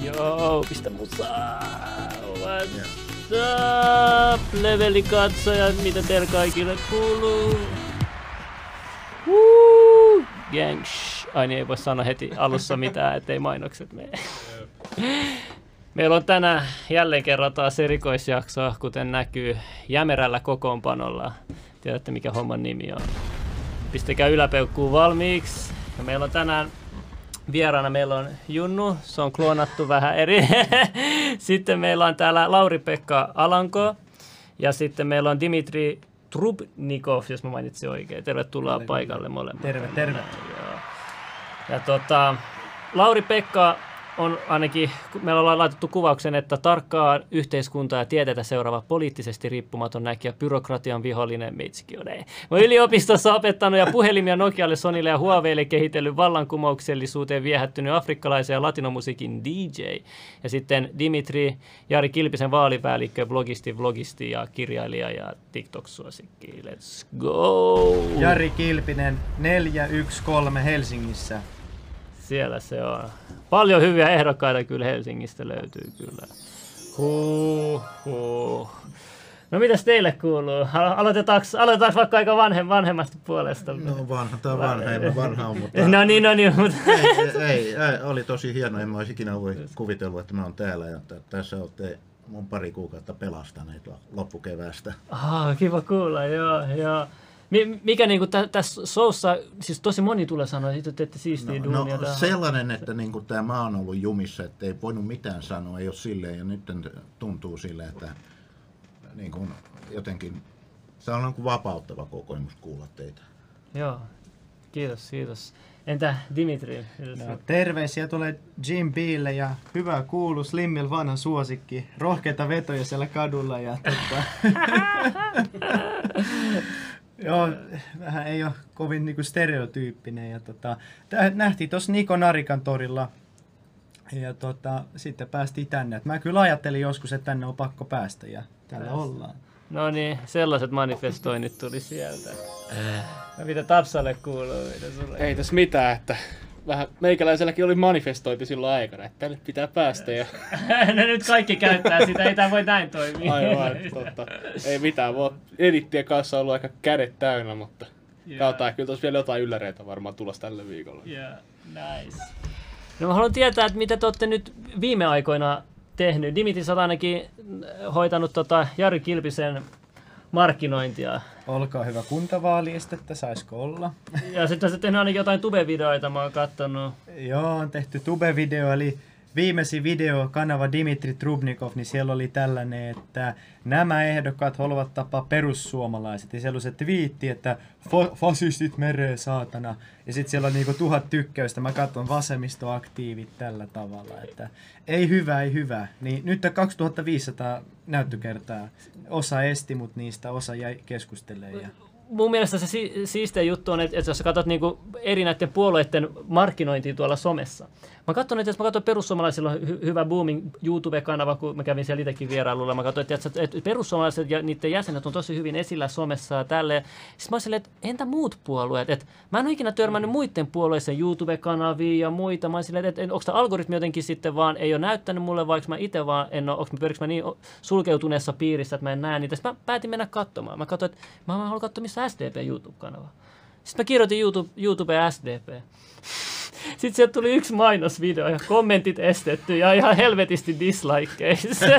Joo, pistä musaa. What's up, levelikatsojat, mitä teillä kaikille kuuluu? Gangs. Ai niin, ei voi sanoa heti alussa mitään, ettei mainokset mene. Meillä on tänään jälleen kerran taas erikoisjaksoa, kuten näkyy jämerällä kokoonpanolla. Tiedätte, mikä homman nimi on. Pistäkää yläpeukkuun valmiiksi. Ja meillä on tänään vieraana, meillä on Junnu, se on kloonattu vähän eri. Sitten meillä on täällä Lauri-Pekka Alanko. Ja sitten meillä on Dimitri Trubnikov, jos mä mainitsin oikein. Tervetuloa paikalle molemmat. Terve. Ja Lauri-Pekka on ainakin, meillä ollaan laitettu kuvauksen, että tarkkaa yhteiskuntaa ja tieteitä seuraava poliittisesti riippumaton näkijä, byrokratian vihollinen meitsikin on. Mä oon yliopistossa opettanut ja puhelimia Nokialle, Sonylle ja Huaweille kehitellyt vallankumouksellisuuteen viehättynyt afrikkalaisen ja latinomusiikin DJ. Ja sitten Dimitri, Jari Kilpisen vaalipäällikkö, vlogisti ja kirjailija ja TikTok-suosikki. Let's go! Jari Kilpinen, 413 Helsingissä. Siellä se on. Paljon hyviä ehdokkaita kyllä Helsingistä löytyy kyllä. No mitäs teille kuuluu? Aloitetaanko vaikka aika vanhemmasta puolesta? No vanha on, mutta... No niin. ei, oli tosi hieno. En mä olisi ikinä kuvitellut, että mä oon täällä ja tässä olette mun pari kuukautta pelastaneet loppukeväästä. Kiva kuulla, joo. Mikä niinku tässä showssa, siis tosi moni tulee sanoa, että teette siistiä duunia. No sellainen, että niinku tämä maa on ollut jumissa, että ei voinut mitään sanoa, ei ole silleen, ja nyt tuntuu silleen, että niinku jotenkin, se on niinku vapauttava kokemus kuulla teitä. Joo, kiitos. Entä Dimitri? No, terveisiä tulee Jim Bille ja hyvää kuulu Slimmil vanha suosikki. Rohkeita vetoja siellä kadulla ja Joo, vähän ei ole kovin niinku stereotyyppinen ja nähtiin tuossa Niko Narikan torilla ja sitten päästiin tänne. Mä kyllä ajattelin joskus, että tänne on pakko päästä ja täällä ollaan. No niin, sellaiset manifestoinnit tuli sieltä. No mitä Tapsalle kuuluu? Ei tässä mitään, että vähän meikäläiselläkin oli manifestointi silloin aikana, että tänne pitää päästä. Ja... No nyt kaikki käyttää sitä, ei tämä voi näin toimia. Aivan, totta. Ei mitään, edittien kanssa on ollut aika kädet täynnä, mutta katsotaan, kyllä tuossa vielä jotain ylläreitä varmaan tulossa tälle viikolla. Nice. No mä haluan tietää, että mitä te olette nyt viime aikoina tehnyt. Dimitri, sä oot ainakin hoitanut Jari Kilpisen markkinointia. Olkaa hyvä kuntavaaliestettä, saisiko olla? Ja sitten sä tehnyt ainakin jotain tube-videoita, mä oon kattonut. Joo, on tehty tube-video, eli viimeisin video kanava Dimitri Trubnikov, niin siellä oli tällainen, että nämä ehdokkaat haluavat tapaa perussuomalaiset. Ja siellä oli se twiitti, että fasistit mereen saatana. Ja sitten siellä on niinku 1000 tykkäystä. Mä katson vasemmistoaktiivit tällä tavalla, että ei hyvä. Niin nyt 2500 näyttökertaa. Osa esti, mutta niistä osa jäi keskustelemaan. Mun mielestä se siistein juttu on, että jos sä katsot niinku eri näiden puolueiden markkinointia tuolla somessa. Mä katson, että jos mä katson perussuomalaisilla on hyvä booming YouTube-kanava, kun mä kävin siellä itsekin vierailulla. Mä katsoin, että perussuomalaiset ja niiden jäsenet on tosi hyvin esillä somessa ja tälleen. Siis mä oon silleen, että entä muut puolueet? Et mä en ole ikinä törmännyt muiden puolueiden YouTube-kanaviin ja muita. Mä oon silleen, että onko tämä algoritmi jotenkin sitten vaan ei ole näyttänyt mulle, vaikka mä itse vaan en ole, pyörikö mä niin sulkeutuneessa piirissä, että mä en näe niitä. Sitten mä päätin mennä katsomaan. Mä katsoin, että mä haluan katsoa, missä SDP YouTube-kanava. Sitten mä kirjoitin YouTube SDP. Sitten sieltä tuli yksi mainosvideo ja kommentit estetty ja ihan helvetisti dislikeja.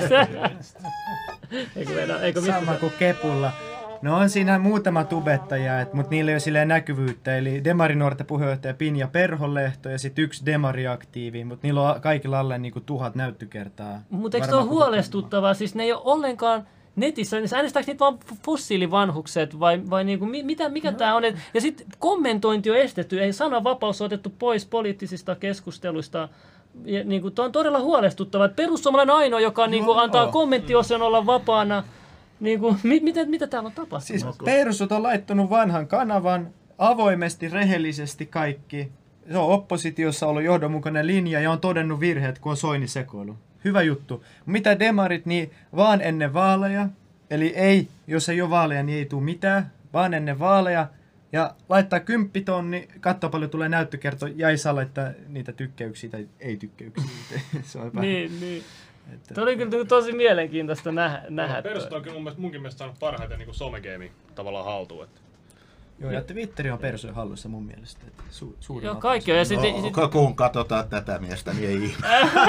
Sama kuin Kepulla. No on siinä muutama tubettaja, mutta niillä ei ole silleen näkyvyyttä. Eli Demarinuorten puheenjohtaja Pinja Perholehto ja sitten yksi Demari-aktiivi, mutta niillä on kaikilla alle niinku 1000 näyttökertaa. Mutta eikö se ole huolestuttavaa? Siis ne ei ole ollenkaan netissä, niin äänestääkö niitä vaan fossiilivanhukset vai niinku, mikä tämä on? Ja sitten kommentointi on estetty, ei sananvapaus on otettu pois poliittisista keskusteluista. Ja, niinku, tuo on todella huolestuttavaa. Perussuomalainen ainoa, joka niinku, antaa kommenttiosion olla vapaana. Niinku, mitä täällä on tapahtunut? Siis Persut on laittanut vanhan kanavan avoimesti, rehellisesti kaikki. Se on oppositiossa ollut johdonmukainen linja ja on todennut virheet, kun on Soini sekoilu. Hyvä juttu. Mitä demarit, niin vaan ennen vaaleja. Eli ei, jos ei ole vaaleja, niin ei tule mitään. Vaan ennen vaaleja. Ja laittaa 10 000, katsoa paljon tulee näyttökerto, ja ei saa laittaa niitä tykkäyksiä tai ei tykkäyksiä. Se on niin. Tämä oli kyllä tosi mielenkiintoista nähdä. Persu on kyllä munkin mielestä saanut parhaiten niin somegeimi tavallaan haltuun. Että. Joo, ja Twitteri on Persujen hallussa mun mielestä. Suurin joo, kaikki on. Ja kun katsotaan tätä miestä, niin ei ihme.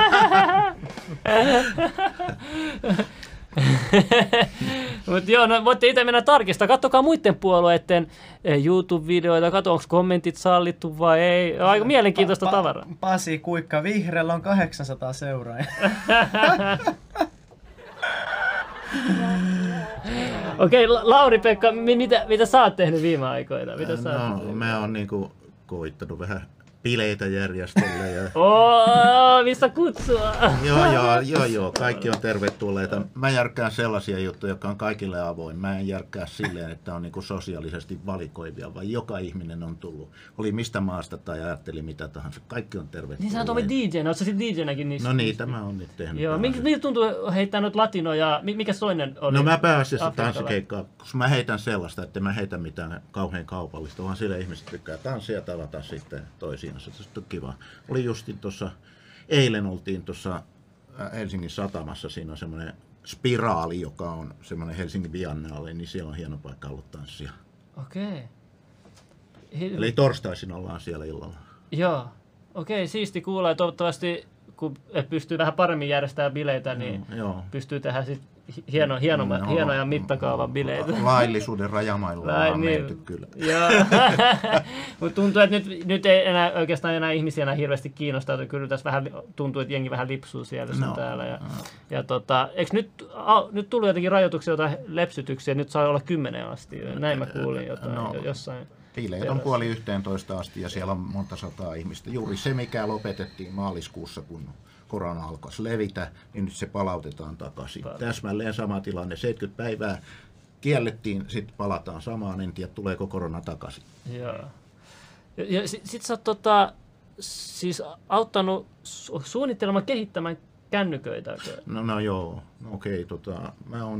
Mutta joo, no voitte itse mennä tarkistaa. Katsokaa muiden puolueiden YouTube-videoita, katso onko kommentit sallittu vai ei. Aika mielenkiintoista tavaraa. Pasi Kuikka, Vihreällä on 800 seuraajaa. Okei, Lauri-Pekka, mitä sä oot tehnyt viime aikoina? Mä oon niinku koittanut vähän bileitä järjestellä. Ja... missä kutsua? Joo, kaikki on tervetulleita. Mä järkkään sellaisia juttuja, jotka on kaikille avoin. Mä en järkkää silleen, että on niinku sosiaalisesti valikoivia, vaan joka ihminen on tullut. Oli mistä maasta tai ajatteli mitä tahansa. Kaikki on tervetulleita. Niin sä oot ollut DJ-nä, oot sä sit DJ-näkin niissä? No niitä mä oon nyt tehnyt. Joo, miltä tuntuu heittää noita latinoja? Mikä toinen oli? No mä pääasiassa tanssikeikkaa, koska mä heitän sellaista, että mä heitän mitään kauhean kaupallista, vaan sillä ihmiset tykkää tanssia ja tavata sitten toisiinsa. Se on kiva. Oli justin tuossa, eilen oltiin tuossa Helsingin satamassa, siinä on semmoinen spiraali, joka on semmoinen Helsingin Biennaali, niin siellä on hieno paikka ollut tanssia. Okei. Eli torstaisin ollaan siellä illalla. Joo. Okei, siisti kuulla ja toivottavasti kun pystyy vähän paremmin järjestämään bileitä, niin pystyy tehdä sitten hienoja mittakaavan bileitä. Laillisuuden rajamailla on menty kyllä. Mutta tuntuu, että nyt ei enää oikeastaan enää ihmisiä enää hirveästi kiinnostaa. Kyllä tässä vähän tuntuu, että jengi vähän lipsuu siellä täällä. Eikö nyt tullut jotenkin rajoituksia jotain lepsytyksiä, nyt saa olla 10 asti. Näin mä kuulin jossain. Bileet on 10:30 asti ja siellä on monta sataa ihmistä. Juuri se, mikä lopetettiin maaliskuussa, kun korona alkoi levitä, niin nyt se palautetaan takaisin. Täsmälleen sama tilanne. 70 päivää kiellettiin, sitten palataan samaan, en tiedä tuleeko korona takaisin. Joo. Ja sit sä oot siis auttanut suunnittelemaan, kehittämään kännyköitä. No joo, okei. Mä oon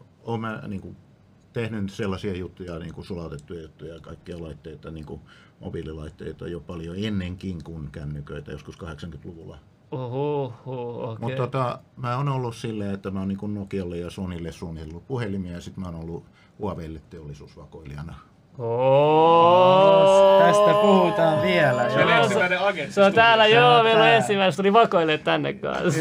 tehnyt sellaisia juttuja, niin kuin sulautettuja juttuja ja kaikkia laitteita, niin kuin mobiililaitteita jo paljon ennenkin kuin kännyköitä, joskus 80-luvulla. Okay. Mutta mä oon ollut silleen, että mä oon niin Nokialle ja Sonylle suunnitellut puhelimia ja sitten mä oon ollut Huaweille teollisuusvakoilijana. Tästä puhutaan vielä. Se on täällä, meillä on ensimmäinen, tuli vakoille tänne kanssa.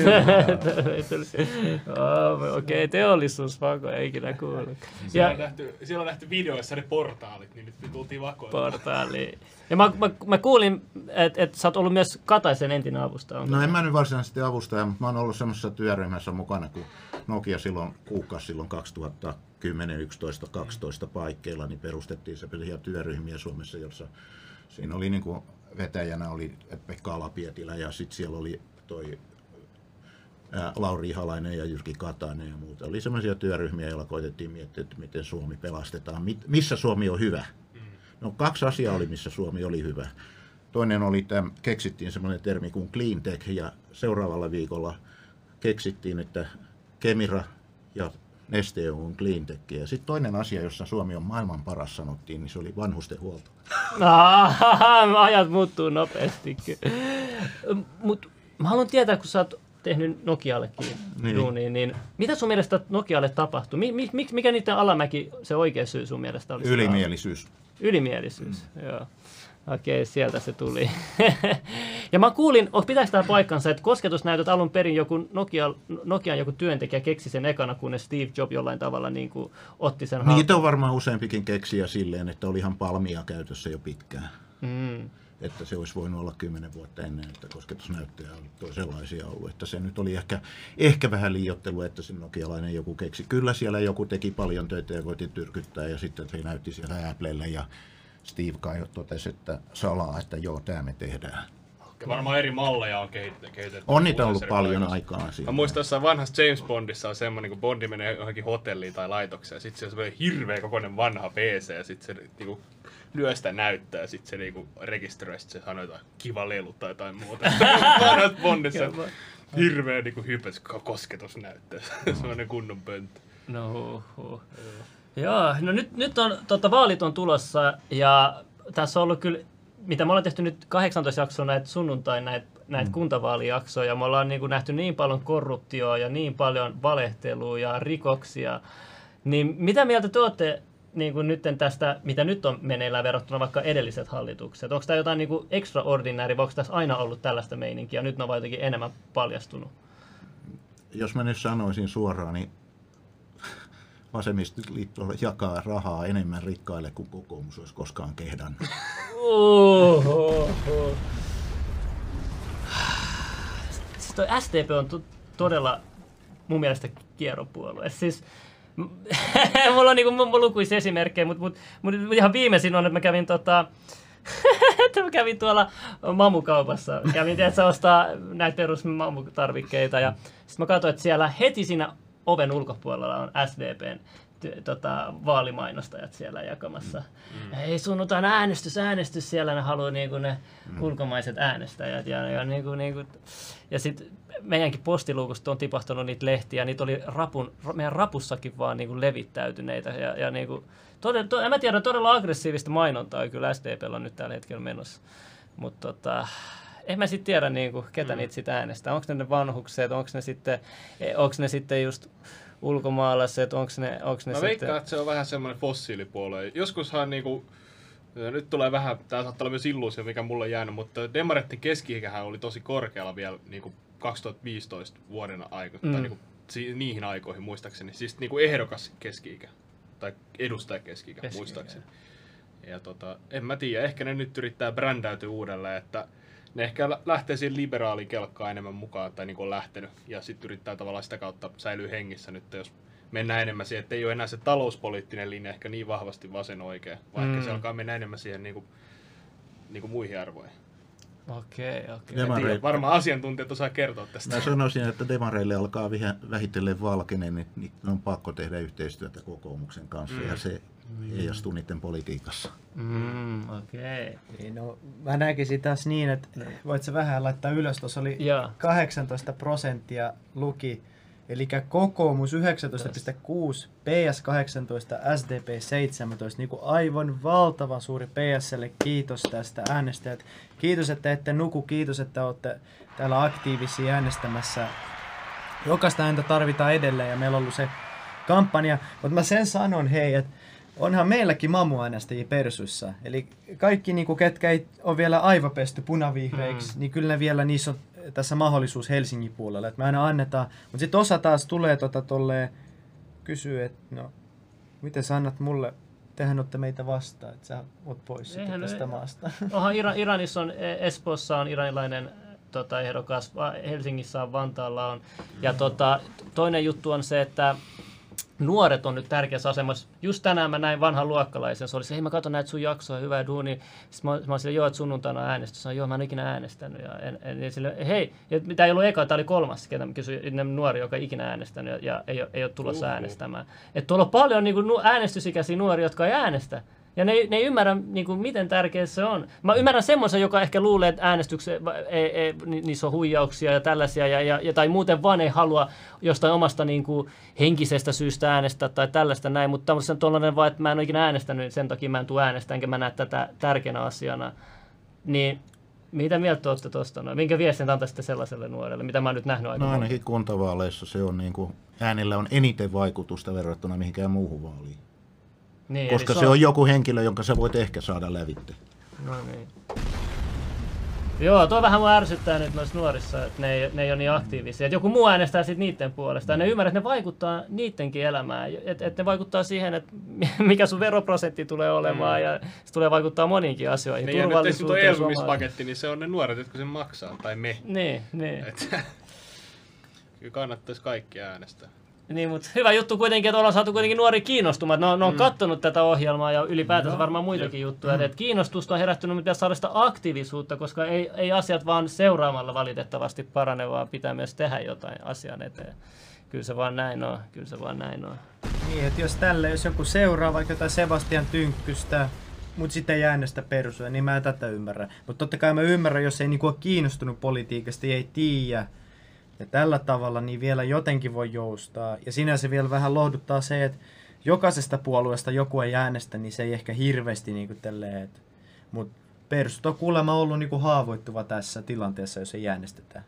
Okei, teollisuusvako, ei ikinä kuullut. Siellä on nähty videoissa ne portaalit, niin nyt me tultiin vakoille. Portaali. Ja mä kuulin, että sä oot ollut myös Kataisen entinen avustaja. No en mä nyt varsinaisesti avustaja, mutta mä oon ollut semmoisessa työryhmässä mukana, kun Nokia silloin 2010, 11, 12 paikkeilla, niin perustettiin sellaisia työryhmiä Suomessa, jossa siinä oli niin kuin vetäjänä oli Pekka Ala-Pietilä ja sitten siellä oli toi Lauri Ihalainen ja Jyrki Katainen ja muuta. Oli sellaisia työryhmiä, joilla koitettiin miettiä, että miten Suomi pelastetaan, missä Suomi on hyvä. No 2 asiaa oli, missä Suomi oli hyvä. Toinen oli, että keksittiin semmoinen termi kuin clean tech ja seuraavalla viikolla keksittiin, että Kemira ja Neste on clean tech. Ja sitten toinen asia, jossa Suomi on maailman paras, sanottiin, niin se oli vanhustenhuolto. Ajat muuttuu nopeasti. Mutta mä haluan tietää, kun sä oot tehnyt Nokiallekin duunia, niin mitä sun mielestä Nokialle tapahtui? Mikä niiden alamäki, se oikea syy sun mielestä oli? Ylimielisyys, joo. Okei, sieltä se tuli. Ja mä kuulin, pitääkö tämä paikkansa, että kosketusnäytöt alun perin Nokian joku työntekijä keksi sen ekana, kunnes Steve Jobs jollain tavalla niin kuin otti sen haltuun. Niitä on varmaan useampikin keksiä silleen, että oli ihan Palmia käytössä jo pitkään. Että se olisi voinut olla 10 vuotta ennen, että kosketusnäyttöjä on sellaisia ollut. Että se nyt oli ehkä vähän liioittelu, että se nokialainen joku keksi. Kyllä siellä joku teki paljon töitä ja koitti tyrkyttää ja sitten se näytti siellä Applelle ja Steve Kai totesi, että salaa, että joo, tämä me tehdään. Ja varmaan eri malleja on kehitetty. On niitä ollut paljon aikaa siinä. Mä muistan jossain vanhassa James Bondissa on semmoinen, kun Bondi menee johonkin hotelliin tai laitokseen, ja sitten se on semmoinen hirveä kokoinen vanha PC, ja sitten se niinku lyö sitä näyttää, ja sitten se niinku rekisteröi, ja se sanoo jotain kiva lelu tai jotain muuta. Vanhassa Bondissa hirveä niinku hypes kosketusnäyttää, semmoinen kunnon pönttö. No, Joo, no nyt on, vaalit on tulossa ja tässä on ollut kyllä, mitä me ollaan tehty nyt 18 jaksoa näitä sunnuntain näitä kuntavaalijaksoja, me ollaan niin kuin nähty niin paljon korruptioa ja niin paljon valehtelua ja rikoksia, niin mitä mieltä te olette niin kuin nyt tästä, mitä nyt on meneillään verrattuna vaikka edelliset hallitukset? Onko tämä jotain niin kuin extraordinary, vai onko tässä aina ollut tällaista meininkiä, nyt ne on vaan jotenkin enemmän paljastunut? Jos mä nyt sanoisin suoraan, niin Vasemmistoliitto jakaa rahaa enemmän rikkaille kuin kokoomus olisi koskaan kehdannut. Siis toi SDP on todella mun mielestä kierropuolue. Siis, mulla on niinku lukuisia esimerkkejä, mutta ihan viimeisin on, että mä kävin mä kävin tuolla mamukaupassa. Kävin tietysti ostaa näitä perus mamutarvikkeita ja sitten mä katsoin, että siellä heti siinä oven ulkopuolella on SDPn vaalimainostajat siellä jakamassa. Ei sunnuntain äänestys siellä, ne haluaa niinku ne ulkomaiset äänestäjät. Ja sitten meidänkin postiluukusta on tipahtanut niitä lehtiä, niitä oli meidän rapussakin vaan niinku levittäytyneitä. Ja niinku, en mä tiedä, todella aggressiivista mainontaa kyllä SDP:llä on nyt tällä hetkellä menossa. Mutta en mä sitten tiedä, niinku, ketä niitä sitten äänestää. Onko ne vanhukset, onko ne sitten just ulkomaalaiset, onko ne mä sitten... veikkaan, että se on vähän semmoinen fossiilipuolue. Joskushan niinku, nyt tulee vähän, tää saattaa olla myös illuusio, mikä mulla on jäänyt, mutta demareiden keski-ikähän oli tosi korkealla vielä niinku 2015 vuoden aikoina, tai niinku, niihin aikoihin muistaakseni. Siis niinku ehdokas keski-ikä, tai edustaja keski-ikä muistaakseni. Ja en mä tiedä, ehkä ne nyt yrittää brändäytyä uudelleen, että ne ehkä lähtee siihen liberaalikelkkaan enemmän mukaan, tai niin kuin on lähtenyt, ja sitten yrittää tavallaan sitä kautta säilyä hengissä nyt, jos mennään enemmän siihen, että ei ole enää se talouspoliittinen linja ehkä niin vahvasti vasen oikea, vaikka se alkaa mennä enemmän siihen niin kuin muihin arvoihin. Okei. Demareille, varmaan asiantuntijat osaa kertoa tästä. mä sanoisin, että demareille alkaa vähitellen valkenen, niin on pakko tehdä yhteistyötä kokoomuksen kanssa, ja se heijastuu niiden politiikassa. Okei. Niin, no, mä näkisin taas niin, että voit sä vähän laittaa ylös, tuossa oli 18% luki, eli kokoomus 19,6, PS 18, SDP 17, niin kuin aivan valtavan suuri PSlle kiitos tästä äänestäjät. Kiitos, että ette nuku, kiitos, että olette täällä aktiivisia äänestämässä. Jokaista ääntä tarvitaan edelleen ja meillä on ollut se kampanja, mutta mä sen sanon, hei, että onhan meilläkin mamuäänestäjiä persuissa. Eli kaikki, niin kuin, ketkä ei ole vielä aivopesty punavihreiksi, niin kyllä vielä niissä on tässä mahdollisuus Helsingin puolella. Että me aina annetaan. Mutta sitten osa taas tulee kysyy, että no, miten sä annat mulle, tehän olette meitä vastaan, että sä oot pois tästä maasta. Onhan Iranissa on, Espoossa on iranilainen ehdokas, Helsingissä on, Vantaalla on. Ja toinen juttu on se, että nuoret on nyt tärkeässä asemassa. Just tänään mä näin vanhan luokkalaisen. Se oli se, hei mä katson näitä sun jaksoja, hyvää duunia. Sitten mä olin silleen, joo, että sunnuntaina on äänestys. Sanoin, joo, mä en ikinä äänestänyt. Ja silleen, hei, tämä ei ollut eka, tämä oli kolmas, ketä mä kysyin, nuori, joka ei ikinä äänestänyt ja ei ole tulossa äänestämään. Että tuolla on paljon niin kuin äänestysikäisiä nuoria, jotka ei äänestä. Ja ne ei ymmärrä, niin kuin, miten tärkeä se on. Mä ymmärrän semmoisen, joka ehkä luulee, että niissä on huijauksia ja tällaisia, tai muuten vaan ei halua jostain omasta niin kuin, henkisestä syystä äänestää tai tällaista näin, mutta tämmöinen vaan, että mä en ole ikinä äänestänyt, sen takia mä en tule äänestämään, enkä mä näe tätä tärkeänä asiana. Niin mitä mieltä olette tuosta? Minkä viestin antaisitte sellaiselle nuorelle, mitä mä oon nyt nähnyt aika paljon? Ainakin kuntavaaleissa se on niin kuin, äänillä on eniten vaikutusta verrattuna mihinkään muuhun vaaliin. Niin, koska se on joku henkilö, jonka sä voit ehkä saada lävitte. No niin. Joo, tuo vähän mua ärsyttää nyt noissa nuorissa, että ne ei ole niin aktiivisia. Että joku muu äänestää sitten niiden puolesta. Ja ne ymmärrät, että ne vaikuttaa niidenkin elämään. Että ne vaikuttaa siihen, että mikä sun veroprosentti tulee olemaan. Ja se tulee vaikuttaa moniinkin asioihin. Niin, ja nyt tietysti tuo elpymispaketti, niin se on ne nuoret, jotka sen maksaa. Tai me. Niin. Kyllä kannattaisi kaikki äänestää. Niin, mutta hyvä juttu kuitenkin, että ollaan saatu kuitenkin nuori kiinnostumaan. Ne on kattonut tätä ohjelmaa ja ylipäätänsä varmaan muitakin juttuja. Että kiinnostusta on herättynyt, mutta pitäisi saada sitä aktiivisuutta, koska ei asiat vaan seuraamalla valitettavasti parane, vaan pitää myös tehdä jotain asian eteen. Kyllä se vaan näin on. Niin, että jos joku seuraa vaikka jotain Sebastian Tynkkystä, mutta sitten ei äänestä persuja, niin mä en tätä ymmärrä. Mutta totta kai mä ymmärrän, jos ei niinku ole kiinnostunut politiikasta, ei tiedä. Ja tällä tavalla niin vielä jotenkin voi joustaa. Ja sinänsä vielä vähän lohduttaa se, että jokaisesta puolueesta joku ei äänestä, niin se ei ehkä hirveästi niin kuin tälleen, mutta persut on kuulemma ollut niin kuin haavoittuva tässä tilanteessa, jos ei äänestetä.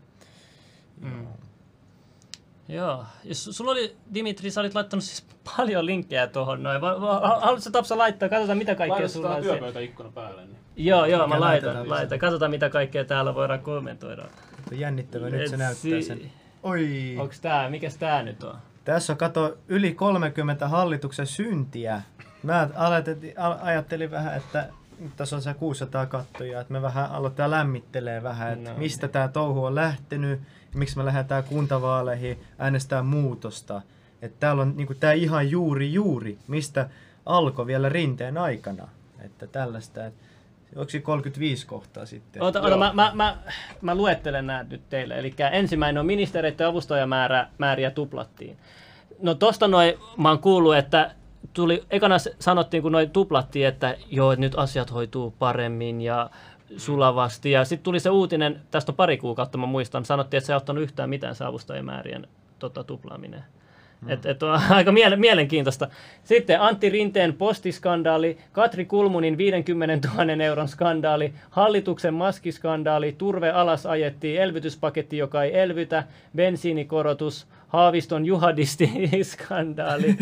Joo. Sulla oli, Dimitri, sä olit laittanut siis paljon linkkejä tuohon noin. Haluatko Tapsa laittaa? Katsotaan mitä kaikkea sulla on. Laitetaan työpöytäikkuna päälle. Niin. Joo, mä laitan. Katsotaan mitä kaikkea täällä voidaan kommentoida. Jännittävää, nyt se näyttää sen. Oi. Onks tää? Mikäs tää nyt on? Tässä on, kato, yli 30 hallituksen syntiä. Mä ajattelin vähän, että tässä on se 600 kattoja, että me vähän aloitetaan lämmittelee vähän, että mistä tää touhu on lähtenyt, ja miksi me lähdetään kuntavaaleihin äänestää muutosta. Että täällä on niinku tää ihan juuri, mistä alkoi vielä Rinteen aikana. Että tällaista, onko 35 kohtaa sitten? Ota, mä luettelen nämä nyt teille. Eli ensimmäinen on ministereiden avustajamääriä tuplattiin. No tosta noin mä oon kuullut, että ekana sanottiin, kun noin tuplattiin, että joo, että nyt asiat hoituu paremmin ja sulavasti. Ja sitten tuli se uutinen, tästä on pari kuukautta mä muistan, sanottiin, että se ei ottanut yhtään mitään se avustajamäärien tuplaaminen. Et on aika mielenkiintoista. Sitten Antti Rinteen postiskandaali, Katri Kulmunin 50 000 euron skandaali, hallituksen maskiskandaali, turve alas ajettiin, elvytyspaketti, joka ei elvytä, bensiinikorotus, Haaviston juhadisti-skandaali,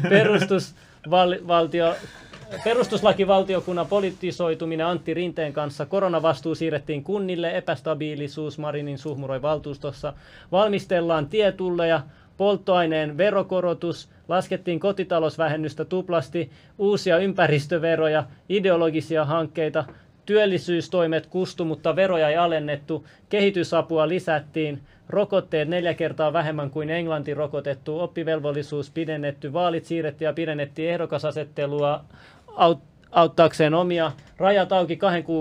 perustuslakivaltiokunnan politisoituminen Antti Rinteen kanssa, koronavastuu siirrettiin kunnille, epästabiilisuus Marinin suhmuroi valtuustossa, valmistellaan tietulleja, polttoaineen verokorotus, laskettiin kotitalousvähennystä tuplasti, uusia ympäristöveroja, ideologisia hankkeita, työllisyystoimet kustu, mutta veroja ei alennettu, kehitysapua lisättiin, rokotteet 4 kertaa vähemmän kuin Englanti rokotettu, oppivelvollisuus pidennetty, vaalit siirrettiin ja pidennettiin ehdokasasettelua auttaakseen omia, rajat auki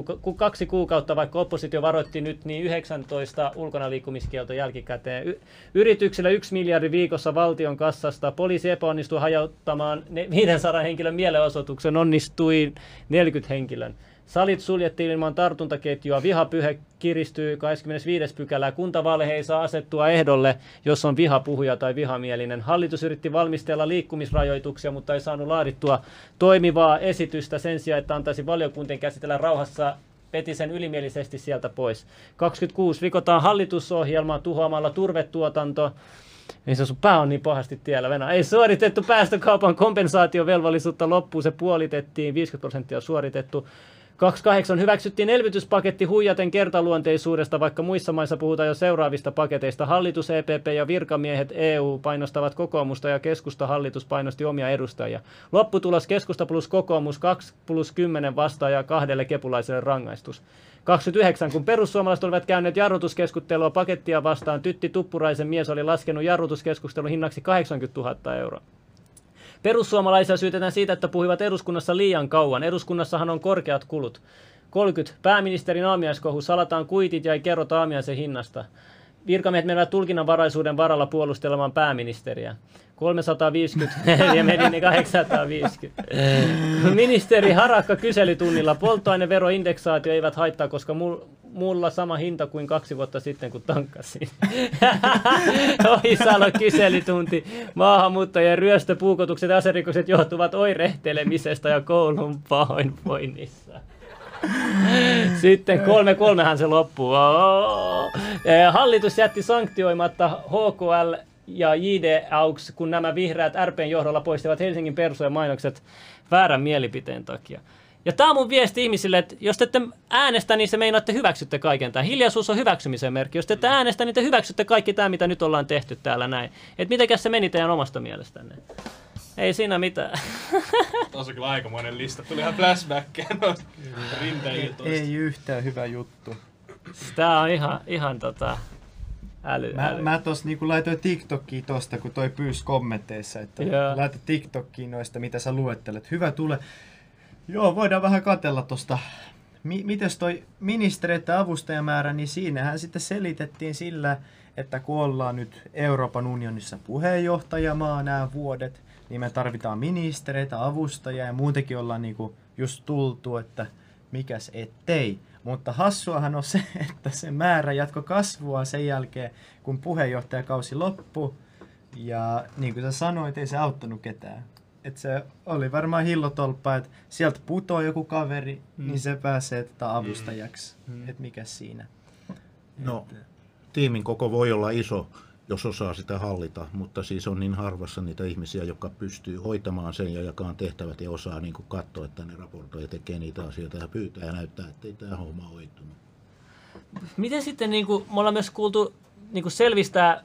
2 kuukautta, vaikka oppositio varoitti nyt, niin 19 ulkona liikkumiskielto jälkikäteen. Yrityksillä 1 miljardi viikossa valtion kassasta, poliisi epäonnistui hajauttamaan 500 henkilön mielenosoituksen, onnistui 40 henkilön. Salit suljettiin ilman tartuntaketjua, vihapyhe kiristyy 25. pykälää, kuntavaaleihin ei saa asettua ehdolle, jos on vihapuhuja tai vihamielinen. Hallitus yritti valmistella liikkumisrajoituksia, mutta ei saanut laadittua toimivaa esitystä sen sijaan, että antaisi valiokuntien käsitellä rauhassa, veti sen ylimielisesti sieltä pois. 26. Rikotaan hallitusohjelmaa tuhoamalla turvetuotanto. Ei se sun pää on niin pahasti tiellä, Venä. Ei suoritettu päästökaupan kompensaatiovelvollisuutta loppuun, se puolitettiin, 50% suoritettu. 28. Hyväksyttiin elvytyspaketti huijaten kertaluonteisuudesta, vaikka muissa maissa puhutaan jo seuraavista paketeista. Hallitus, EPP ja virkamiehet EU painostavat kokoomusta ja keskusta hallitus painosti omia edustajia. Lopputulos keskusta plus kokoomus 2+10 vastaan ja 2 kepulaiselle rangaistus. 29. Kun perussuomalaiset olivat käyneet jarrutuskeskustelua pakettia vastaan, Tytti Tuppuraisen mies oli laskenut jarrutuskeskustelun hinnaksi 80 000 euroa. Perussuomalaisia syytetään siitä, että puhuivat eduskunnassa liian kauan. Eduskunnassahan on korkeat kulut. 30. Pääministerin aamiaiskohu, salataan kuitit ja ei kerrota aamiaisen hinnasta. Virkamiehet menevät tulkinnanvaraisuuden varalla puolustelemaan pääministeriä. 350 ja meni 850. Ministeri Harakka kyselytunnilla. Polttoaineveroindeksaatio eivät haittaa, koska mulla sama hinta kuin 2 vuotta sitten, kun tankkasin. Ohisalo kyselytunti. Maahanmuuttajien ryöstö, puukotukset ja aserikokset johtuvat oirehtelemisesta ja koulun pahoinvoinnissa. Sitten 3-3 se loppuu. Hallitus jätti sanktioimatta HKL ja JD-AUX, kun nämä vihreät RP:n johdolla poistivat Helsingin persujen mainokset väärän mielipiteen takia. Ja tämä on mun viesti ihmisille, että jos te ette äänestä, niin se meinaatte hyväksytte kaiken tämän. Hiljaisuus on hyväksymisen merkki. Jos te ette äänestä, niin te hyväksytte kaikki tämä, mitä nyt ollaan tehty täällä näin. Että mitenkäs se meni teidän omasta mielestänne? Ei siinä mitään. Tuossa on kyllä aikamoinen lista. Tuli ihan flashbackkejä noista Rinteen jutuista. Ei yhtään hyvä juttu. Tää on ihan äly. Mä tossa niinku laitoin TikTokiin tosta, kun toi pyysi kommenteissa, että laita TikTokiin noista, mitä sä luettelet. Hyvä tule. Joo, voidaan vähän katsella tosta. Mites toi ministereiden avustajamäärä, niin siinähän sitten selitettiin sillä, että kun ollaan nyt Euroopan unionissa puheenjohtajamaa nämä vuodet, niin me tarvitaan ministereitä, avustajia ja muutenkin ollaan niinku just tultu, että mikäs ettei. Mutta hassuahan on se, että se määrä jatko kasvua sen jälkeen, kun puheenjohtajakausi loppui. Ja niin kuin sä sanoit, ei se auttanut ketään. että se oli varmaan hillotolppa, että sieltä putoo joku kaveri, niin se pääsee avustajaksi. Että mikä siinä. No, tiimin koko voi olla iso, jos osaa sitä hallita, mutta siis on niin harvassa niitä ihmisiä, jotka pystyy hoitamaan sen ja jakaa tehtävät ja osaa niin kuin katsoa, että ne raportoi ja tekee niitä asioita ja pyytää ja näyttää, että ei tämä homma hoitunut. Miten sitten, niin kuin, me ollaan myös kuultu niin kuin selvistää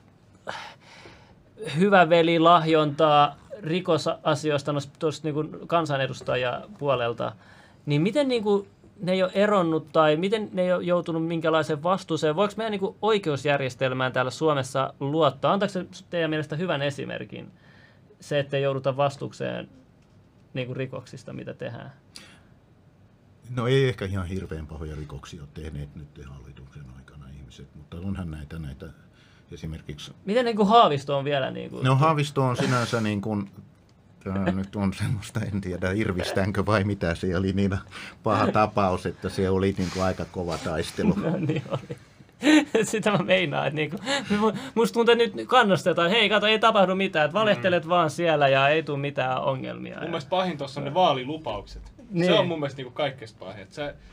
hyvä veli lahjontaa rikosasioista tuosta niin kansanedustajapuolelta, niin miten niin kuin, ne ei ole eronnut tai miten ne ei ole joutunut minkälaiseen vastuuseen? Voiko meidän niin kuin oikeusjärjestelmään täällä Suomessa luottaa? Antaako se teidän mielestä hyvän esimerkin se, että ei jouduta vastuukseen niin kuin rikoksista, mitä tehdään? No ei ehkä ihan hirveän pahoja rikoksia ole tehneet nyt hallituksen aikana ihmiset, mutta onhan näitä esimerkiksi... Miten niin kuin Haavisto on vielä? Niin kuin... No Haavisto on sinänsä niin kuin... Tämä nyt on semmoista, en tiedä irvistäänkö vai mitä, se oli niin paha tapaus, että se oli niin kuin aika kova taistelu. No niin oli. Sitä mä meinaan, että niin kuin, musta tuntuu, että nyt kannustetaan, hei kato, ei tapahdu mitään, että valehtelet vaan siellä ja ei tule mitään ongelmia. Mun mielestä pahin tuossa on ne vaalilupaukset. Niin. Se on mun mielestä niinku kaikkein pahin.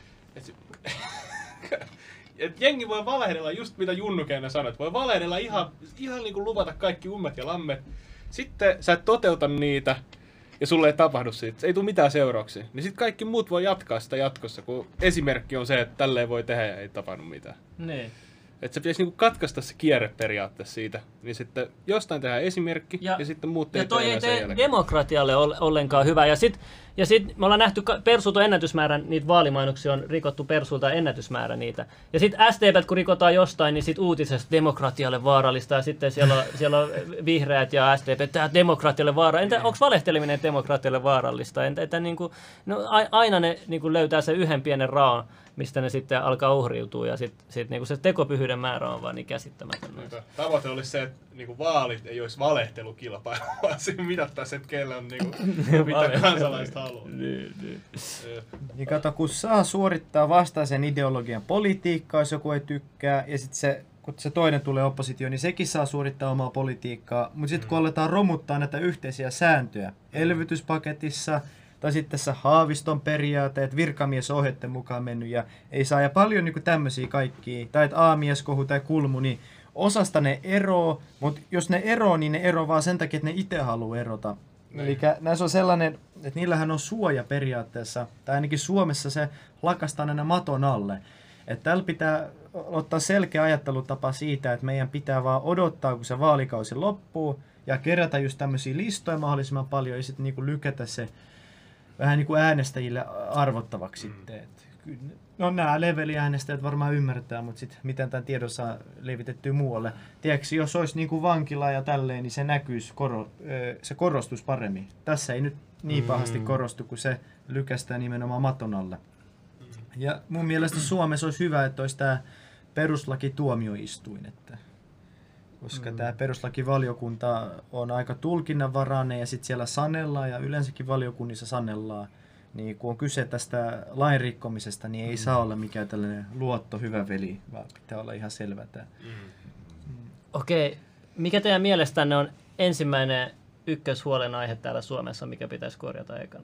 Et jengi voi valehdella just mitä Junnu Keinä sanoi, että voi valehdella ihan niinku luvata kaikki ummet ja lammet. Sitten sä et toteuta niitä ja sulle ei tapahdu siitä, ei tule mitään seurauksia. Niin sitten kaikki muut voi jatkaa sitä jatkossa, kun esimerkki on se, että tälleen voi tehdä ja ei tapahdu mitään. Niin. Että se pitäisi niinku katkaista se kierre periaatteessa siitä. Niin sitten jostain tehdään esimerkki ja sitten muut ja toi ei tee jälkeen. demokratialle ollenkaan hyvä. Ja sit me ollaan nähty Persulta ennätysmäärän, niitä vaalimainoksia on rikottu Persulta ennätysmäärä niitä. Ja sitten SDP:t kun rikotaan jostain, niin sit uutisesta demokratialle vaarallista. Ja sitten siellä on vihreät ja SDP, tämä demokratialle vaarallista. Entä onko valehteleminen demokratialle vaarallista? Entä niinku, no, aina ne niinku löytää sen yhden pienen raon, mistä ne sitten alkaa uhriutua, ja sitten niinku se tekopyhyyden määrä on vaan niin käsittämätön. Tavoite olisi se, että niinku vaalit ei olisi valehtelukilpailu, vaan se mitattaisi, että kelle on niinku, mitä kansalaiset haluaa. Niin kato, kun saa suorittaa vastaisen ideologian politiikkaa, jos joku ei tykkää, ja sitten kun se toinen tulee oppositioon, niin sekin saa suorittaa omaa politiikkaa, mutta sitten kun aletaan romuttaa näitä yhteisiä sääntöjä elvytyspaketissa, tai sitten tässä Haaviston periaatteet, virkamiesohjeiden mukaan mennyt, ja ei saa, ja paljon niin tämmöisiä kaikkia, tai että aamieskohu tai kulmu, niin osasta ne eroo, mutta jos ne eroo, niin ne eroo vaan sen takia, että ne itse haluaa erota. Eli näissä on sellainen, että niillähän on suoja periaatteessa, tai ainakin Suomessa se lakastaa aina maton alle. Että täällä pitää ottaa selkeä ajattelutapa siitä, että meidän pitää vaan odottaa, kun se vaalikausi loppuu, ja kerätä just tämmöisiä listoja mahdollisimman paljon, ja sitten niin lykätä se vähän niin kuin äänestäjille arvottavaksi sitten. No nämä leveliäänestäjät varmaan ymmärtää, mutta sitten miten tämän tiedon saa levitettyä muualle. Tiedätkö, jos olisi niin kuin vankila ja tälleen, niin se näkyisi, se korostus paremmin. Tässä ei nyt niin pahasti korostu, kun se lykästää nimenomaan maton alle. Ja mun mielestä Suomessa olisi hyvä, että olisi tämä perustuslakituomioistuin, koska tämä perustuslakivaliokunta on aika tulkinnanvarainen ja sitten siellä sanellaan ja yleensäkin valiokunnissa sanellaan. Niin kun on kyse tästä lain rikkomisesta, niin ei saa olla mikään tällainen luotto hyvä veli, vaan pitää olla ihan selvä tämä. Okei, mikä teidän mielestänne on ensimmäinen ykköshuolenaihe täällä Suomessa, mikä pitäisi korjata ekana?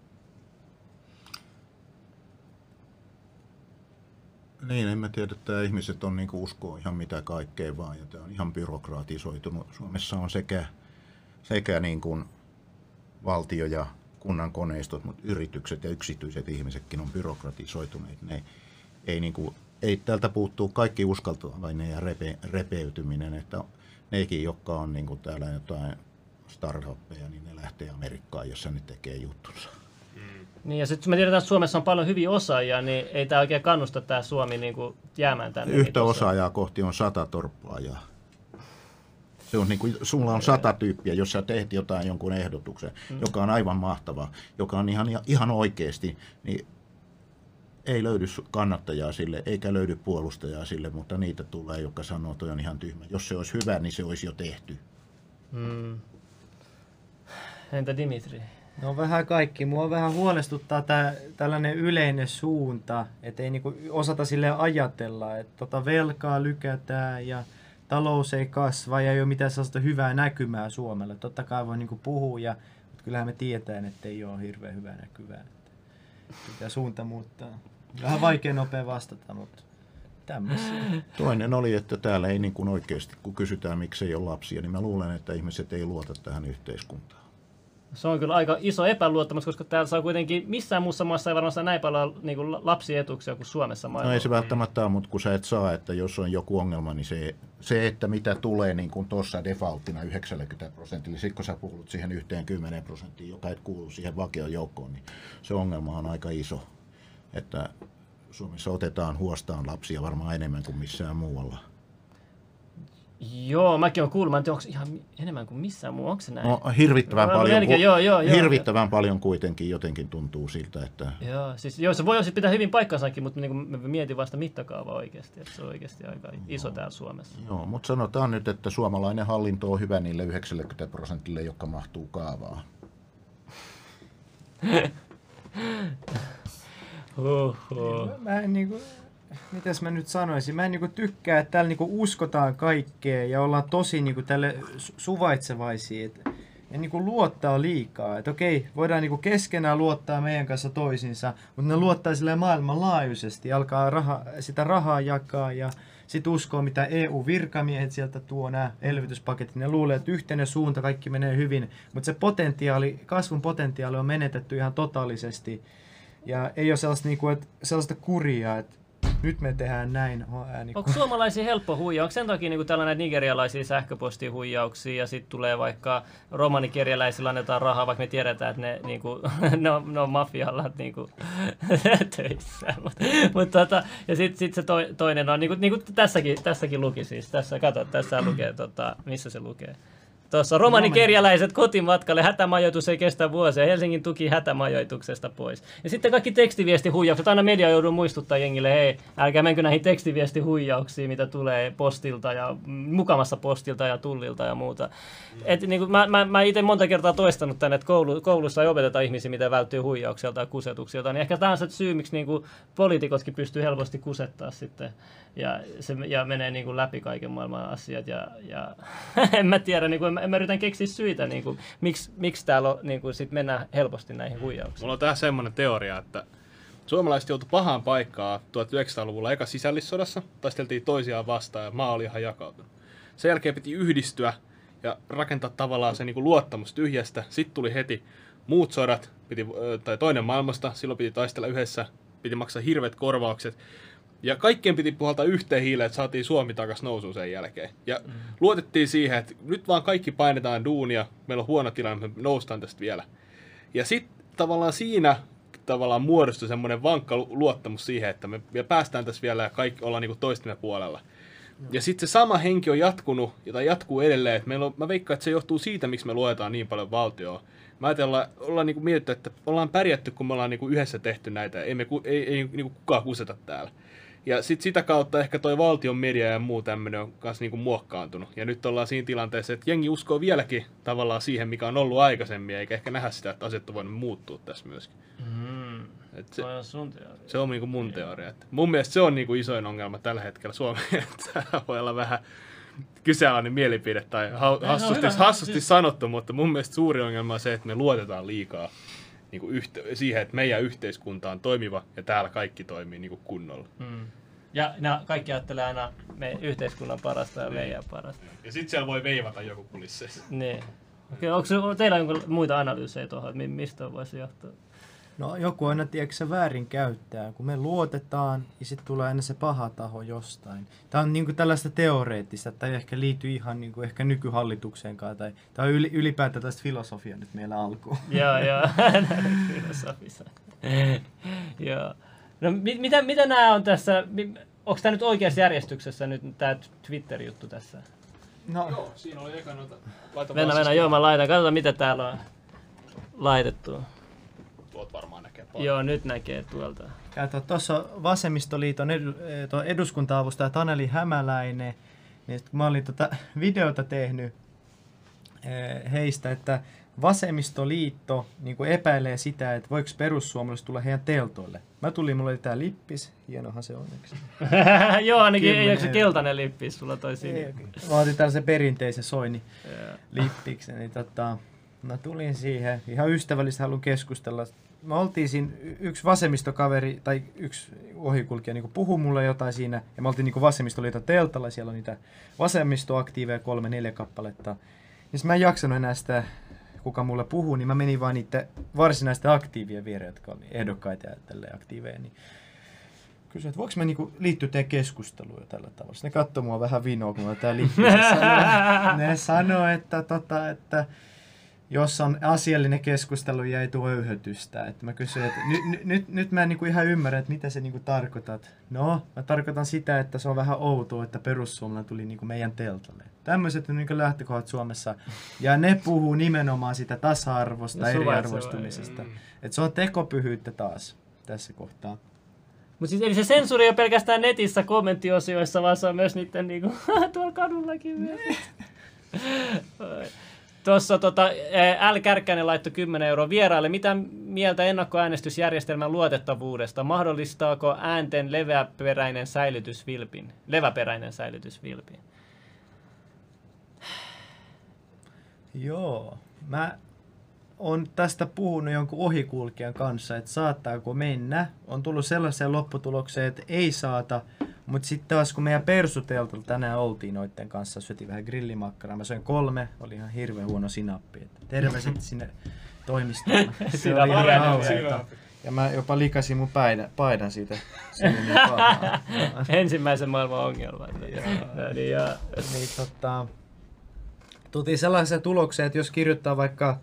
Niin, en mä tiedä, että ihmiset on niinku uskoo ihan mitä kaikkea vaan, ja tämä on ihan byrokratisoitunut. Suomessa on sekä niin kuin valtio ja kunnan koneistot, mutta yritykset ja yksityiset ihmisetkin on byrokratisoituneet. Ei täältä puuttuu kaikki uskaltavainen ja repeytyminen, että nekin, jotka on niin kuin täällä jotain startuppeja, niin ne lähtee Amerikkaan, jossa ne tekee juttunsa. Niin, ja sitten me tiedetään, että Suomessa on paljon hyviä osaajia, niin ei tämä oikein kannusta tämä Suomi niin kuin jäämään tänne. Yhtä osaajaa kohti on 100 torppaajaa. Se on niin kuin, sulla on 100 tyyppiä, jos sä teet jonkun ehdotuksen, joka on aivan mahtava, joka on ihan oikeasti, niin ei löydy kannattajaa sille, eikä löydy puolustajaa sille, mutta niitä tulee, jotka sanoo, että toi on ihan tyhmä. Jos se olisi hyvä, niin se olisi jo tehty. Entä Dimitri? No vähän kaikki. Mua vähän huolestuttaa tällainen yleinen suunta, että ei niinku osata silleen ajatella, että velkaa lykätään ja talous ei kasva ja ei ole mitään sellaista hyvää näkymää Suomelle. Totta kai voi niinku puhua, Kyllähän me tiedetään, että ei ole hirveän hyvää näkyvää. Pitää suunta muuttaa. Vähän vaikea nopea vastata, mutta tämmöisiä. Toinen oli, että täällä ei niin kuin oikeasti, kun kysytään miksi ei ole lapsia, niin mä luulen, että ihmiset ei luota tähän yhteiskuntaan. Se on kyllä aika iso epäluottamus, koska täällä saa kuitenkin missään muussa maassa ei varmaan saa näin paljon niin kuin lapsietuuksia kuin Suomessa maailmalla. No ei se välttämättä ole, mutta kun sä et saa, että jos on joku ongelma, niin se että mitä tulee niin kuin tuossa defaulttina 90%, sitten kun sä puhut siihen 10%, joka et kuulu siihen vakiojoukkoon, niin se ongelma on aika iso. Että Suomessa otetaan huostaan lapsia varmaan enemmän kuin missään muualla. Joo, mäkin olen kuullut, mä en tiedä, onko ihan enemmän kuin missään muu, onko se näin? No hirvittävän paljon, melkein, joo. hirvittävän paljon kuitenkin jotenkin tuntuu siltä, että... Joo, siis se voi pitää hyvin paikkansakin, mutta niin mä mietin vasta mittakaavaa oikeasti, että se on oikeasti aika iso täällä Suomessa. Joo, mutta sanotaan nyt, että suomalainen hallinto on hyvä niille 90%, jotka mahtuu kaavaan. Mä en niinku... Mitäs mä nyt sanoisin? Mä en niinku tykkää, että täällä niinku uskotaan kaikkea ja ollaan tosi niinku tälle suvaitsevaisia. Ja niinku luottaa liikaa. Että okei, voidaan niinku keskenään luottaa meidän kanssa toisinsa, mutta ne luottaa silleen maailmanlaajuisesti. Alkaa sitä rahaa jakaa ja sit uskoo, mitä EU-virkamiehet sieltä tuo, nämä elvytyspaketit. Ne luulee, että yhteinen suunta, kaikki menee hyvin. Mutta se kasvun potentiaali on menetetty ihan totaalisesti. Ja ei ole sellaista, niinku, sellaista kuria, että nyt me tehdään näin. Onko suomalaisia helppo huijaa? Onko sen takia niin tällainen nigerialaisia sähköpostihuijauksia ja sitten tulee vaikka romanikerjäläisillä annetaan rahaa, vaikka me tiedetään, että ne, niin kuin, ne on mafialla niin kuin, töissä. Ja sitten se toinen on, niin kuin tässäkin luki siis. Tässä lukee, missä se lukee? Tuossa romanikerjäläiset kotimatkalle, hätämajoitus ei kestä vuosia, Helsingin tuki hätämajoituksesta pois. Ja sitten kaikki tekstiviestihuijaukset, aina media joudun muistuttaa jengille, hei, älkää menkö näihin tekstiviestihuijauksiin, mitä tulee postilta ja mukamassa postilta ja tullilta ja muuta. Et, niin kuin, mä itse monta kertaa toistanut tänne, että koulussa ei opeteta ihmisiä, miten välttyy huijaukselta ja kusetuksilta, niin ehkä tämä on se syy, miksi niin kuin poliitikotkin pystyy helposti kusettaa sitten. Ja menee niin kuin läpi kaiken maailman asiat ja en mä tiedä, niin kuin, en mä yritän keksiä syitä, niin kuin, miksi täällä niin kuin, sit mennään helposti näihin huijauksiin. Mulla on tähän semmoinen teoria, että suomalaiset joutui pahaan paikkaan 1900-luvulla eka sisällissodassa, taisteltiin toisiaan vastaan ja maa oli ihan jakautunut. Sen jälkeen piti yhdistyä ja rakentaa tavallaan se niin kuin luottamus tyhjästä. Sitten tuli heti muut sodat, tai toinen maailmasta, silloin piti taistella yhdessä, piti maksaa hirveät korvaukset. Ja kaikkien piti puhaltaa yhteen hiileen, että saatiin Suomi takaisin nousuun sen jälkeen. Ja luotettiin siihen, että nyt vaan kaikki painetaan duunia, meillä on huono tilanne, me noustaan tästä vielä. Ja sitten tavallaan siinä muodostui semmoinen vankka luottamus siihen, että me päästään tässä vielä ja kaikki ollaan niinku toistemme puolella. Ja sitten se sama henki on jatkunut, jota jatkuu edelleen. Että mä veikkaan, että se johtuu siitä, miksi me luetaan niin paljon valtioon. Mä ajatellaan, ollaan niinku mietitty, että ollaan pärjätty, kun me ollaan niinku yhdessä tehty näitä. Ei niinku kukaan kuseta täällä. Ja sitten sitä kautta ehkä toi valtion media ja muu tämmöinen on kanssa niinku muokkaantunut. Ja nyt ollaan siinä tilanteessa, että jengi uskoo vieläkin tavallaan siihen, mikä on ollut aikaisemmin, eikä ehkä nähdä sitä, että asiat on voinut muuttua tässä myöskin. Se on niinku mun teoria. Että mun mielestä se on niinku isoin ongelma tällä hetkellä Suomeen, että voi olla vähän kyseenalainen mielipide tai hassusti sanottu, mutta mun mielestä suuri ongelma on se, että me luotetaan liikaa niinku siihen, että meidän yhteiskunta on toimiva ja täällä kaikki toimii niinku kunnolla. Ja kaikki ajattelee aina yhteiskunnan parasta ja meidän parasta. Ja sitten siellä voi veivata joku kulisseissa. Niin. Okei, onko teillä jonkun muita analyysejä tuohon, että mistä voisi johtaa? No joku aina, tiedätkö, se väärin käyttää. Kun me luotetaan, ja sitten tulee aina se paha taho jostain. Tämä on niinku tällaista teoreettista, tai ehkä liittyy ihan niinku ehkä nykyhallitukseen tai tämä on ylipäätään tästä filosofia nyt meillä alkuun. Joo, filosofissa. Joo. No mitä nämä on tässä, onko tämä nyt oikeassa järjestyksessä nyt tämä Twitter-juttu tässä? No. Joo, siinä oli eka noita. Mennään, joo mä laitan. Katsotaan mitä täällä on laitettu. Tuolta varmaan näkee paljon. Joo, nyt näkee tuolta. Kato, tuossa on Vasemmistoliiton eduskunta-avustaja Taneli Hämäläinen. Niin kun mä olin videota tehnyt heistä, että Vasemmistoliitto niin kuin epäilee sitä, että voiko perussuomalaiset tulla heidän teltoille. Mulla oli tää lippis, hienohan se onneksi. Joo, ainakin ei ole se keltainen lippis, sulla toi sinne. Mä otin tällaisen perinteisen Soini lippiksen. Niin Mä tulin siihen. Ihan ystävällisesti haluan keskustella. Me oltiin siinä, yksi vasemmistokaveri tai yksi ohikulkija niin puhui mulle jotain siinä. Ja me oltiin niin vasemmistoliiton teltalla. Siellä on niitä vasemmistoaktiiveja 3-4 kappaletta. Ja mä en jaksanut enää sitä, kuka mulle puhuu, niin mä menin vaan niiden varsinaisten aktiivien viereen, jotka oli ehdokkaita ja tälleen aktiiveja. Niin kysyin, että voiko mä niinku liittyä teidän keskusteluun jo tällä tavalla. Ne katsoi mua vähän vinoa, kun mä tää liittyy. Ne sanoi, että jos on asiallinen keskustelu ja ei tuo öyhötystä. Että mä kysyin, että nyt mä en niinku ihan ymmärrä, että mitä se niinku tarkoitat. No, mä tarkoitan sitä, että se on vähän outoa, että perussuomalainen tuli niinku meidän teltalle. Tämmöiset on niinku lähtökohdat Suomessa. Ja ne puhuu nimenomaan sitä tasa-arvosta, eriarvoistumisesta. Että se on tekopyhyyttä taas tässä kohtaa. Mutta siis eli se sensuuri ei ole pelkästään netissä kommenttiosioissa, vaan se on myös niiden niinku, tuolla kadullakin myös. Tuossa L. Kärkkäinen laittoi 10 € vieraille. Mitä mieltä ennakkoäänestysjärjestelmän luotettavuudesta? Mahdollistaako äänten leväperäinen säilytys vilpin? Joo, mä oon tästä puhunut jonkun ohikulkijan kanssa, että saattaako mennä. On tullut sellaiseen lopputulokseen, että ei saata, mutta sitten taas kun meidän persuteltalla tänään oltiin noitten kanssa, syötiin vähän grillimakkaraa, mä söin 3, oli ihan hirveän huono sinappi. Terveiset sinne toimistoon. Se oli ihan kauheata. Ja mä jopa likasin mun paidan siitä. Se oli niin pahaa. Ensimmäisen maailman ongelma. Tultiin sellaiseen tulokseen, että jos kirjoittaa vaikka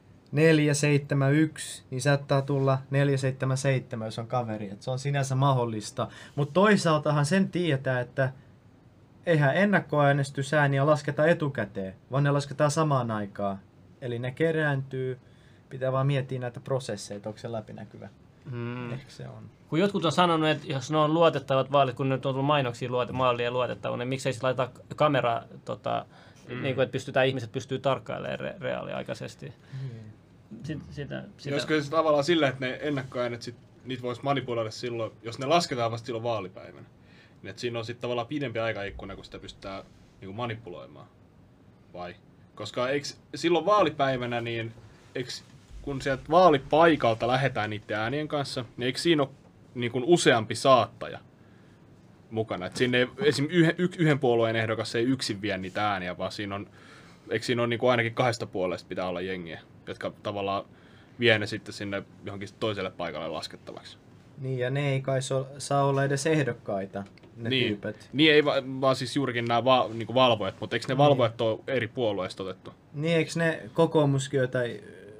471, niin saattaa tulla 477, jos on kaveri. Et se on sinänsä mahdollista. Mutta toisaaltahan sen tietää, että eihän ennakkoäänestysääniä lasketa etukäteen, vaan ne lasketaan samaan aikaan. Eli ne kerääntyy. Pitää vaan miettiä näitä prosesseja, että onko se läpinäkyvä. Ehkä se on. Kun jotkut on sanonut, että jos ne on luotettavat vaalit, kun nyt on tullut mainoksia maalien luotettavuuden, niin miksei sitten laita kameraa, niin kuin, että ihmiset pystyy tarkkailemaan reaaliaikaisesti. Sitä. Olisiko se tavallaan sillä, että ne ennakkoäänet, niitä voisi manipuloida silloin, jos ne lasketaan vasta silloin vaalipäivänä. Niin, että siinä on sitten tavallaan pidempi aikaikkuna, kun sitä pystytään niin manipuloimaan. Vai? Koska silloin vaalipäivänä, niin kun sieltä vaalipaikalta lähdetään niiden äänien kanssa, niin eikö siinä ole niin kuin useampi saattaja mukana? Et siinä ei, esimerkiksi yhden puolueen ehdokas ei yksin vie niitä ääniä, vaan siinä on, eikö siinä ole niin kuin ainakin 2 puolesta pitää olla jengiä, jotka tavallaan vie ne sitten sinne johonkin toiselle paikalle laskettavaksi. Niin, ja ne ei kai saa olla edes ehdokkaita, ne tyypet. Niin, ei vaan siis juurikin nämä niinku valvojat, mutta eikö ne valvojat ole eri puolueista otettu? Niin, eikö ne kokoomuskin jotain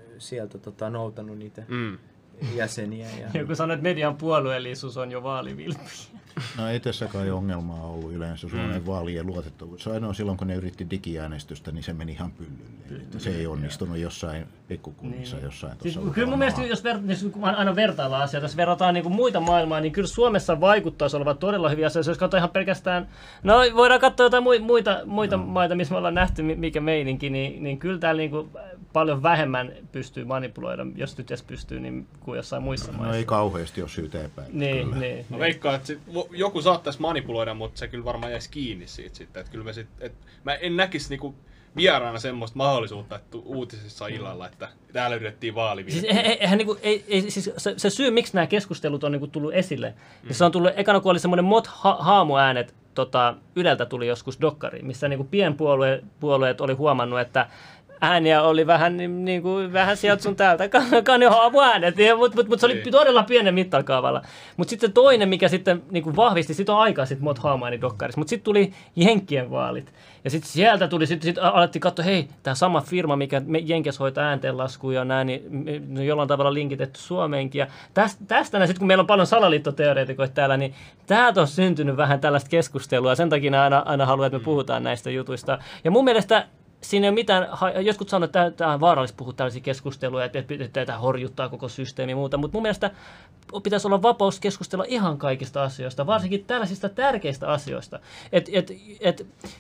sieltä noutanut niitä jäseniä? Ja joku sanoi, että median puolueellisuus on jo vaalivilppi. No ei tässä kai ongelmaa ollut yleensä Suomen vaalien luotettavuus. Ainoa silloin, kun ne yritti digiäänestystä, niin se meni ihan pyllylle. Se ei onnistunut jossain pikkukunnissa. Siis, kyllä mun mielestä, jos aina vertaillaan asiaa, jos verrataan niin kuin muita maailmaa, niin kyllä Suomessa vaikuttaisi olevan todella hyviä asioita. Jos katsotaan ihan pelkästään, no voidaan katsoa jotain muita maita, missä me ollaan nähty mikä meininki, niin kyllä täällä niin kuin paljon vähemmän pystyy manipuloida, jos nyt edes pystyy, niin kuin jossain muissa maissa. No ei kauheasti ole syytä epäillä. Niin. Mä veikkaan, että joku saattaisi manipuloida, mutta se kyllä varmaan jäisi kiinni siitä sitten. Että kyllä mä en näkisi niinku vieraana semmoista mahdollisuutta, että uutisissa illalla, että täällä yritettiin vaalivilppiä. Siis se syy, miksi nämä keskustelut on niinku tullut esille, niin se on tullut ekana, kun oli semmoinen haamuäänet, Yleltä tuli joskus dokkari, missä niinku pienpuolueet oli huomannut, että ääniä oli vähän vähän sieltä sun täältä, haamuäänet, mutta se oli todella pienen mittakaavalla. Mutta sitten toinen, mikä sitten niinku vahvisti, sitten on aikaa sitten haamuäänidokkarissa, mutta sitten tuli Jenkkien vaalit. Ja sitten sieltä tuli, sitten alettiin katsoa, hei, tämä sama firma, mikä Jenkes hoitaa ääntenlaskuja ja näin, niin jollain tavalla linkitetty Suomeenkin. Ja tästä sitten, kun meillä on paljon salaliittoteoreetikoita täällä, niin täältä on syntynyt vähän tällaista keskustelua. Sen takia aina haluan, että me puhutaan näistä jutuista. Ja mun mielestä siinä ei ole mitään, jotkut sanoo, että tämä on vaarallista puhua tällaisia keskusteluja, että tämä horjuttaa koko systeemi ja muuta, mutta mun mielestä pitäisi olla vapaus keskustella ihan kaikista asioista, varsinkin tällaisista tärkeistä asioista.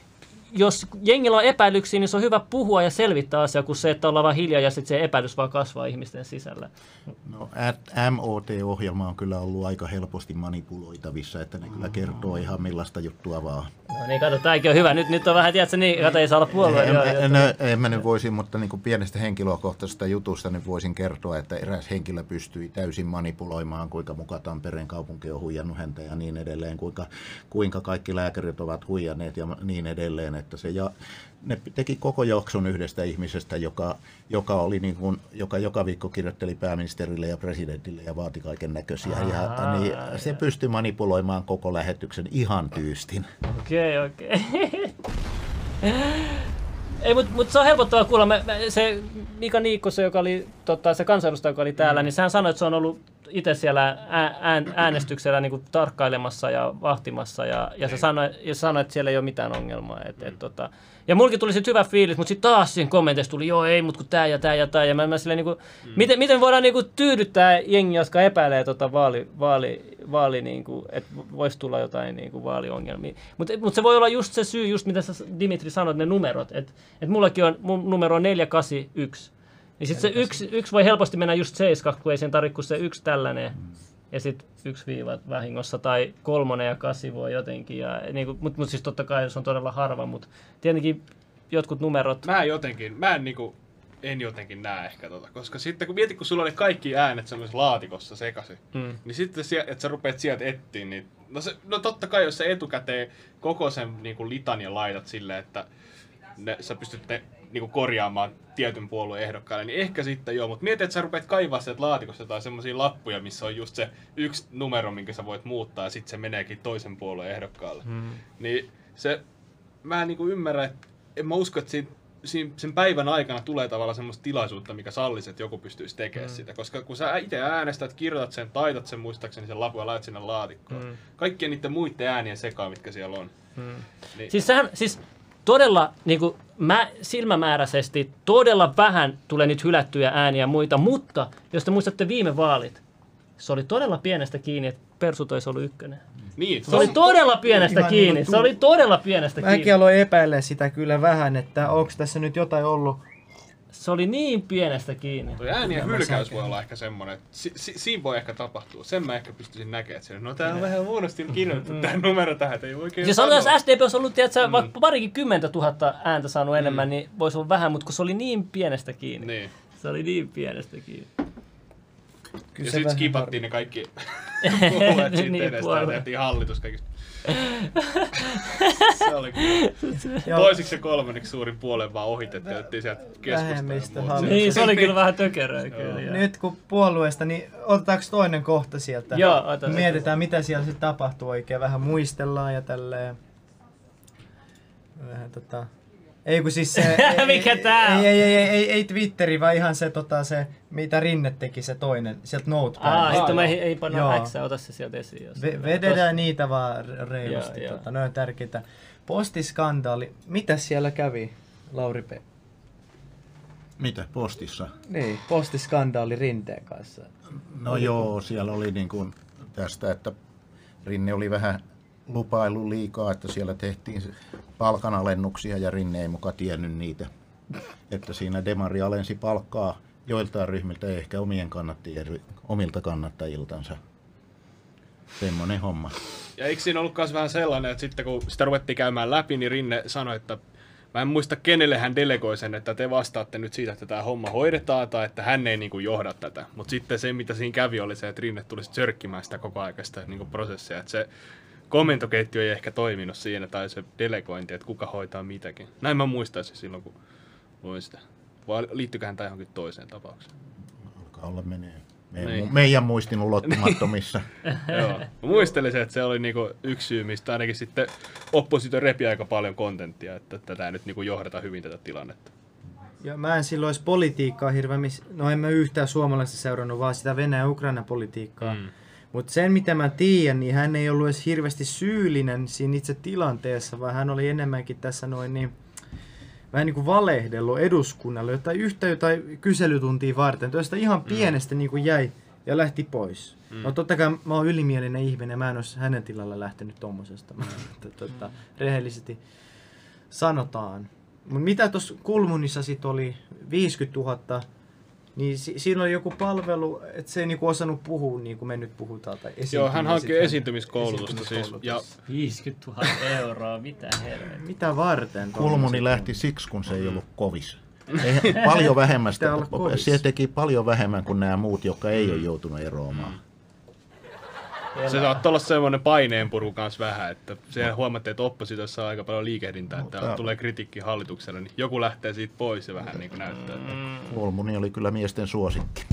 jos jengillä on epäilyksiä, niin se on hyvä puhua ja selvittää asiaa, kuin se, että ollaan vaan hiljaa ja sitten se epäilys vaan kasvaa ihmisten sisällä. No, MOT-ohjelma on kyllä ollut aika helposti manipuloitavissa, että ne kyllä kertoo ihan millaista juttua vaan. No niin, kato, tämäkin on hyvä. Nyt on vähän, tiedätkö, niin, kato, ei saa olla puolue. En mä nyt voisin, mutta niin kuin pienestä henkilökohtaisesta jutusta nyt voisin kertoa, että eräs henkilö pystyi täysin manipuloimaan, kuinka muka Tampereen kaupunki on huijannut häntä ja niin edelleen, kuinka kaikki lääkärit ovat huijanneet ja niin edelleen, että ne teki koko jakson yhdestä ihmisestä, joka oli niin kuin, joka viikko kirjoitteli pääministerille ja presidentille ja vaati kaiken näköisiä. Ja niin, se pystyi manipuloimaan koko lähetyksen ihan tyystin. Okei. Ei, mutta se on helpottavaa kuulla. Se Mika Niikkosen, joka oli se kansanedustaja, joka oli täällä, niin sehän sanoi, että se on ollut itse siellä äänestyksellä niin kuin tarkkailemassa ja vahtimassa. Ja se sanoi, että siellä ei ole mitään ongelmaa. Ja mullekin tuli sitten hyvä fiilis, mutta sitten taas siinä kommenteissa tuli, joo ei, mutta kun tää ja tää ja tää. Ja mä silleen, niin kuin, miten voidaan niin kuin tyydyttää jengi, jotka epäilee vaali niin kuin, että voisi tulla jotain niin kuin vaaliongelmia. Mutta se voi olla just se syy, just mitä sä Dimitri sanoit, ne numerot. Että mullakin on, mun numero on 481. Niin sitten se yksi voi helposti mennä just 7, kun ei sen tarvitse kuin se yksi tällainen. Ja sitten 1 viiva vahingossa tai 3 ja 8 voi jotenkin. Niin mutta siis totta kai se on todella harva, mutta tietenkin jotkut numerot. En jotenkin näe ehkä koska sitten kun sulla oli kaikki äänet semmoisessa laatikossa sekaisin, niin sitten että sä rupeat sieltä etsiä, niin no totta kai jos sä etukäteen koko sen niin kuin litanian laitat silleen, että sä pystyt ne niin kuin korjaamaan tietyn puolueen ehdokkaalle, niin ehkä sitten joo, mutta mieti, että sä rupeat kaivaa sieltä laatikosta tai semmoisia lappuja, missä on just se yksi numero, minkä sä voit muuttaa ja sitten se meneekin toisen puolueen ehdokkaalle. Niin mä en niin kuin ymmärrä, että en mä usko, että sen päivän aikana tulee tavallaan semmoista tilaisuutta, mikä sallisi, että joku pystyisi tekemään sitä. Koska kun sä itse äänestät, kirjoitat sen, taitat sen muistaakseni sen lapun ja laitat sinne laatikkoon. Kaikkien niiden muiden äänien sekaan, mitkä siellä on. Niin. Siis todella niin kuin silmämääräisesti todella vähän tulee niitä hylättyjä ääniä ja muita, mutta jos te muistatte viime vaalit, se oli todella pienestä kiinni, että Persut olisi ollut ykkönen. Niin, se oli todella pienestä kiinni. Se oli todella pienestä kiinni. Mäkin aloin epäillä sitä kyllä vähän, että onko tässä nyt jotain ollut. Se oli niin pienestä kiinni. Tuo äänien hylkäys voi olla ehkä semmoinen, että siinä voi ehkä tapahtua. Sen mä ehkä pystyisin näkemään, että no tää on vähän huonosti kirjoitettu tää numero tähän, että ei oikein siis sanoa. Jos SDP olisi ollut, tiedätkö, vaikka parikin 10 000 ääntä saanut enemmän, niin voisi olla vähän, mutta kun se oli niin pienestä kiinni. Niin. Se oli niin pienestä kiinni. Kyllä ja sitten skipattiin ne kaikki puolueet siitä niin, edestä ja tehtiin hallitus kaikista. Se oli kyllä. Toisiksi ja kolmanneksi suurin puolen vaan ohitettiin ja otettiin sieltä keskustelua. Niin, se oli kyllä vähän tökeröä. Nyt kun puolueesta, niin otetaanko toinen kohta sieltä? Joo, mietitään, mitä siellä sitten tapahtuu oikein. Vähän muistellaan ja tälleen. Vähän Ei kun siis se... Mikä tää on? Ei Twitteri, vaan ihan se, se mitä Rinne teki, se toinen, sieltä Notepad. Sitten me ei panna X, ota se sieltä esiin. Vedetään niitä vaan reilusti, ne on tärkeitä. Postiskandaali, mitä siellä kävi, Lauri P? Mitä, postissa? Niin, postiskandaali Rinteen kanssa. No joo, siellä oli niin kuin tästä, että Rinne oli vähän lupailu liikaa, että siellä tehtiin palkanalennuksia ja Rinne ei muka tiennyt niitä. Että siinä demari alensi palkkaa joiltain ryhmiltä, ei ehkä omilta kannattajiltansa. Semmoinen homma. Ja eikö siinä ollut myös vähän sellainen, että sitten kun sitä ruvettiin käymään läpi, niin Rinne sanoi, että mä en muista kenelle hän delegoi sen, että te vastaatte nyt siitä, että tämä homma hoidetaan tai että hän ei niin kuin johda tätä. Mutta sitten se, mitä siinä kävi, oli se, että Rinne tuli sörkkimään sitä koko aikaista niin kuin prosessia. Että se komentoketju ei ehkä toiminut siinä tai se delegointi, että kuka hoitaa mitäkin. Näin mä muistaisin silloin, kun luin sitä. Vai liittyyköhän tämä johonkin toiseen tapaukseen? Alkaa olla menee. Meidän muistin ulottumattomissa. Joo. Muistelisin, että se oli niinku yksi syy, mistä ainakin sitten oppositio repi aika paljon kontenttia, että tätä nyt niinku johdata hyvin tätä tilannetta. Ja mä en silloin olisi politiikkaa hirveämmin, no en mä yhtään suomalaista seurannut, vaan sitä Venäjä-Ukraina-politiikkaa. Mutta sen mitä mä tiedän, niin hän ei ollut edes hirveästi syyllinen siinä itse tilanteessa, vaan hän oli enemmänkin tässä noin niin vähän niin kuin valehdellut eduskunnalle jotain kyselytuntia varten. Tuosta ihan pienestä niin kuin jäi ja lähti pois. No totta kai mä oon ylimielinen ihminen, mä en olisi hänen tilalla lähtenyt tommosesta rehellisesti. sanotaan. Mutta mitä tuossa Kulmunissa sitten oli 50 000, niin siinä oli joku palvelu, että se ei niinku osannut puhua niin kuin me nyt puhutaan. Tai Joo, hän hankki esiintymiskoulutusta siis. Ja 50 000 euroa, mitä helvettiä. Mitä varten? Kulmuni lähti siksi, kun se ei ollut kovis. Paljon vähemmän, se teki paljon vähemmän kuin nämä muut, jotka ei ole joutunut eroamaan. Se saattaa olla semmoinen paineenpuru kanssa vähän, että se huomattiin, että oppositiossa on aika paljon liikehdintää, että tulee kritiikki hallitukselle, niin joku lähtee siitä pois ja vähän niin kuin näyttää. Että... Kulmuni oli kyllä miesten suosikki.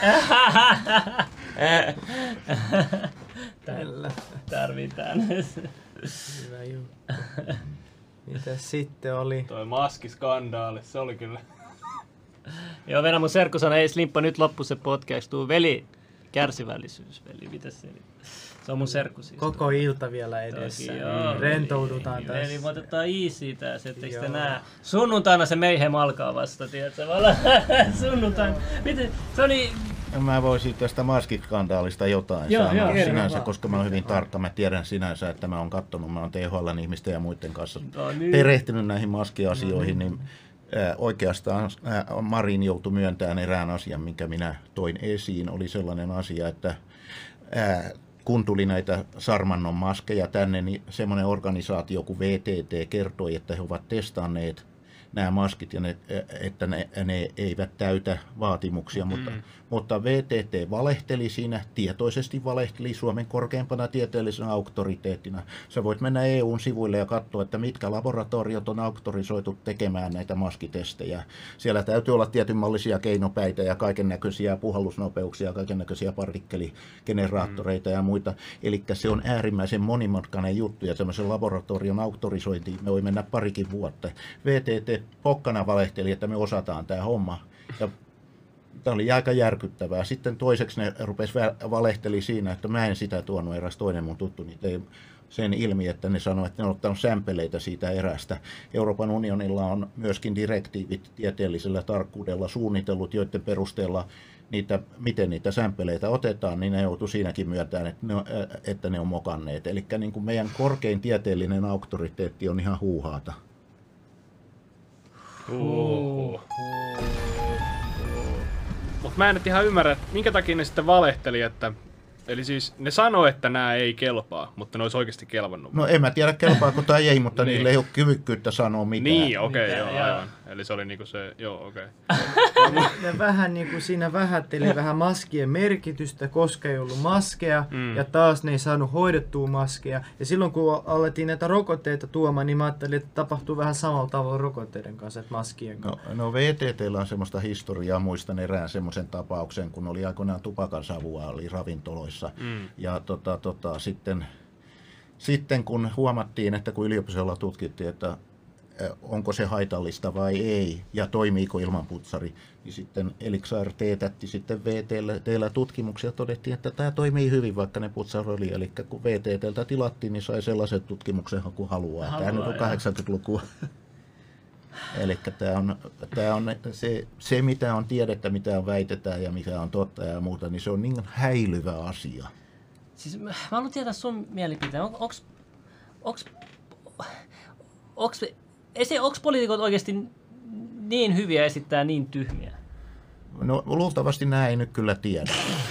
Tarvitaan. Hyvä juttu. Mitäs sitten oli? Toi maskiskandaali, se oli kyllä. Joo, Venä mun serkku sanoi, ei Slimppa, nyt loppu se podcast, tuu veli, kärsivällisyys, veli, mitäs se oli? Se on mun serkku siis. Koko ilta vielä edessä. Joo, rentoudutaan tässä. Eli me otetaan easy tässä, etteikö te näe? Sunnuntaina se Mayhem alkaa vasta, tiedätkö? Sunnuntaina. Miten? Se oli... Mä voisin tästä maskiskandaalista jotain sanoa sinänsä, koska mä oon hyvin tarkka. Mä tiedän sinänsä, että mä oon kattonut, mä oon THL:n ihmisten ja muiden kanssa perehtynyt näihin maskiasioihin, niin oikeastaan Marin joutui myöntämään erään asian, minkä minä toin esiin. Oli sellainen asia, että kun tuli näitä Sarmannon maskeja tänne, niin semmoinen organisaatio kuin VTT kertoi, että he ovat testanneet nämä maskit ja että ne eivät täytä vaatimuksia, mutta VTT valehteli siinä, tietoisesti valehteli Suomen korkeimpana tieteellisenä auktoriteettina. Sä voit mennä EUn sivuille ja katsoa, että mitkä laboratoriot on auktorisoitu tekemään näitä maskitestejä. Siellä täytyy olla tietynmallisia keinopäitä ja kaikennäköisiä puhallusnopeuksia, kaikennäköisiä partikkeligeneraattoreita ja muita. Eli se on äärimmäisen monimutkainen juttu ja tämmöisen laboratorion auktorisointiin me voi mennä parikin vuotta. VTT pokkana valehteli, että me osataan tämä homma. Ja tämä oli aika järkyttävää. Sitten toiseksi ne valehteli siinä, että mä en sitä tuonut, eräs toinen mun tuttu, niin tein sen ilmi, että ne sanoivat, että ne on ottanut sämpeleitä siitä erästä. Euroopan unionilla on myöskin direktiivit tieteellisellä tarkkuudella suunnitellut, joiden perusteella miten niitä sämpeleitä otetaan, niin ne joutuu siinäkin myöntämään, että ne on mokanneet. Eli niin kuin meidän korkein tieteellinen auktoriteetti on ihan huuhaata. Mutta mä en nyt ihan ymmärrä, että minkä takia ne sitten valehteli, että... Eli siis ne sanoo, että nämä ei kelpaa, mutta ne olisi oikeasti kelvannut. No en mä tiedä kelpaako tai ei, mutta niille ei ole kyvykkyyttä sanoa mitään. Niin, okei, joo, aivan. Eli se oli niinku se, joo, okei. Ne vähän niinku siinä vähätteli vähän maskien merkitystä, koska ei ollut maskeja, ja taas ne ei saanut hoidettua maskeja. Ja silloin kun alettiin näitä rokotteita tuomaan, niin mä ajattelin, että tapahtuu vähän samalla tavalla rokotteiden kanssa, että maskien kanssa. No VTT:llä on semmoista historiaa, muistan erään semmoisen tapauksen, kun oli aikoinaan tupakansavua, oli ravintoloissa. Ja sitten kun huomattiin, että kun yliopistolla tutkittiin, että onko se haitallista vai ei ja toimiiko ilmanputsari, niin sitten Elixir teetätti sitten VT:llä tutkimuksia, todettiin, että tämä toimii hyvin, vaikka ne putsaroili. Eli kun VT:ltä tilattiin, niin sai sellaisen tutkimuksen kuin haluaa. Tämä nyt on 80-lukua. Eli tämä on se, mitä on tiedettä, mitä on väitetään ja mikä on totta ja muuta, niin se on niin häilyvä asia. Siis mä haluan tietää sun mielipiteen. Onko poliitikot oikeasti niin hyviä esittää niin tyhmiä? No luultavasti nämä ei nyt kyllä tiedä.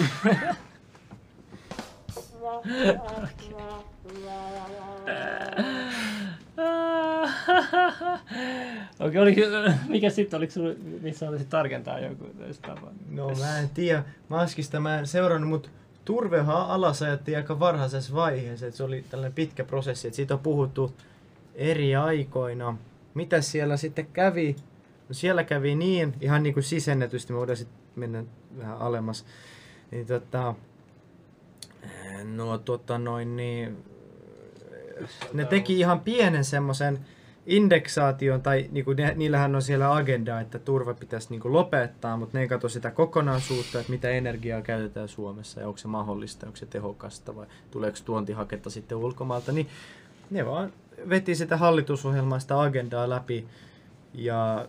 Okei, mikä sitten, oliko sinulla, missä olisit tarkentaa joku tapaa? No mä en tiedä, maskista mä en seurannut, mutta turvehan alas ajattiin aika varhaisessa vaiheessa, että se oli tällainen pitkä prosessi, että siitä on puhuttu eri aikoina. Mitä siellä sitten kävi? No siellä kävi niin, ihan niin kuin sisennetysti, me voidaan sitten mennä vähän alemmas. Niin ne teki ihan pienen semmoisen indeksaation, tai niinku niillähän on siellä agenda, että turve pitäisi niinku lopettaa, mutta ne ei katso sitä kokonaisuutta, että mitä energiaa käytetään Suomessa ja onko se mahdollista, onko se tehokasta vai tuleeko tuontihaketta sitten ulkomailta, niin ne vaan veti sitä hallitusohjelmaa, sitä agendaa läpi ja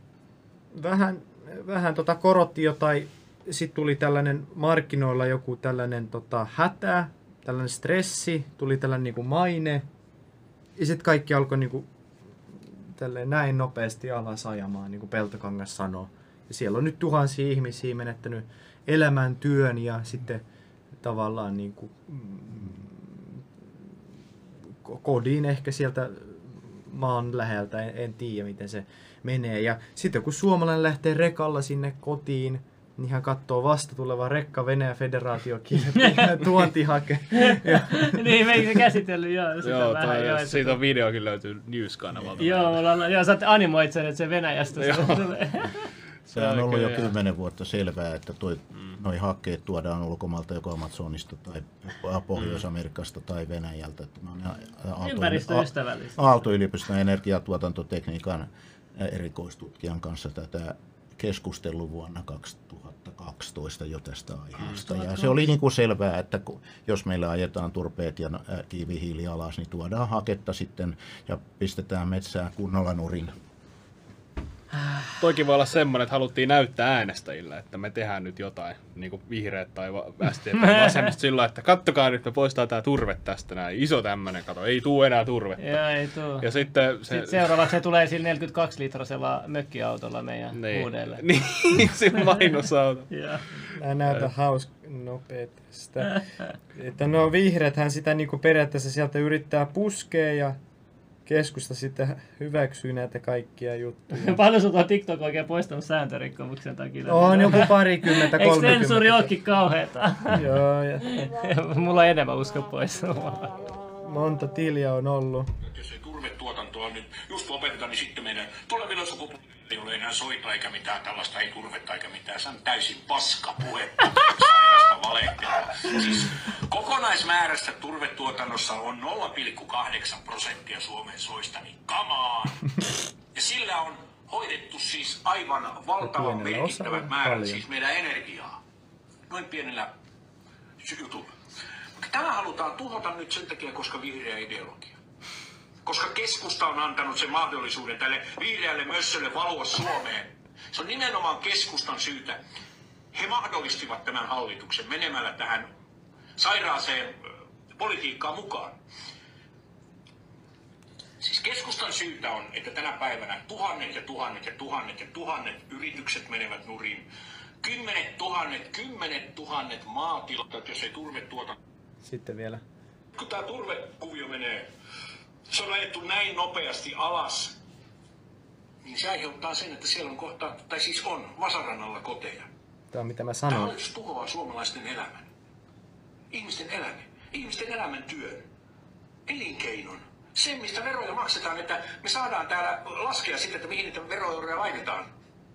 vähän korotti jotain, sitten tuli tällainen markkinoilla joku tällainen hätä, tällainen stressi, tuli tällainen niinku maine ja sitten kaikki alkoi niinku näin nopeasti alas ajamaan, niin kuin Peltokangas sanoo. Ja siellä on nyt tuhansia ihmisiä menettänyt elämäntyön ja sitten tavallaan niin kuin, kodin ehkä sieltä maan läheltä, en tiedä miten se menee. Ja sitten kun suomalainen lähtee rekalla sinne kotiin, niin hän katsoo vasta tuleva rekka Venäjän federaatiokin tuontihake. Niin, meikö se käsitellyt? Joo, siitä on videokin löytyy News-kanavalta. Joo, sä animoit sen, että se Venäjästä tulee. Se on ollut jo 10 vuotta selvää, että noi hakkeet tuodaan ulkomailta joko Amazonista tai Pohjois-Amerikasta tai Venäjältä. Ympäristöystävällistä. Aalto-yliopiston energiatuotantotekniikan erikoistutkijan kanssa tätä keskustellut vuonna 2012 jo tästä aiheesta. Ja se oli niin kuin selvää, että jos meillä ajetaan turpeet ja kivihiili alas, niin tuodaan haketta sitten ja pistetään metsää kunnolla nurin. Toikin voi olla semmoinen, että haluttiin näyttää äänestäjille, että me tehdään nyt jotain, niin kuin vihreät tai SDP vasemmista sillä, että kattokaa nyt, me poistaa tää turve tästä näin. Iso tämmönen, kato, ei tuu enää turvetta. Joo, ei tuu. Ja sitten seuraavaksi se tulee sillä 42-litrasella mökkiautolla meidän uudelleen. Niin, se mainosauto. Mä näytän nopeasti sitä. Että no vihreäthän sitä niinku periaatteessa sieltä yrittää puskea ja keskusta sitten hyväksyy näitä kaikkia juttuja. Paljon sulta on TikTok oikein poistanut sääntörikkomuksen takia? On joku 20, 30. Eikö sensuuri ookin kauheeta? Joo. Ja mulla on enemmän usko pois. Monta tiliä on ollut. Jos ei turvetuotantoa nyt just lopeteta, niin sitten meidän tulevilla sukupolvilla ei ole enää soita eikä mitään tällaista, ei turvetta eikä mitään. Se on täysin paskapuhetta, sairasta valehtelua. Siis kokonaismäärästä turvetuotannossa on 0,8% Suomen soista, niin kamaan. Ja sillä on hoidettu siis aivan valtavan merkittävät määrät siis meidän energiaa. Noin pienellä jutulla. Mutta tämä halutaan tuhota nyt sen takia, koska vihreä ideologia. Koska keskusta on antanut sen mahdollisuuden tälle vihreälle mössölle valua Suomeen. Se on nimenomaan keskustan syytä. He mahdollistivat tämän hallituksen menemällä tähän sairaaseen politiikkaan mukaan. Siis keskustan syytä on, että tänä päivänä tuhannet ja tuhannet ja tuhannet ja tuhannet yritykset menevät nurin. Kymmenet tuhannet maatilat, jos ei turve tuota. Sitten vielä. Kun tämä turvekuvio menee, se on ajettu näin nopeasti alas, niin se aiheuttaa sen, että siellä on kohta, tai siis on vasaran alla koteja. Tämä on mitä mä Tämä sanon. hallitus tuhoaa suomalaisten elämän. Ihmisten elämän työn, elinkeinon. Se, mistä veroja maksetaan, että me saadaan täällä laskea sitten, että mihin niitä veroeuroja laitetaan.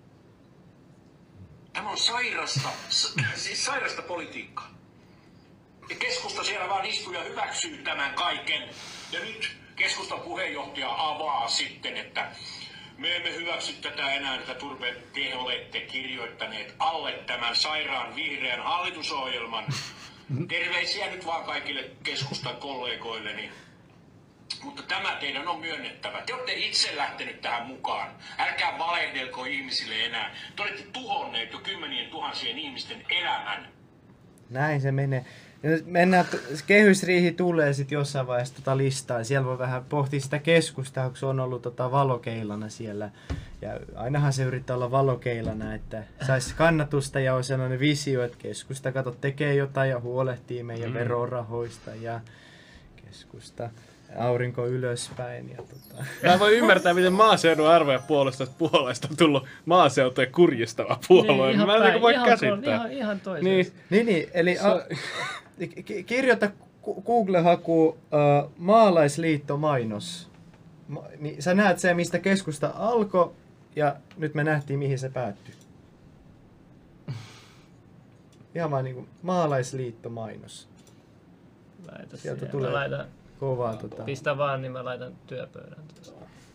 Tämä on sairasta politiikkaa. Ja keskusta siellä vaan istuu ja hyväksyy tämän kaiken. Ja nyt keskustan puheenjohtaja avaa sitten, että me emme hyväksy tätä enää, että te olette kirjoittaneet alle tämän sairaan vihreän hallitusohjelman. Terveisiä nyt vaan kaikille keskustan kollegoilleni. Mutta tämä teidän on myönnettävä. Te olette itse lähtenyt tähän mukaan. Älkää valehdelko ihmisille enää. Te olette tuhonneet jo 10 000 ihmisten elämän. Näin se menee. Mennään, kehysriihi tulee sitten jossain vaiheessa listaa. Siellä voi vähän pohtia sitä keskustaa, kun se on ollut valokeilana siellä. Ja ainahan se yrittää olla valokeilana, että saisi kannatusta ja on sellainen visio, että keskusta tekee jotain ja huolehtii meidän verorahoista ja keskusta aurinko ylöspäin. Ja Mä voin ymmärtää, miten maaseudun arvoja puolesta on tullut maaseutujen kurjistava puolue. Mä en voi käsittää. Ihan toisesta. Niin, eli kirjoita Google-haku maalaisliitto mainos. Niin sä näet se, mistä keskusta alkoi, ja nyt me nähtiin, mihin se päättyi. Ihan vaan niinku maalaisliitto mainos. Laita Sieltä siihen. tulee Laitan, kovaa pistä vaan, niin mä laitan työpöydän tuossa.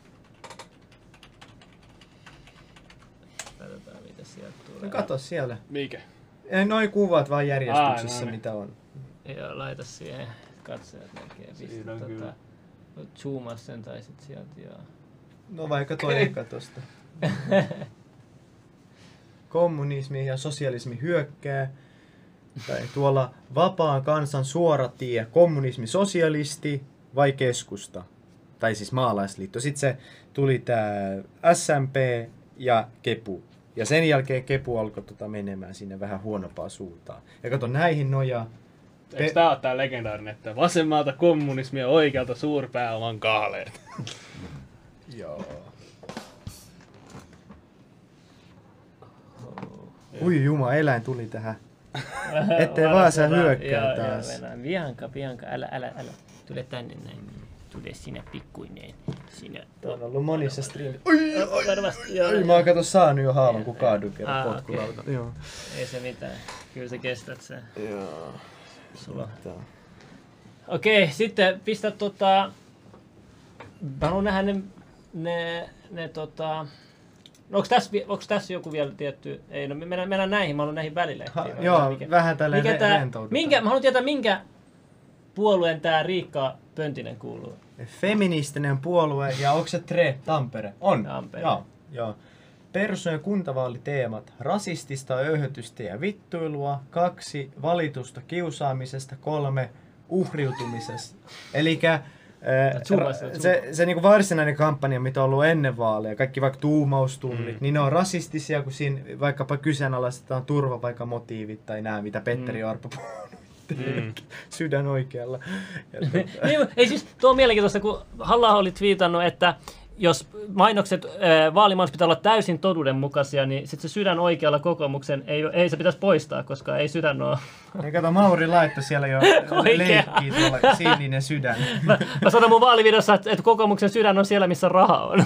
Katsotaan, mitä sieltä tulee. No kato siellä. Mikä? Noi kuvat vaan järjestyksessä, no niin. mitä on. Joo, laita siihen. Katsojat näkee. Siinä on kyllä. Zoomaa sen tai sit sieltä, joo. No vaikka toi eka tosta. Kommunismi ja sosialismi hyökkää. Tai tuolla vapaan kansan suora tie, kommunismi, sosialisti vai keskusta? tai siis maalaisliitto. Sitten se tuli tää SMP ja Kepu. Ja sen jälkeen Kepu alkoi menemään sinne vähän huonompaan suuntaan. Ja kato, näihin nojaa. Eikö tää ole tää legendaarinen, että vasemmalta kommunismia, oikealta suurpääoman kahleet? Joo. Ui juma, eläin tuli tähän. Ettei vaan sä hyökkää taas. Bianca, älä. Tule tänne näin. Tule sinä pikkuineen. Sinä. Tuo on ollut monissa striimissä. Varmasti, joo. Oi, mä oon kato saanut jo haavan, kun kaadun kerran potkulauta. Okay. Joo. Ei se mitään. Kyllä sä kestät sen. Joo. Sulla. Okei, sitten pistä mä haluan nähdä ne no onks tässä joku vielä tietty? Ei, no mennään näihin, mä haluan näihin välilehtiin. Joo, vähän tälleen rentoudutaan. Mä haluan tietää, minkä puolueen tää Riikka Pöntinen kuuluu. Feministinen puolue ja onko se Tampere? On. Tampere. Joo. Persojen kuntavaaliteemat. Rasistista öyhötystä ja vittuilua. 2. Valitusta kiusaamisesta. 3. Uhriutumisesta. Elikkä se niinku varsinainen kampanja, mitä on ollut ennen vaaleja, kaikki vaikka tuumaustunnit, niin ne on rasistisia, kun siinä vaikkapa kyseenalaistetaan turvapaikkamotiivit tai nämä, mitä Petteri Orpo puhuu. Sydän oikealla. Ei siis, tuo on mielenkiintoista, kun Halla-aho oli twiitannut, että jos vaalimainos pitää olla täysin totuudenmukaisia, niin sitten se sydän oikealla kokoomuksen ei se pitäisi poistaa, koska ei sydän ole. Ja kato, Mauri laittoi siellä jo leikkii tuolla sininen sydän. Mä sanon mun vaalivideossa, että kokoomuksen sydän on siellä, missä raha on.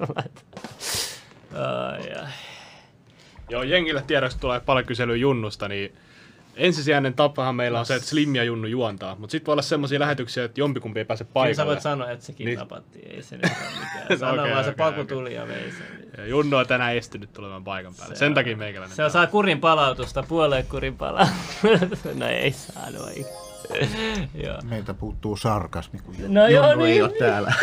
Joo, jengille tiedoksi tulee paljon kyselyä Junnusta, niin ensisijainen tapahan meillä on se, että Slim ja Junnu juontaa, mutta sitten voi olla semmoisia lähetyksiä, että jompikumpi ei pääse paikalle. Kyllä sä voit sanoa, että se kidnappattiin, ei se nyt ole mikään. Sano vaan, se paku tuli ja vei sen. Ja Junnu on tänään estynyt tulemaan paikan päälle, sen takia meikäläinen. Se saa kurin palautusta, puolueen kurin palautusta. No ei saanut Joo. Meiltä puuttuu sarkasmi, kun no Junnu niin. ei ole täällä.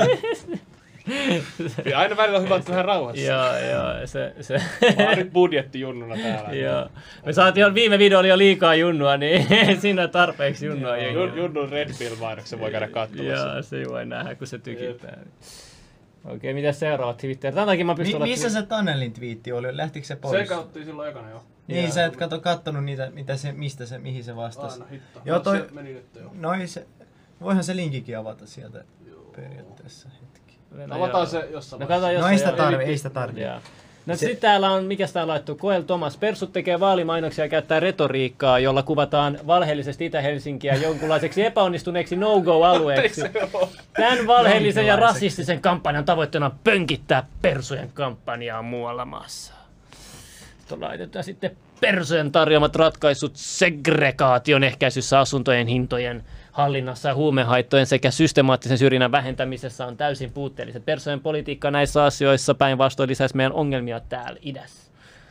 Aina välillä on hyvä, että vähän rauhassa. Joo, se. Mä oon nyt budjetti Junnuna täällä. Joo. Me saatiin viime video oli jo liikaa Junnua, niin siinä on tarpeeksi Junnua. Junnun Red Pill-mainoksen voi käydä katsomassa. Joo, se voi nähdä, kun se tykittää. Okei, mitä seuraavat Twitter? Tämän takia mä pystyn Missä se Tanelin twiitti oli? Lähtikö se pois? Se katsoi silloin ekana jo. Niin, sä et kattonut niitä, mihin se vastasi. Hitto. Joo, toi, se meni nyt jo. Voihan se linkikin avata sieltä periaatteessa hetki. Avataan se jossain vaiheessa. No ei sitä tarvi. No sitten täällä on, mikäs tää on laittu? Koel Thomas. Persut tekee vaalimainoksia ja käyttää retoriikkaa, jolla kuvataan valheellisesti Itä-Helsinkiä jonkunlaiseksi epäonnistuneeksi no-go-alueeksi. Tämän valheellisen ja rasistisen kampanjan tavoitteena on pönkittää persujen kampanjaa muualla maassa. Laitetaan sitten persujen tarjoamat ratkaisut segregaation ehkäisyssä, asuntojen hintojen hallinnassa ja huumehaittojen sekä systemaattisen syrjinnän vähentämisessä on täysin puutteelliset. Persojen politiikka näissä asioissa päinvastoin lisäisi meidän ongelmia täällä idässä.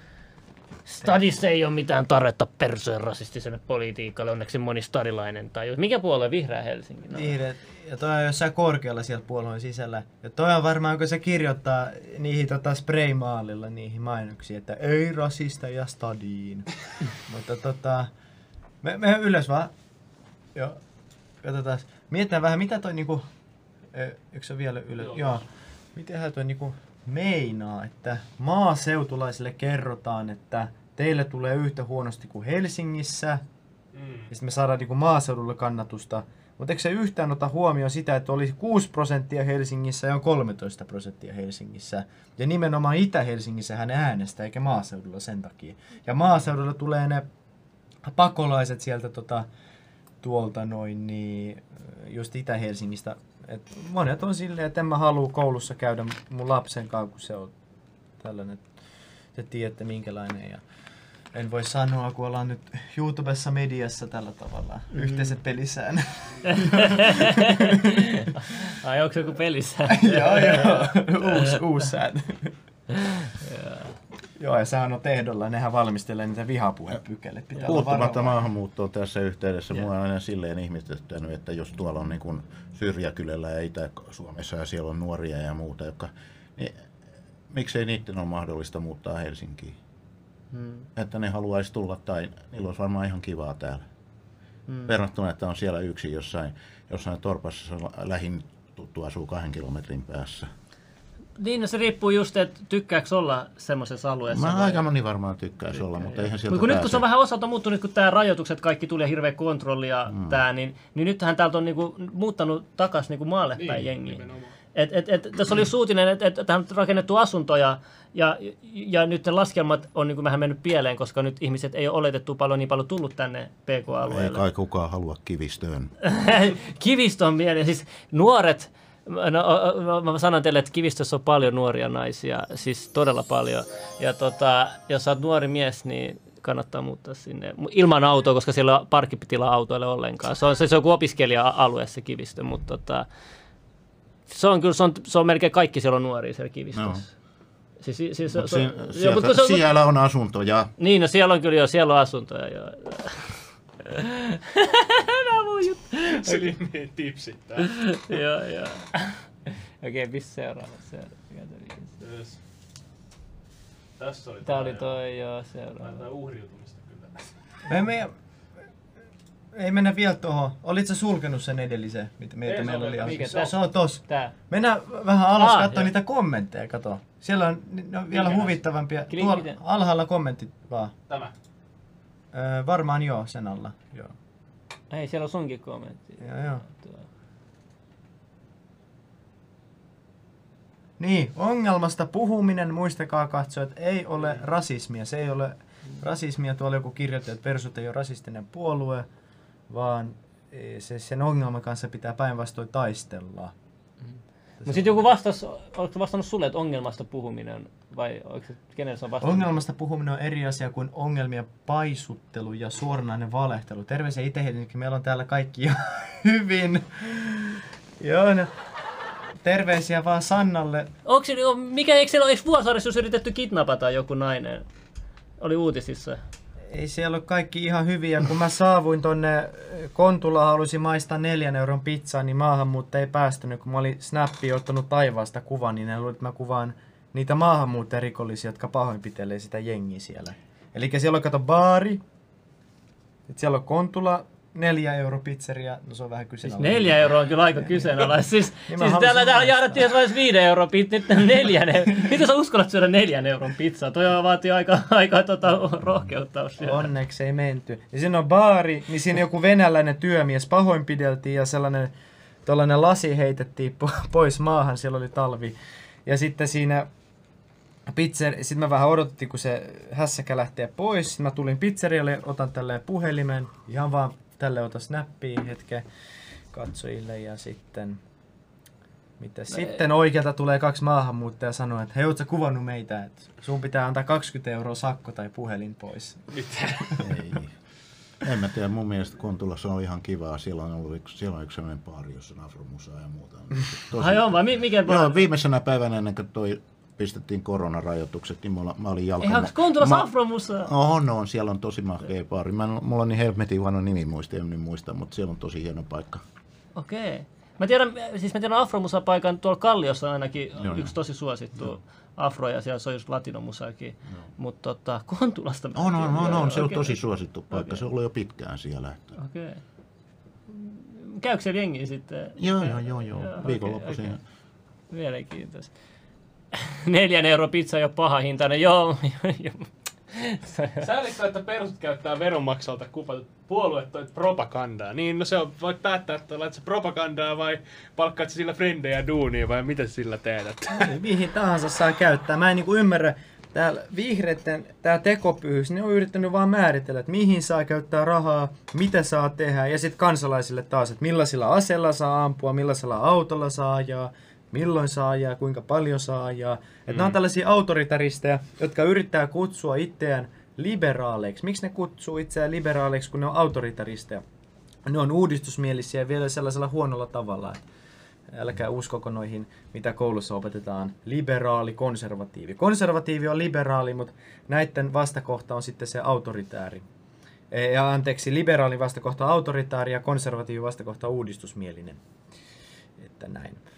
Stadissa ei ole mitään tarvetta persojen rasistiselle politiikalle, onneksi moni stadilainen tajuu. Mikä puolue? Vihreä Helsinki? No. Vihreät. Ja toi on jossain korkealla siellä puolueen sisällä. Ja toi on varmaan, kun se kirjoittaa niihin spraymaalilla niihin mainoksiin, että ei rasista ja stadiin. Mutta me ylös vaan. Joo. Katsotaan. Mietitään vähän, mitä toi niinku... Eikö se vielä ylös? Joo. Mitenhän toi niinku meinaa, että maaseutulaisille kerrotaan, että teille tulee yhtä huonosti kuin Helsingissä. Ja sitten me saadaan niinku maaseudulle kannatusta. Mutta eikö se yhtään ota huomioon sitä, että oli 6% Helsingissä ja on 13% Helsingissä. Ja nimenomaan Itä-Helsingissä hän äänestää, eikä maaseudulla sen takia. Ja maaseudulla tulee ne pakolaiset sieltä tuolta noin, niin just Itä-Helsingistä. Et monet on silleen, että en mä halua koulussa käydä mun lapsen kanssa, kun se on tällainen, te tiedätte minkälainen. Ja en voi sanoa, kun ollaan nyt YouTubessa mediassa tällä tavalla. Yhteiset pelisäännöt. Ai, onko se joku pelisäännö? Joo. Uusi sääntö. Joo, ja sehän on ehdolla, nehän valmistelee niitä vihapuhepykälle. Puuttumatta maahanmuuttoon tässä yhteydessä, mua on aina silleen ihmetyttänyt, että jos tuolla on niin kuin syrjäkylällä ja Itä-Suomessa ja siellä on nuoria ja muuta, niin miksei niiden ole mahdollista muuttaa Helsinkiin? Että ne haluaisi tulla tai niillä olisi varmaan ihan kivaa täällä. Verrattuna, että on siellä yksin jossain torpassa lähin tuttu asuu 2 kilometrin päässä. Niin, no se riippuu just, että tykkääkö olla semmoisessa alueessa. Aika moni varmaan tykkäisi olla, mutta eihän sieltä kun nyt kun se on vähän osalta muuttunut, kun tämä rajoitukset kaikki tuli ja hirveä kontrolli ja tää, niin nythän täältä on niinku muuttanut takaisin niinku maalle päin jengiä. Tässä oli just uutinen, että tähän on rakennettu asuntoja ja nyt ne laskelmat on niinku vähän mennyt pieleen, koska nyt ihmiset ei ole oletettu niin paljon tullut tänne PK-alueelle. Ei kai kukaan halua Kivistöön. Kivistö on mieleen. Siis nuoret, mä sanon teille, että Kivistössä on paljon nuoria naisia, siis todella paljon. Ja jos sä oot nuori mies, niin kannattaa muuttaa sinne ilman autoa, koska siellä on parkkitilaa autoille ollenkaan. Se on joku opiskelija-alue se Kivistö, mutta se on kyllä, se on melkein kaikki siellä on nuoria siellä Kivistössä. No. Siellä on asuntoja. Niin, no siellä on kyllä jo, siellä on asuntoja. Jo. Nämä on mun juttu. Se oli niin tipsittää. Joo. Okei, missä seuraava? Tässä oli tää oli toi, joo, seuraava. Tää uhriutumista kyllä. Ei mennä vielä tuohon. Olitko sä sulkenut sen edellisen, mitä meillä oli alussa? Se on tossa. Tää. Mennään vähän alas katsoa niitä kommentteja, kato. Siellä on vielä huvittavampia. Tuolla alhaalla kommentit vaan. Tämä. Varmaan joo, sen alla. Joo. Ei, siellä on sunkin kommentti. Joo. Niin, ongelmasta puhuminen, muistakaa katsojat, ei ole rasismia. Se ei ole rasismia, tuolla joku kirjoitti, että Persut ei ole rasistinen puolue, vaan sen ongelman kanssa pitää päinvastoin taistella. Mutta sitten joku oletko vastannut sulle, että ongelmasta puhuminen, vai kenelle se on vastannut? Ongelmasta puhuminen on eri asia kuin ongelmien paisuttelu ja suoranainen valehtelu. Terveisiä itse heitinkin, meillä on täällä kaikki jo hyvin. Joo, no. Terveisiä vaan Sannalle. Eikö Vuosaaressa jos yritetty kidnapata joku nainen? Oli uutisissa. Ei siellä ole kaikki ihan hyviä. Kun mä saavuin tonne Kontulaan, halusin maistaa 4 euron pizzaa, niin maahanmuuttaja ei päästynyt. Kun mä olin Snappiin ottanut taivaasta kuvan, niin ne luulit, että mä kuvaan niitä maahanmuuttajarikollisia, jotka pahoinpitelee sitä jengiä siellä. Eli siellä on kato baari. Siellä on Kontula. 4 euro pizzeria, no se on vähän kyseenalainen. 4 euroa on kyllä aika kyseenalainen. Siis täällä jahdattiin vain 5 euroa pizzaa, nyt 4 euroa. Miten sä uskallat syödä 4 euron pizzaa? Toi vaatii aika rohkeutta. Onneksi ei menty. Ja siinä on baari, niin siinä joku venäläinen työmies pahoinpideltiin ja tällainen lasi heitettiin pois maahan, siellä oli talvi. Ja sitten siinä sitten mä vähän odotettiin, kun se hässäkä lähtee pois. Sitten mä tulin pizzerialle, otan tälleen puhelimen, ihan vaan tälle ota snappia hetken katsojille ja sitten sitten oikealta tulee 2 maahanmuuttajaa sanoa, että hei, oot sä kuvannut meitä, että sun pitää antaa 20 euroa sakko tai puhelin pois. Mitä? Ei. En mä tiedä, mun mielestä Kontulassa on ihan kivaa. Siellä on yksi sellainen baari, jossa on afromusaa ja muuta. Ai on vai? Mikä baari? Joo, viimeisenä päivänä ennen kuin pistettiin koronarajoitukset, niin mä olin jalkana. Ei, onko Kontulassa afromusaa? On, siellä on tosi mahkea baari. Mulla on niin helvetin huono nimi muista, en muista, mutta siellä on tosi hieno paikka. Okei. Mä tiedän afromusapaikan tuolla Kalliossa ainakin yksi tosi suosittu afro ja siellä se on just latinomusaakin. Mutta Kontulasta... On, se on tosi suosittu paikka. Okay. Se on ollut jo pitkään siellä. Okei. Käykö siellä jengiä sitten? Joo. Viikonloppuisin. Mielenkiintoista. 4 euro pizza ei ole paha hintainen. Joo. Säälittää, että Persut käyttää veronmaksalta kupatut puolueet toi propagandaa. Niin, no se on, voit päättää, että laitat propagandaa vai palkkaat sillä frendejä duunia vai mitä sillä teet? Mihin tahansa saa käyttää. Mä en ymmärrä, täällä vihreitten tää tekopyhyys, ne on yrittänyt vaan määritellä, että mihin saa käyttää rahaa, mitä saa tehdä ja sitten kansalaisille taas, että millaisilla aseilla saa ampua, millaisella autolla saa ajaa. Milloin saa ajaa, kuinka paljon saa ajaa. Nämä on tällaisia autoritaristeja, jotka yrittää kutsua itseään liberaaleiksi. Miksi ne kutsuu itseään liberaaleiksi, kun ne on autoritaristeja? Ne on uudistusmielisiä vielä sellaisella huonolla tavalla. Älkää uskoko noihin, mitä koulussa opetetaan. Liberaali, konservatiivi. Konservatiivi on liberaali, mutta näiden vastakohta on sitten se autoritääri. Liberaali vastakohta on autoritääri ja konservatiivi vastakohta on uudistusmielinen. Että näin.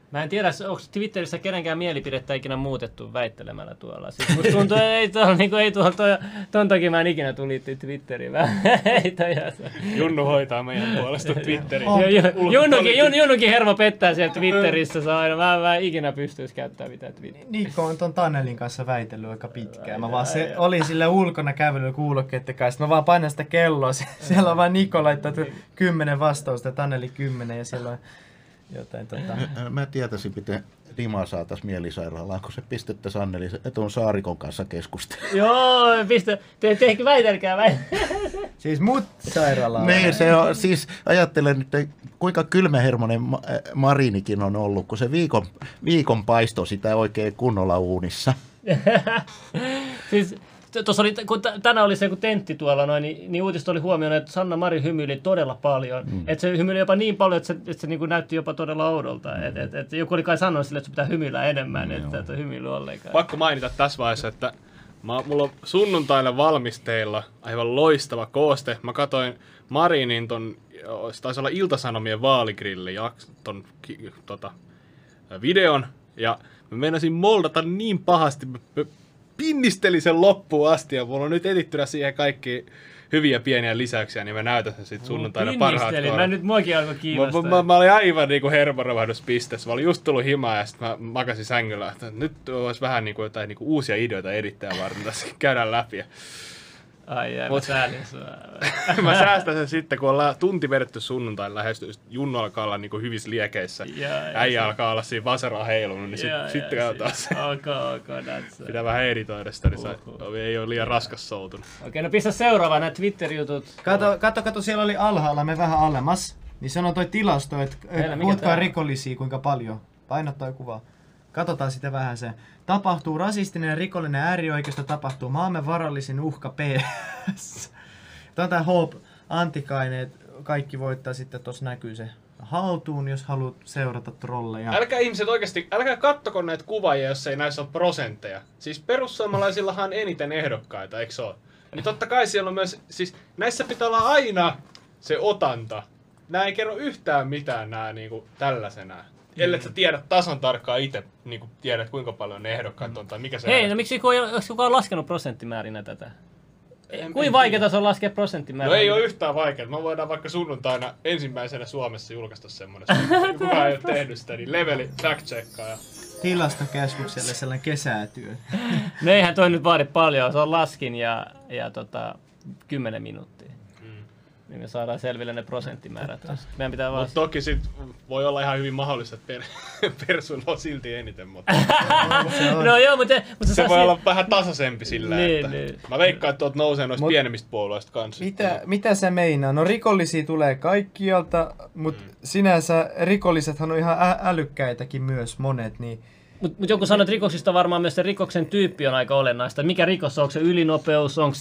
Mä en tiedä, onko Twitterissä kenenkään mielipidettä ikinä muutettu väittelemällä tuolla. Siis musta tuntuu, että ei tuolla, ton takia mä en ikinä tuli Twitteriin. Junnu hoitaa meidän puolesta Twitteriin. Junnukin hermo pettää siellä Twitterissä. Mä en ikinä pystyisi käyttämään mitään Twitteriä. Nikko on ton Tanelin kanssa väitellyt aika pitkään. Mä vaan olin sillä ulkona kävelyllä kuulokkeiden kanssa. Mä vaan painan sitä kelloa. Siellä on vaan Nikko laittaa 10 vastausta ja Taneli 10 ja siellä on jotain Mä tietäisin, miten Dima saataisiin mielisairaalaan, kun se pistettäisiin Anneli tuon Saarikon kanssa keskustelemaan. Joo, tehkö väitelkää. Siis mut sairaalaan. Niin, se on, siis ajattelen nyt, kuinka kylmähermonen Marinikin on ollut, kun se viikon paistoi sitä oikein kunnolla uunissa. Siis tuossa oli, kun tänään oli se kun tentti tuolla noin, niin uutista oli huomioon, että Sanna Marin hymyili todella paljon. Että se hymyili jopa niin paljon, että se niin kuin näytti jopa todella oudolta. Että joku oli kai sanonut sille, että se pitää hymyillä enemmän, että hymyily ollenkaan. Pakko mainita tässä vaiheessa, että mulla on sunnuntaille valmisteilla aivan loistava kooste. Mä katsoin Marinin se taisi olla Ilta-Sanomien vaaligrilli videon, ja mä meinasin moldata niin pahasti, pinnistelin sen loppuun asti, ja mulla on nyt edittynä siihen kaikki hyviä pieniä lisäyksiä, niin mä näytän sen sitten sunnuntaina parhaat kohdat. Mä nyt muakin alkoi kiinnostaa. Mä olin aivan niinku hermorevahduspisteessä. Mä olin just tullut himaan ja sitten mä makasin sängyllä, että nyt olisi vähän niinku jotain niinku uusia ideoita edittää varten tässä käydään läpi. Mä säälin sua. Mä säästän sen sitten, kun ollaan tunti vedetty sunnuntain lähestyy. Junnu alkaa olla niinku hyvissä liekeissä. Äijä alkaa olla siinä vasaraa heilunut, niin sitten katsotaan se. Pitää vähän editoida sitä, niin ei ole liian raskas soutunut. Okei, no pistä seuraava nämä Twitter-jutut. Kato, siellä oli alhaalla, me vähän alemmas. Niin sanoo toi tilasto, että puhutkaa rikollisia kuinka paljon. Painottaa kuvaa. Katsotaan sitä vähän se. Tapahtuu rasistinen ja rikollinen äärioikeisto, tapahtuu maamme varallisin uhka PS. Tämä on tää Hope Antikainen, kaikki voittaa sitten, tuossa näkyy se haltuun, jos haluat seurata trolleja. Älkää ihmiset oikeasti, älkää kattoko näitä kuvaajia, jos ei näissä ole prosentteja. Siis perussuomalaisillahan on eniten ehdokkaita, eikö se ole? Niin totta kai siellä on myös, siis näissä pitää olla aina se otanta. Nää ei kerro yhtään mitään nää niinku tällaisenään. Ellei sä tiedät tasan tarkkaan itse, niin tiedät kuinka paljon ne ehdokkaat on tai mikä se on. Hei, no miksi kukaan laskenut prosenttimäärinä tätä? Kuinka vaikeaa se on laskea prosenttimäärinä? No ei ole yhtään vaikeaa. Me voidaan vaikka sunnuntaina ensimmäisenä Suomessa julkaista semmoinen. Kukaan ei ole tehnyt sitä, niin leveli fact-checkaa. Ja... Tilastokeskukselle sellainen kesätyö. No eihän toi nyt vaadi paljon. Se on laskin ja 10 minuuttia. Niin me saadaan selville ne prosenttimäärät. Meidän pitää vaan... toki sit voi olla ihan hyvin mahdollista, että Persuilla on silti eniten, mutta... No joo, mutta se voi olla vähän tasaisempi sillä, niin, että... Niin. Mä veikkaan, että tuolta nousee noista pienemmistä puolueista kanssa. Mitä se meinaa? No rikollisia tulee kaikkialta, mutta sinänsä rikollisethan on ihan älykkäitäkin myös monet, niin... Mutta joku sanoo, että rikoksista varmaan myös se rikoksen tyyppi on aika olennaista. Mikä rikos on? Onko se ylinopeus? Onko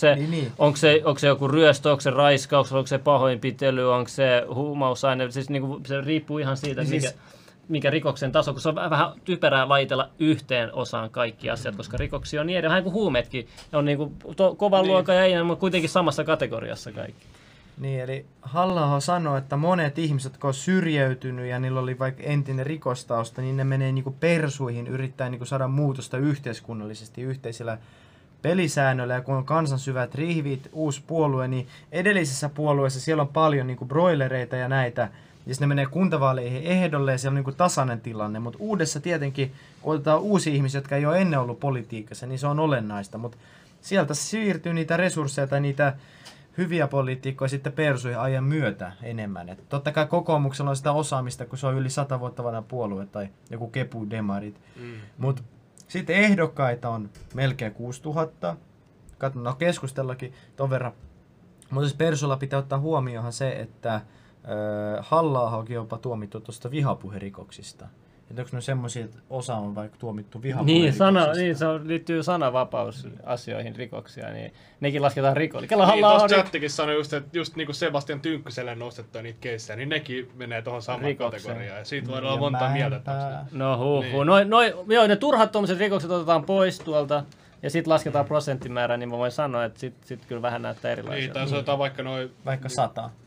se joku ryöstö? Onko se raiskaus? Onko se pahoinpitely? Onko se huumausaine? Siis niinku, se riippuu ihan siitä, mikä rikoksen taso. Kun se on vähän typerää laitella yhteen osaan kaikki asiat, koska rikoksia on niin eri. Vähän kuin huumeetkin. Ne on niinku kovan luokan ja ei, mutta kuitenkin samassa kategoriassa kaikki. Niin, eli Halla-aho sanoi, että monet ihmiset, jotka on syrjäytynyt ja niillä oli vaikka entinen rikostausta, niin ne menee niinku persuihin yrittää niinku saada muutosta yhteiskunnallisesti yhteisillä pelisäännöillä. Ja kun on kansan syvät rihvit, uusi puolue, niin edellisessä puolueessa siellä on paljon niinku broilereita ja näitä. Ja ne menee kuntavaaleihin ehdolle ja siellä on niinku tasainen tilanne. Mutta uudessa tietenkin, kun otetaan uusia ihmisiä, jotka ei ole ennen ollut politiikassa, niin se on olennaista. Mutta sieltä siirtyy niitä resursseja tai niitä hyviä poliitikkoja sitten persuihin ajan myötä enemmän. Et totta kai kokoomuksella on sitä osaamista, kun se on yli 100 vuotta vanha puolue tai joku Kepu Demarit. Mutta sitten ehdokkaita on melkein 6000. No keskustellakin ton verran. Mutta siis persuilla pitää ottaa huomioon se, että Halla-ahokin on jopa tuomittu tuosta vihapuherikoksista. Että onko ne semmoisia, että osa on vaikka tuomittu vihapuherikoksista? Niin, se liittyy sananvapausasioihin, rikoksia, niin nekin lasketaan rikollisesti. Niin, tuossa chattikin sanoi just, että just niin kuin Sebastian Tynkkyselle nostettua niitä keissejä, niin nekin menee tuohon samaan kategoriaan. Ja siitä voidaan olla monta mieltä. No joo, ne turhat tuommoiset rikokset otetaan pois tuolta. Ja sitten lasketaan prosenttimäärä, niin mä voin sanoa, että sit kyllä vähän näyttää erilaiselta. Niin, tai se otetaan vaikka 100.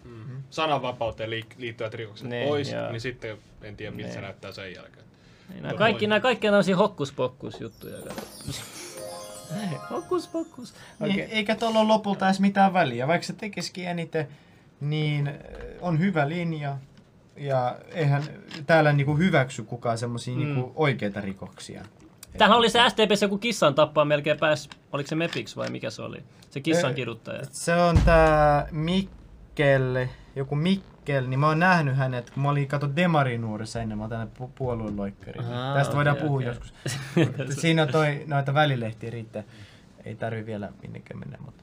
sananvapauteen liittyvät rikokset Niin, pois, joo. niin sitten en tiedä, miltä se Niin. näyttää sen jälkeen. Niin, nämä kaikki on tämmöisiä hokkuspokkusjuttuja. Hokkuspokkus. Niin, Okei. eikä tuolla ole lopulta edes mitään väliä. Vaikka se tekisikin eniten, niin on hyvä linja. Ja eihän täällä niinku hyväksy kukaan semmosia niinku oikeita rikoksia. Tämähän oli se STP:ssä joku kissan tappaa melkein pääsi, oliko se Mepiksi vai mikä se oli? Se kissan kiduttaja. Se on tää joku Mikkel, niin mä oon nähnyt hänet, kun mä olin Demarinuorissa ennen, mä oon tänne puolueloikkari. Tästä voidaan puhua joskus. Siinä on noita välilehtiä riittää. Ei tarvi vielä minnekään mennä, mutta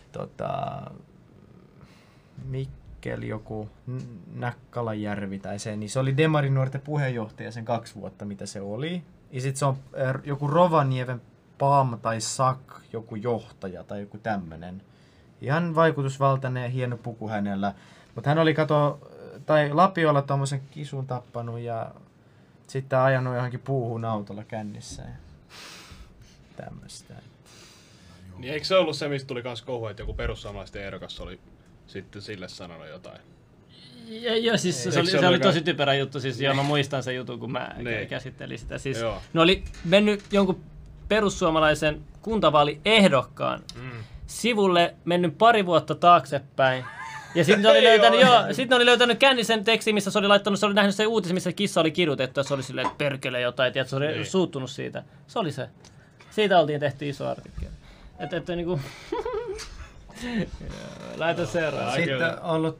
Mikkel joku Näkkalajärvi tai se, niin se oli Demarinuorten puheenjohtaja sen 2 vuotta, mitä se oli. Ja sit se on joku Rovaniemen PAM tai SAK, joku johtaja tai joku tämmönen. Ihan vaikutusvaltainen ja hieno puku hänellä. Mutta hän oli Lapiolla tommosen kisun tappanut ja sitten ajanut johonkin puuhun autolla kännissä ja tämmöstä. Niin eikö se ollut se, mistä tuli kans kohua, että joku perussuomalaisten ehdokas oli sitten sille sanonut jotain? Joo, siis se oli tosi typerä juttu. Siis, joo, mä muistan sen jutun, kun mä käsittelin sitä. Siis, ne oli mennyt jonkun perussuomalaisen kuntavaaliehdokkaan sivulle, mennyt 2 vuotta taaksepäin. Ja sitten ne oli löytänyt kännisen tekstin, missä se oli laittanut, se oli nähnyt se uutisen, missä kissa oli kirjoitettu, ja se oli silleen, että perkele jotain, ja se oli suuttunut siitä. Se oli se. Siitä oltiin tehty iso artikkeli. Että niinku... Laita seuraava. Sitten on ollut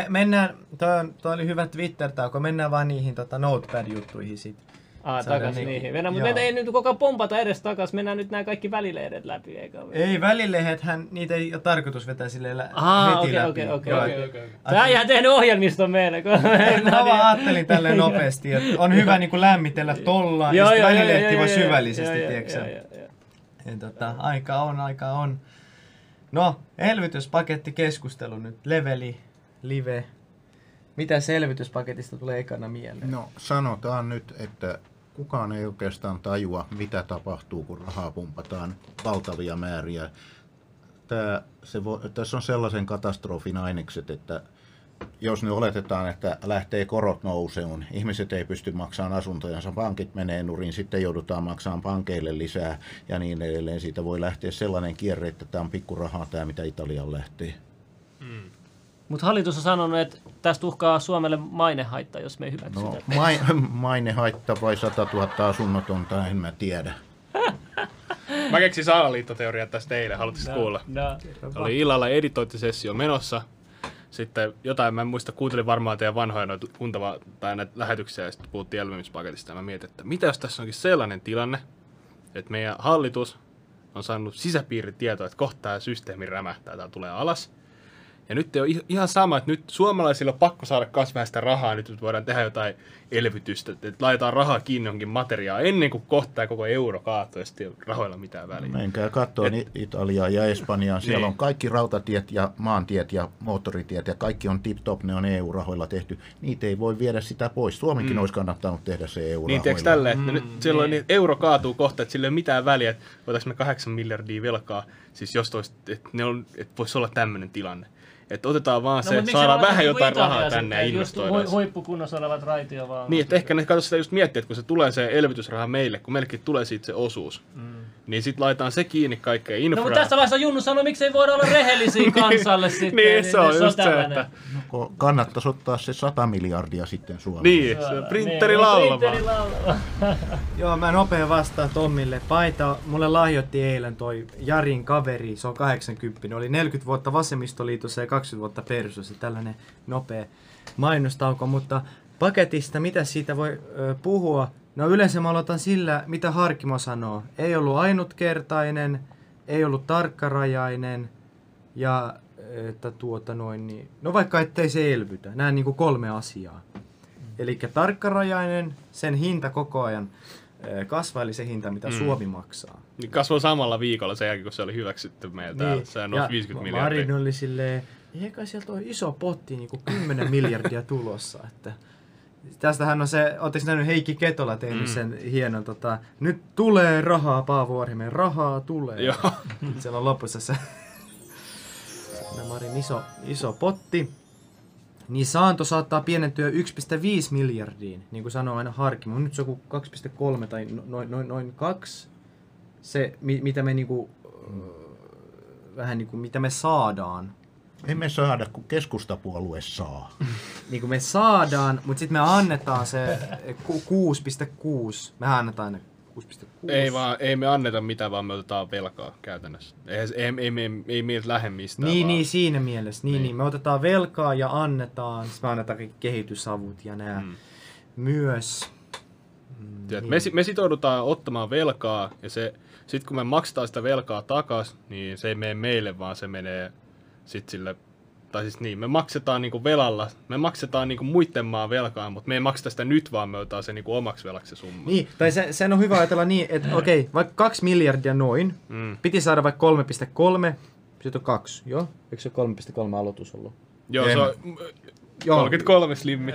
toi oli hyvä Twitter-tauko, mennään vaan niihin Notepad-juttuihin sit. Takas niihin. Mutta ei nyt koko pompata edes takas, mennään nyt nämä kaikki välilehdet läpi, eikä ole. Ei, välilehdehän, niitä ei ole tarkoitus vetää silleen heti läpi. Okei. Sä ihan tehnyt ohjelmiston meille. Mä vaan ajattelin tälleen nopeasti, että on hyvä niinku lämmitellä tollaan, ja sitten välilehti voi syvällisesti, tiedätkö. Aika on. No, elvytyspakettikeskustelu nyt, live. Mitä elvytyspaketista tulee ekana mieleen? No sanotaan nyt, että kukaan ei oikeastaan mitä tapahtuu, kun rahaa pumpataan valtavia määriä. Tässä on sellaisen katastrofin ainekset, että jos ne oletetaan, että lähtee korot nousemaan, ihmiset ei pysty maksamaan asuntojansa, pankit menee nurin, sitten joudutaan maksamaan pankeille lisää ja niin edelleen. Siitä voi lähteä sellainen kierre, että tämä on pikkurahaa tämä, mitä Italiaan lähtee. Mutta hallitus on sanonut, että tästä uhkaa Suomelle mainehaitta, jos me ei hyväksytä. No, mainehaitta vai 100 000 asunnotonta, en mä tiedä. Mä keksin salaliittoteoriaa tästä eilen, haluaisitko kuulla? Oli illalla editointisessio menossa. Sitten jotain, mä en muista, kuuntelin varmaan teidän vanhoja noita tai näitä lähetyksiä, ja sitten puhuttiin elvytyspaketista, ja mä mietin, että mitä jos tässä onkin sellainen tilanne, että meidän hallitus on saanut sisäpiiritietoa, että kohta tämä systeemi rämähtää, tämä tulee alas. Ja nyt ei ole ihan sama, että nyt suomalaisilla on pakko saada kasvaa sitä rahaa, nyt voidaan tehdä jotain elvytystä, että laitetaan rahaa kiinni johonkin materiaa ennen kuin kohta koko euro kaatuu ja sitten ei ole rahoilla mitään väliä. Menkää katsoa Italiaa ja Espanjaa, siellä on kaikki rautatiet ja maantiet ja moottoritiet ja kaikki on tip-top, ne on EU-rahoilla tehty. Niitä ei voi viedä sitä pois. Suomenkin olisi kannattanut tehdä se EU-rahoilla. Niin, tiedätkö tälle, että nyt silloin niin euro kaatuu kohta, että sillä ei ole mitään väliä, että voitaisiin me 8 miljardia velkaa, siis jos että voisi olla tämmöinen tilanne. Että otetaan vaan se, saadaan vähän jotain rahaa tänne ja investoidaan. Just huippukunnossa olevat raitio vaan. Niin, että ehkä ne katsotaan sitä just miettiä, että kun se tulee se elvytysraha meille, kun meillekin tulee siitä se osuus, niin sit laitetaan se kiinni kaikkea infraa. No mutta tässä vaiheessa Junnu sanoi, miksei voida olla rehellisiä kansalle sitten. Niin, se on just se, että... No, kannattaisi ottaa se 100 miljardia sitten Suomeen. Niin, se printeri laulamaan. Joo, mä nopea vastaan Tommille. Paita mulle lahjoitti eilen toi Jarin kaveri, se on 80, oli 40 vuotta vasemmistoliitossa ja 20 vuotta Persussa, tällainen nopea mainostauko, mutta paketista, mitä siitä voi puhua? No yleensä mä aloitan sillä, mitä Harkimo sanoo. Ei ollut ainutkertainen, ei ollut tarkkarajainen ja no vaikka ettei se elvytä. Nämä niin kuin 3 asiaa. Eli tarkkarajainen, sen hinta koko ajan kasvaa, eli se hinta, mitä Suomi maksaa. Niin kasvoi samalla viikolla sen jälkeen, kun se oli hyväksytty meiltä. Niin. Se nousi 50 miljardia. Marin oli silleen, eikä sieltä ole iso potti, niin kuin 10 miljardia tulossa. Että tästähän on se, ootteko nähnyt Heikki Ketola tehnyt sen hienon, nyt tulee rahaa, Paavo Arhimen, rahaa tulee. Joo. Siellä on lopussa se Marin iso potti. niin saanto saattaa pienentyä 1,5 miljardiin, niin kuin sanoo aina Harkimo. Nyt se on 2,3 tai noin 2, se mitä me niinku, vähän niinku, mitä me saadaan. Ei me saada, kun keskustapuolue saa. Niin kuin me saadaan, mutta sitten me annetaan se 6,6. Me annetaan 6,6. Ei me anneta mitään, vaan me otetaan velkaa käytännössä. Ei meiltä lähde mistään. Niin, siinä mielessä. Niin. Me otetaan velkaa ja annetaan. Sitten me annetaan kehitysavut ja nämä myös. Niin. Me sitoudutaan ottamaan velkaa ja sitten kun me maksetaan sitä velkaa takaisin, niin se ei mene meille, vaan se menee sitten sille, tai siis niin, me maksetaan niinku velalla, me maksetaan niinku muiden maan velkaa, mutta me ei makseta sitä nyt, vaan me otetaan se niinku omaksi velaksi se summa. Niin, tai sen on hyvä ajatella niin, että okei, vaikka 2 miljardia noin, piti saada vaikka 3,3, sitten on 2, joo? Eikö se 3,3 aloitus ollut? Joo, se on 33 slimmi.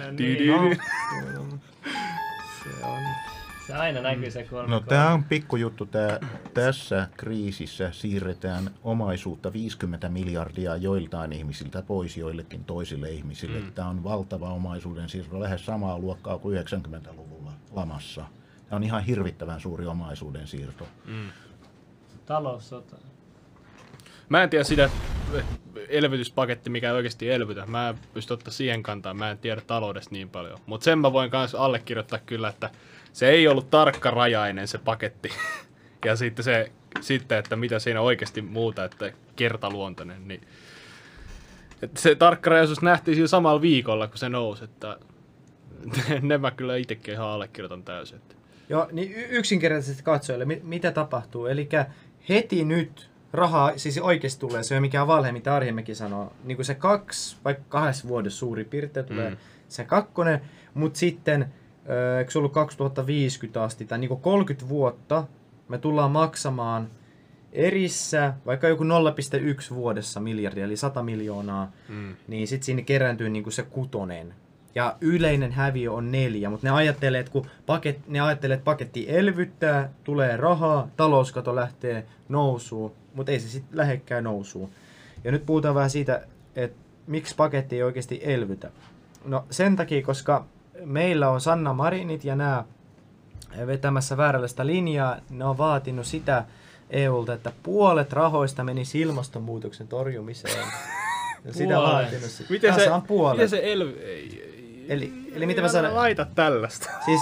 Se aina näkyy se 3. No tämä on pikkujuttu. Tässä kriisissä siirretään omaisuutta 50 miljardia joiltain ihmisiltä pois joillekin toisille ihmisille. Tämä on valtava omaisuuden siirto, lähes samaa luokkaa kuin 90-luvulla lamassa. Tämä on ihan hirvittävän suuri omaisuuden siirto. Taloussota. Mä en tiedä sitä elvytyspaketti, mikä oikeasti elvytä. Mä en pysty ottaa siihen kantaa, mä en tiedä taloudesta niin paljon. Mutta sen mä voin myös allekirjoittaa kyllä, että se ei ollut tarkkarajainen se paketti. Ja sitten, että mitä siinä oikeasti muuta, että kertaluontoinen. Niin, että se tarkkarajaisuus nähtiin siinä samalla viikolla, kun se nousi. Että ne mä kyllä itsekin ihan allekirjoitan täysin. Että. Joo, niin yksinkertaisesti katsojille, mitä tapahtuu. Eli heti nyt rahaa siis oikeasti tulee, se ei ole mikään valhe, mitä Arhimäki sanoo. Niin kuin se 2, vaikka 2 vuodessa suurin piirtein tulee se 2, mutta sitten eikö se ollut 2050 asti, tai niin kuin 30 vuotta me tullaan maksamaan erissä vaikka joku 0,1 vuodessa miljardia, eli 100 miljoonaa, niin sitten siinä kerääntyy niin kuin se 6. Ja yleinen häviö on 4, mutta ne ajattelee, että että paketti elvyttää, tulee rahaa, talouskato lähtee nousuun, mutta ei se sitten lähdekään nousuun. Ja nyt puhutaan vähän siitä, että miksi paketti ei oikeasti elvytä. No sen takia, koska meillä on Sanna Marinit ja nämä vetämässä vääränlaista linjaa, ne on vaatinut sitä EUlta, että puolet rahoista menisi ilmastonmuutoksen torjumiseen. Sitä vaatinut. Miten se Eli mitä mä sanon? Laita tällaista. Siis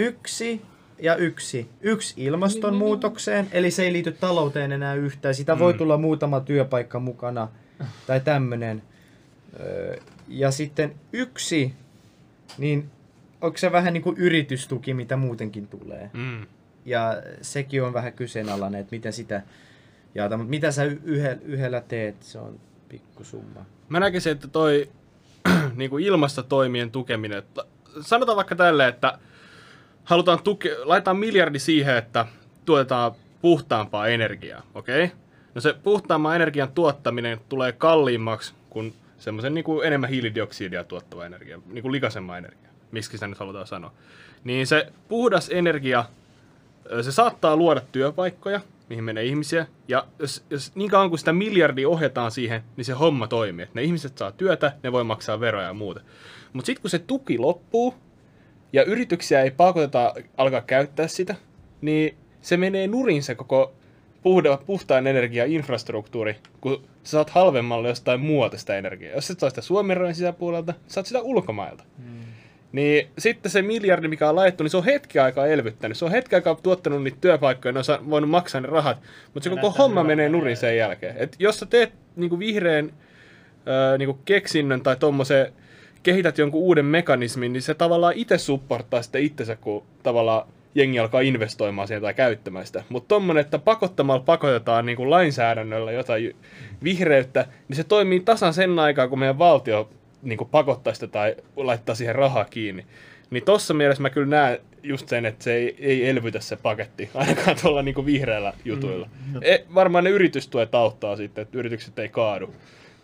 1 ilmastonmuutokseen, eli se ei liity talouteen enää yhtään. Sitä voi tulla muutama työpaikka mukana tai tämmönen. Ja sitten 1, niin onko se vähän niin kuin yritystuki, mitä muutenkin tulee. Ja sekin on vähän kyseenalainen, että miten sitä jaetaan. Mutta mitä sä yhdellä teet, se on pikkusumma. Mä näkisin, että toi niin kuin ilmastotoimien tukeminen, että sanotaan vaikka tälleen, että halutaan laitetaan miljardi siihen, että tuotetaan puhtaampaa energiaa, okei? No se puhtaamman energian tuottaminen tulee kalliimmaksi kuin semmoisen niin kuin enemmän hiilidioksidia tuottava energia, niin kuin likaisemman energia, miksi sitä nyt halutaan sanoa. Niin se puhdas energia, se saattaa luoda työpaikkoja, mihin menee ihmisiä, ja jos niin kauan kuin sitä miljardia ohjataan siihen, niin se homma toimii. Ne ihmiset saa työtä, ne voi maksaa veroja ja muuta. Mutta sitten kun se tuki loppuu, ja yrityksiä ei pakoteta alkaa käyttää sitä, niin se menee nurin se koko puhtaan energiainfrastruktuuri, kun sä saat halvemmalla jostain muualta sitä energiaa. Jos et saa sitä Suomen rajan sisäpuolelta, saat sitä ulkomailta. Niin sitten se miljardi, mikä on laitettu, niin se on hetki aikaa elvyttänyt. Se on hetki aikaa tuottanut niitä työpaikkoja, ne on voinut maksaa ne rahat, mutta se koko homma menee nurin sen jälkeen. Et jos sä teet niinku vihreän niinku keksinnön tai tommosen, kehität jonkun uuden mekanismin, niin se tavallaan itse supporttaa sitten itsensä, kun tavallaan jengi alkaa investoimaan siihen tai käyttämään sitä. Mutta tommonen, että pakottamalla pakotetaan niinku lainsäädännöllä jotain vihreyttä, niin se toimii tasan sen aikaa, kun meidän valtio niinku pakottaa sitä tai laittaa siihen rahaa kiinni. Niin tossa mielessä mä kyllä näen just sen, että se ei elvytä se paketti, ainakaan tuolla niinku vihreällä jutuilla. Varmaan ne yritystuet auttaa sitten, että yritykset ei kaadu.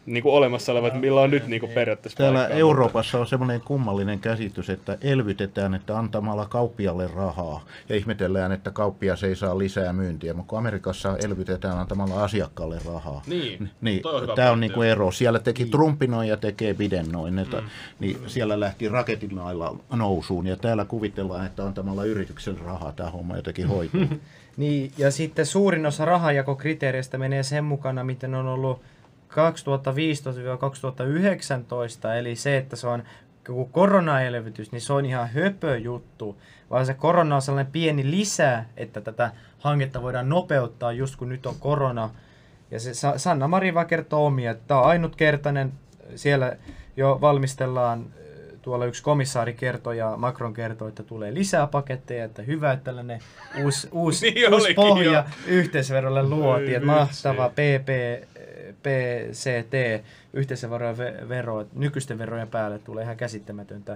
niinku olemassa olevat, millä on nyt niinku periaatteessa Täällä paikkaa. Euroopassa on semmoinen kummallinen käsitys, että elvytetään, että antamalla kauppialle rahaa. Ja ihmetellään, että kauppias ei saa lisää myyntiä, mutta kun Amerikassa elvytetään antamalla asiakkaalle rahaa. Niin, toi on hyvä tämä on pointti. niinku ero. Siellä teki Trumpi noin ja tekee Biden noin. Niin siellä lähti raketinailla nousuun ja täällä kuvitellaan, että antamalla yritykselle rahaa tämä homma jotenkin hoituu. Niin, ja sitten suurin osa rahanjakokriteereistä menee sen mukana, miten on ollut 2015-2019, eli se, että se on koronaelvytys, niin se on ihan höpö juttu, vaan se korona on sellainen pieni lisä, että tätä hanketta voidaan nopeuttaa just kun nyt on korona. Ja se Sanna Marin vaan kertoo omia, että tämä on ainutkertainen, siellä jo valmistellaan, tuolla yksi komissaari kertoi ja Macron kertoi, että tulee lisää paketteja, että hyvä, että tällainen uusi Niin pohja yhteisverolle luotiin, että mahtava PCT, yhteisöverojen vero, nykyisten verojen päälle tulee ihan käsittämätöntä.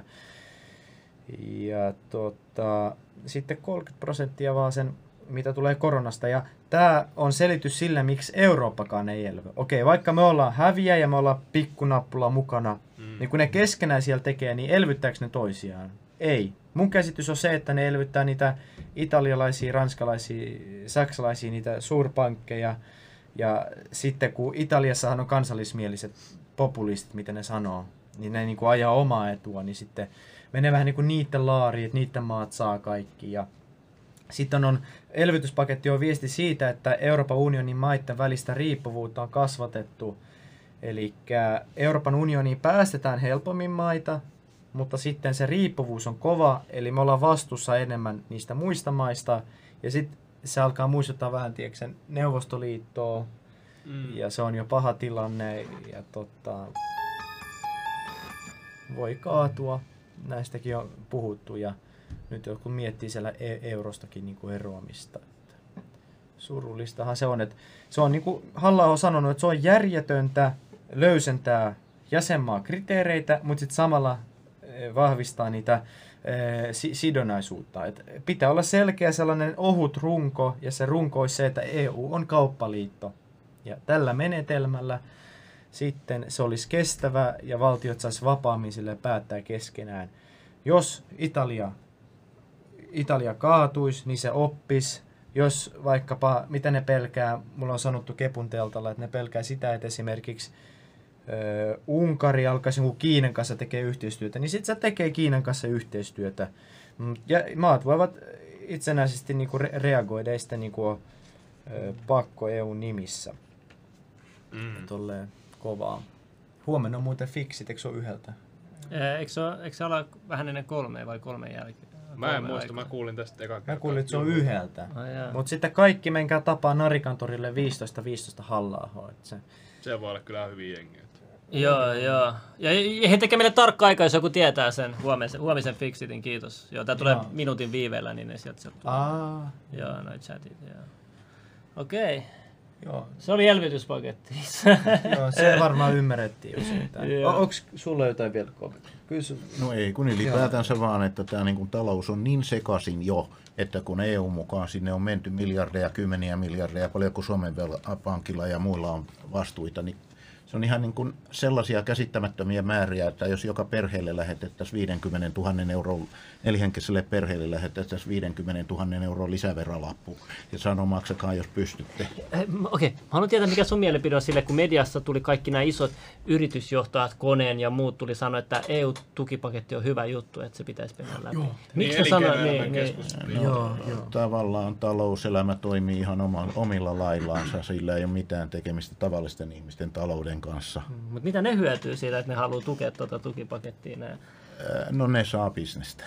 Ja sitten 30% vaan sen, mitä tulee koronasta. Ja tämä on selitys sille, miksi Eurooppakaan ei elvy. Okei, vaikka me ollaan häviä ja me ollaan pikkunappula mukana, niin kun ne keskenään siellä tekee, niin elvyttääkö ne toisiaan? Ei. Mun käsitys on se, että ne elvyttää niitä italialaisia, ranskalaisia, saksalaisia, niitä suurpankkeja. Ja sitten kun Italiassahan on kansallismieliset populistit, mitä ne sanoo, niin ne niin kuin ajaa omaa etua, niin sitten menee vähän niin kuin niiden laariin, että niiden maat saa kaikki. Ja sitten on elvytyspaketti on viesti siitä, että Euroopan unionin maiden välistä riippuvuutta on kasvatettu. Eli Euroopan unioniin päästetään helpommin maita, mutta sitten se riippuvuus on kova, eli me ollaan vastuussa enemmän niistä muista maista. Ja sitten se alkaa muistuttaa vähän sen Neuvostoliittoa, ja se on jo paha tilanne, ja voi kaatua. Näistäkin on puhuttu, ja nyt joku miettii siellä eurostakin niin kuin eroamista. Surullistahan se on, että se on niin kuin Halla-aho on sanonut, että se on järjetöntä löysentää jäsenmaakriteereitä, mutta sitten samalla vahvistaa niitä sidonnaisuutta. Et pitää olla selkeä sellainen ohut runko, ja se runko olisi se, että EU on kauppaliitto. Ja tällä menetelmällä sitten se olisi kestävä ja valtiot saisi vapaammin sille päättää keskenään. Jos Italia kaatuisi, niin se oppisi. Jos vaikkapa, mitä ne pelkää, mulla on sanottu Kepun teltalla, että ne pelkää sitä, että esimerkiksi Unkari alkaisi Kiinan kanssa tekee yhteistyötä, niin sitten se tekee Kiinan kanssa yhteistyötä. Ja maat voivat itsenäisesti niinku reagoida, ei sitä niinku pakko EUn nimissä. Tolleen kovaa. Huomenna on muuten fiksit, eikö se ole 1? Eikö se olla vähän ennen 3 vai 3 jälkeen? Mä en muista, mä kuulin tästä ekan kertaa. Mä kuulin, että se on 1. Oh, mutta sitten kaikki menkää tapaa Narikantorille 15.15 Halla-ahoa. Se voi olla kyllä hyvin jengiä. Joo. Ja he tekee meille tarkka aika, jos joku tietää sen huomisen fiksitin, kiitos. Joo, tää tulee minuutin viiveellä, niin ne sieltä tulee. Joo, noi chatit, joo. Okei. Joo. Se oli elvytyspaketti. Joo, se varmaan ymmärrettiin jo siitä. Onko sulla jotain vielä kommenttia? No ei, kun ylipäätänsä vaan, että tämä niin talous on niin sekaisin jo, että kun EU mukaan sinne on menty miljardeja, kymmeniä miljardeja, paljonko Suomen pankilla ja muilla on vastuita, niin se on ihan niin kuin sellaisia käsittämättömiä määriä, että jos joka perheelle lähetettäisiin 50 000 euroa, nelihenkiselle perheelle lähetettäisiin 50 000 euroa lisäverolappu ja sano maksakaa, jos pystytte. Okei, mä haluan tietää, mikä sun mielipide on sille, kun mediassa tuli kaikki nämä isot yritysjohtajat, Koneen ja muut tuli sanoa, että EU-tukipaketti on hyvä juttu, että se pitäisi mennä läpi. Miksi ne sanoo? Tavallaan talouselämä toimii ihan omilla laillaansa, sillä ei ole mitään tekemistä tavallisten ihmisten talouden kanssa. Mutta mitä ne hyötyy siitä, että ne haluaa tukea tuota tukipakettia? No ne saa bisnestä.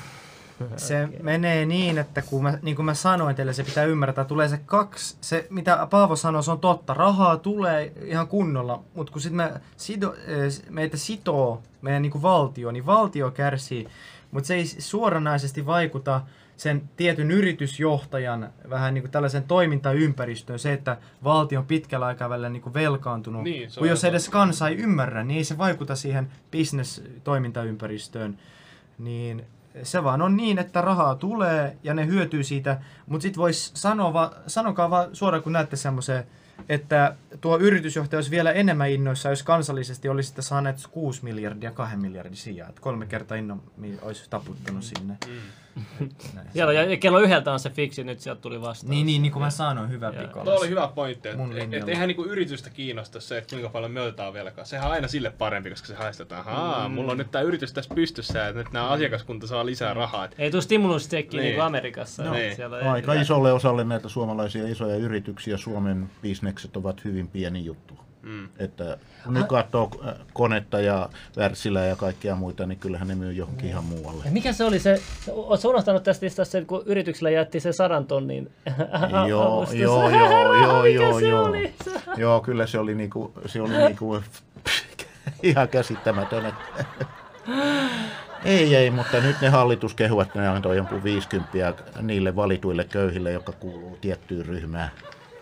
Se menee niin, että niin kuin mä sanoin teille, se pitää ymmärtää, tulee se mitä Paavo sanoi, se on totta, rahaa tulee ihan kunnolla, mutta kun sitten meitä sitoo meidän niin kuin valtio, niin valtio kärsii, mutta se ei suoranaisesti vaikuta sen tietyn yritysjohtajan vähän niin kuin tällaisen toimintaympäristöön, se, että valtio on pitkällä aikavälillä niin kuin velkaantunut. Niin, kun jos edes kansa ei ymmärrä, niin ei se vaikuta siihen business-toimintaympäristöön. Niin se vaan on niin, että rahaa tulee ja ne hyötyy siitä, mutta sitten voisi sanokaa vaan suoraan, kun näette semmoisen että tuo yritysjohtaja olisi vielä enemmän innoissa, jos kansallisesti olisitte saaneet 6 miljardia 2 miljardin sijaan. 3 kertaa innommin olisi taputtanut sinne. Ja kello 1 on se fiksi, nyt sieltä tuli vastaan. Niin kuin mä sanoin, hyvä pikolla. Tuo oli hyvä pointti, Mun että linjalla. eihän niinku yritystä kiinnosta se, että kuinka paljon me otetaan velkaa. Sehän on aina sille parempi, koska se haistetaan. Mulla on nyt tää yritys tässä pystyssä, että nyt nämä asiakaskunta saa lisää rahaa. Ei tule stimulustsekkiä niin kuin Niin. Amerikassa. No. Siellä Aika isolle osalle näitä suomalaisia isoja yrityksiä Suomen bisnekset ovat hyvin pieni juttu. Että kun nyt katsoo Konetta ja Wärtsilää ja kaikkia muita, niin kyllähän ne myy johonkin ihan muualle. Ja mikä se oli se, ootko unohtanut tästä listasta sen, kun yrityksellä jätti se 100 tonnin avustus? Joo, kyllä se oli niinku ihan käsittämätön. Ei, mutta nyt ne hallitus kehuvat, että ne antoi jonkun 50 niille valituille köyhille, jotka kuuluu tiettyyn ryhmään.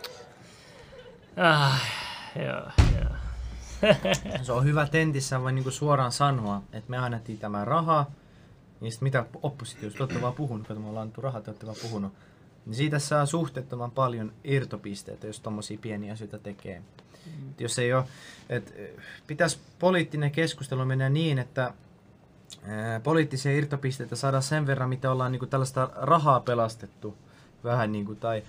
Joo. Se on hyvä tentissä, voi niinku suoraan sanoa, että me annettiin tämä raha, niin sit mitä oppositiossa, te olette vaan puhunut, kun me ollaan annettu rahaa, te olette vaan puhunut, niin siitä saa suhteettoman paljon irtopisteitä, jos tommosia pieniä asioita tekee. Jos ei ole, pitäisi poliittinen keskustelu mennä niin, että poliittisia irtopisteitä saada sen verran, mitä ollaan niinku tällaista rahaa pelastettu vähän niinku, tai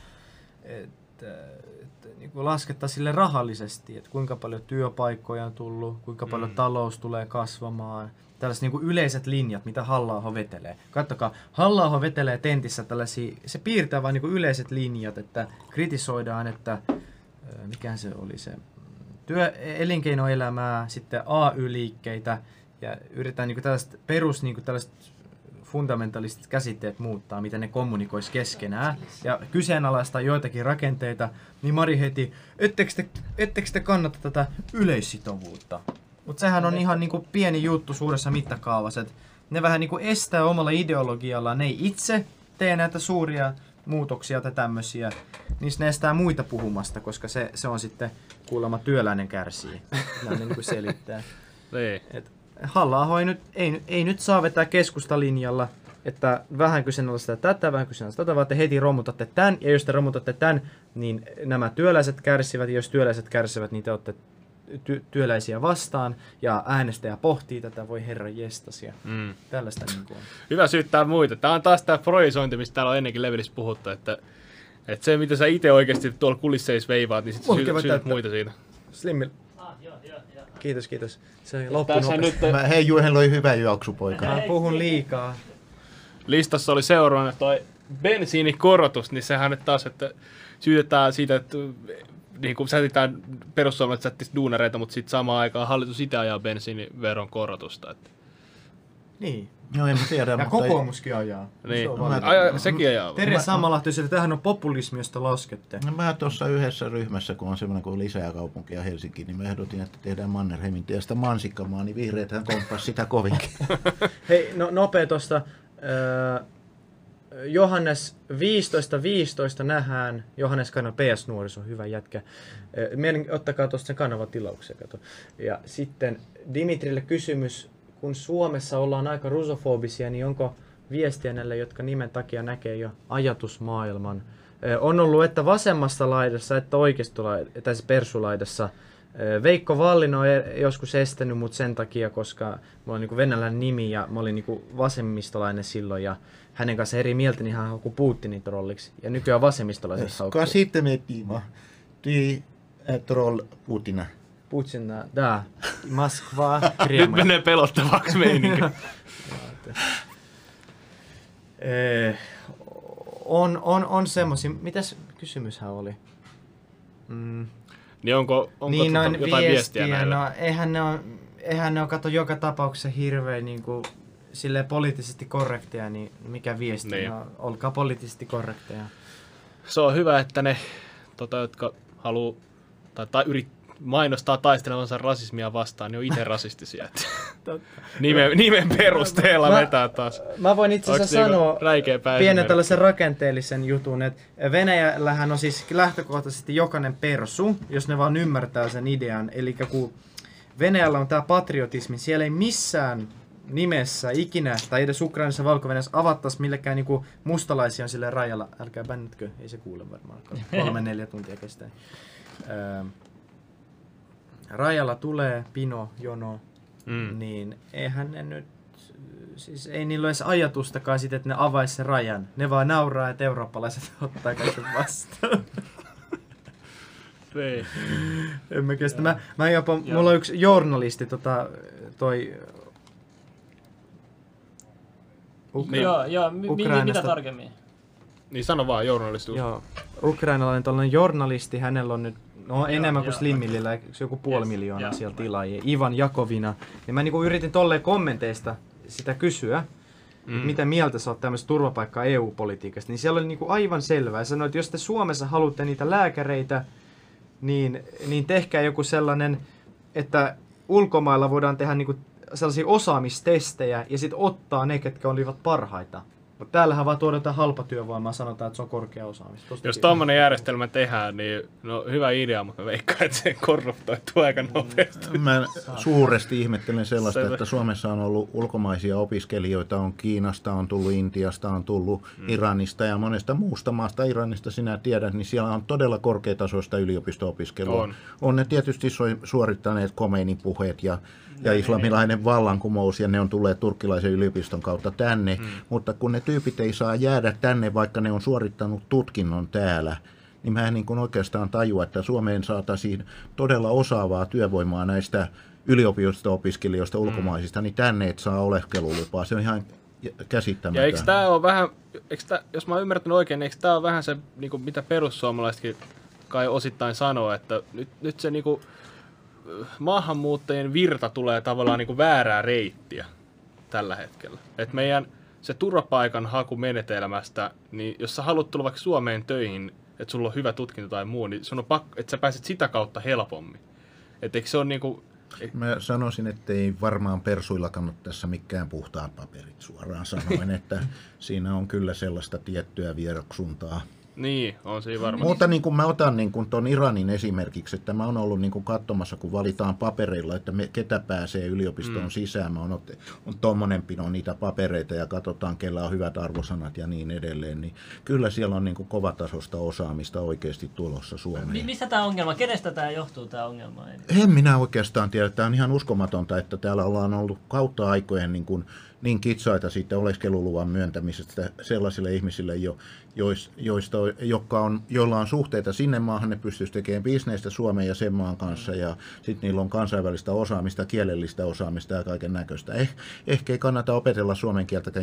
niinku laskettaa sille rahallisesti, että kuinka paljon työpaikkoja on tullut, kuinka paljon talous tulee kasvamaan. Tällaiset niinku yleiset linjat, mitä Halla-aho vetelee. Kattokaa, Halla-aho vetelee tentissä tällaisia, se piirtää vain niinku yleiset linjat, että kritisoidaan, että mikähän se oli se, elinkeinoelämää, sitten AY-liikkeitä ja yritetään niinku tällaiset tällaiset fundamentalistiset käsitteet muuttaa, miten ne kommunikoisi keskenään ja kyseenalaistaa joitakin rakenteita, niin Mari heti, ettekö te kannata tätä yleissitovuutta? Mutta sehän on ihan niinku pieni juttu suuressa mittakaavassa, että ne vähän niinku estää omalla ideologiallaan, ne ei itse tee näitä suuria muutoksia tai tämmöisiä, niin ne estää muita puhumasta, koska se on sitten kuulemma työläinen kärsii. Näin ne niinku selittää. Halla-aho ei nyt saa vetää keskustalinjalla, että vähän kyseenalaista tätä, vähän kyseenalaista tätä, vaan te heti romutatte tämän, ja jos te romutatte tämän, niin nämä työläiset kärsivät, ja jos työläiset kärsivät, niin te olette työläisiä vastaan, ja äänestäjä pohtii tätä, voi herra jestasia. Tällaista niin kuin on. Hyvä syyttää muita. Tämä on taas tämä projisointi, mistä täällä on ennenkin levelissä puhuttu, että se mitä sä itse oikeasti tuolla kulisseissa veivaat, niin sitten syytät muita siitä. Slimmil. Kiitos. Se loppui nopeasti. Hei Juhel oli hyvä juoksupoika. Mä puhun liikaa. Listassa oli seuraavana toi bensiinikorotus, niin sehän nyt taas, että syytetään siitä, että niin kuin sätitään perussuomalaiset sättis duunareita, mutta sitten samaan aikaan hallitus itse ajaa bensiiniveron korotusta. Että. Niin. Joo, en tiedä, Ja mutta kokoomuskin ajaa. Niin. Se Sekin ajaa. Terje Samalahti, että tämähän on populismi, josta laskette. No mä tuossa yhdessä ryhmässä, kun on semmoinen kuin lisää kaupunkia Helsinkiin, niin mä ehdotin, että tehdään Mannerheimin tiestä Mansikkamaa, niin vihreäthän komppasi sitä kovinkin. Hei, nopea tuosta. Johannes 15.15 nähdään. Johannes Kanava, PS Nuoriso, hyvä jätkä. Ottakaa tuosta sen kanavatilauksen. Kato. Ja sitten Dimitrille kysymys, kun Suomessa ollaan aika rusofobisia, niin onko viestiä näille, jotka nimen takia näkee jo ajatusmaailman? On ollut, että vasemmassa laidassa, että tässä persulaidassa. Veikko Vallin on joskus estänyt mut sen takia, koska mulla on niinku venäläinen nimi ja mä olin niinku vasemmistolainen silloin ja hänen kanssa eri mieltä, niin hän haukkui Putinin trolliksi. Ja nykyään vasemmistolaiset haukkuu. Sitten me Timo. Ty troll Putina. Putina, da. Moskva, Nyt Kreml. menee pelottavaksi meininki. On semmosia. Mitäs kysymyshän oli? Niin onko niin jotain viestiä näille? No, eihän ne ole kato joka tapauksessa hirveän niinku silleen poliittisesti korrekteja, niin mikä viesti? Niin. No, olkaa poliittisesti korrekteja. Se on hyvä, että ne, jotka haluaa tai mainostaa taistelevansa rasismia vastaan, niin on itse rasistisia. Nimen perusteella vetää taas. Mä voin itse asiassa sanoa pienen tällaisen rakenteellisen jutun, että Venäjällähän on siis lähtökohtaisesti jokainen persu, jos ne vaan ymmärtää sen idean. Eli kun Venäjällä on tämä patriotismi, siellä ei missään nimessä ikinä, tai edes Ukrainassa Valko-Venäjässä avattaisi millekään niinku mustalaisia on silleen rajalla. Älkää bännitkö, ei se kuule varmaan. 3-4 tuntia kestää. rajalla tulee pino, jono, niin eihän ne nyt, siis ei niillä ole edes ajatustakaan siitä, että ne avaisi sen rajan. Ne vaan nauraa, että eurooppalaiset ottaa kaiken vastaan. Ei. En mä kestä. Mä jopa, mulla on yksi journalisti, Mitä tarkemmin? Niin sano vaan, journalisti. Joo, ukrainalainen tällainen journalisti, hänellä on nyt enemmän kuin Slimmillillä, joku 500 000 siellä tilaajia, Ivan Jakovina. Ja mä niinku yritin tolleen kommenteista sitä kysyä, mitä mieltä sä oot tämmöistä turvapaikkaa EU-politiikasta, niin siellä oli niinku aivan selvää. Sanoin, että jos te Suomessa haluatte niitä lääkäreitä, niin tehkää joku sellainen, että ulkomailla voidaan tehdä niinku sellaisia osaamistestejä ja sitten ottaa ne, ketkä olivat parhaita. Mutta täällähän vaan tuodetaan halpatyövoimaa, sanotaan, että se on korkea osaamista. Jos tommonen järjestelmä tehdään, niin no hyvä idea, mutta mä veikkaan, että se korruptoituu aika nopeasti. Mä suuresti ihmettelen sellaista, että Suomessa on ollut ulkomaisia opiskelijoita, on Kiinasta, on tullut Intiasta, on tullut Iranista ja monesta muusta maasta. Iranista sinä tiedät, niin siellä on todella korkeatasoista yliopisto-opiskelua. On ne tietysti suorittaneet Khomeinin puheet ja islamilainen vallankumous, ja ne on tulleet turkkilaisen yliopiston kautta tänne, mutta kun ne tyypit ei saa jäädä tänne, vaikka ne on suorittanut tutkinnon täällä, niin mä en niin kuin oikeastaan tajua, että Suomeen saataisiin todella osaavaa työvoimaa näistä yliopisto-opiskelijoista ulkomaisista, niin tänne et saa oleskelulupaa. Se on ihan käsittämätöntä. Ja eikö tämä ole vähän, jos mä oon ymmärtänyt oikein, niin eikö tämä ole vähän se, niin kuin mitä perussuomalaisetkin kai osittain sanoo, että nyt se niin kuin maahanmuuttajien virta tulee tavallaan niin kuin väärää reittiä tällä hetkellä. Että meidän se turvapaikan hakumenetelmästä, niin jos sä haluat tulla vaikka Suomeen töihin, että sulla on hyvä tutkinto tai muu, niin sun on pakko, että sä pääset sitä kautta helpommin. Että eikö se on niinku... Mä sanoisin, että ei varmaan persuilla kannata tässä mikään puhtaat paperit suoraan sanoen, että siinä on kyllä sellaista tiettyä vieroksuntaa. Niin, on siinä varmasti. Mutta niin kuin mä otan niin kuin ton Iranin esimerkiksi, että mä oon ollut niin kuin katsomassa, kun valitaan papereilla, että ketä pääsee yliopistoon sisään. Mä on tommonen pino niitä papereita ja katsotaan, kellä on hyvät arvosanat ja niin edelleen. Niin kyllä siellä on niin kuin kovatasosta osaamista oikeasti tulossa Suomeen. Mistä tämä ongelma? Kenestä tämä johtuu, tämä ongelma? En minä oikeastaan tiedä. Tämä on ihan uskomatonta, että täällä ollaan ollut kautta aikojen niin kitsaita siitä oleskeluluvan myöntämisestä sellaisille ihmisille, joilla on suhteita sinne maahan, ne pystyisi tekemään bisneistä Suomen ja sen maan kanssa, ja sitten niillä on kansainvälistä osaamista, kielellistä osaamista ja kaiken näköistä. Ehkä ei kannata opetella suomen kieltäkään,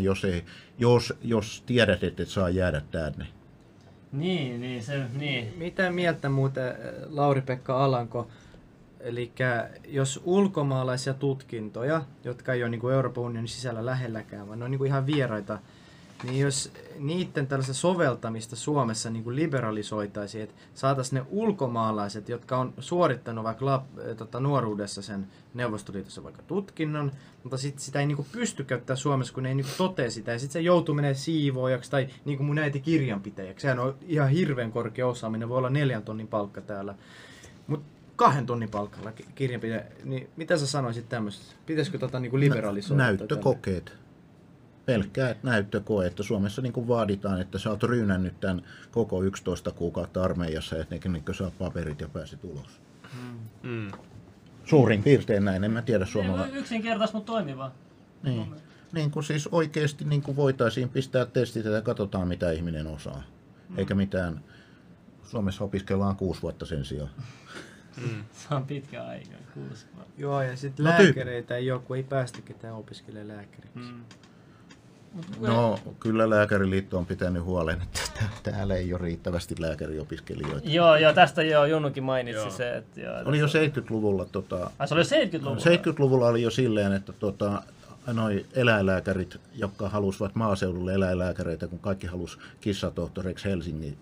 jos tiedät, että et saa jäädä tänne. Niin. Mitä mieltä muuten Lauri-Pekka Alanko? Eli jos ulkomaalaisia tutkintoja, jotka ei ole niin kuin Euroopan unionin sisällä lähelläkään, vaan ne on niin kuin ihan vieraita, niin jos niiden tällaista soveltamista Suomessa niin kuin liberalisoitaisiin, että saataisiin ne ulkomaalaiset, jotka on suorittanut vaikka nuoruudessa sen Neuvostoliitossa vaikka tutkinnon, mutta sitten sitä ei niin kuin pysty käyttämään Suomessa, kun ne ei niin kuin totea sitä, ja sitten se joutuu menemään siivoojaksi tai niin kuin mun äiti kirjanpitäjäksi. Sehän on ihan hirveän korkea osaaminen, voi olla 4 tonnin palkka täällä. 2 tonnin palkalla kirjanpitäjä, niin mitä sä sanoisit tämmöistä? Pitäisikö niinku liberalisoida? Näyttökokeet. Pelkkää näyttökoe, että Suomessa niin vaaditaan, että sä oot ryynännyt tämän koko 11 kuukautta armeijassa, että ne saa paperit ja pääsit ulos. Suurin piirtein näin, en mä tiedä suomalainen. Yksinkertaisesti, mutta toimiva. Niin kuin siis oikeasti niin kuin voitaisiin pistää testit ja katsotaan, mitä ihminen osaa. Eikä mitään. Suomessa opiskellaan 6 vuotta sen sijaan. Se on pitkä aika, 6 vuotta. Joo, ja sitten lääkäreitä ei ole, kun ei päästä ketään opiskelemaan lääkäriksi. No, kyllä Lääkäriliitto on pitänyt huolen, että täällä ei ole riittävästi lääkäriopiskelijoita. Joo, tästä Junnukin mainitsi se. Että oli jo 70-luvulla. Se oli 70-luvulla? 70-luvulla oli jo silleen, että noi eläinlääkärit, jotka halusivat maaseudulle eläinlääkäreitä, kun kaikki halusi kissatohtoreiksi Helsingiin,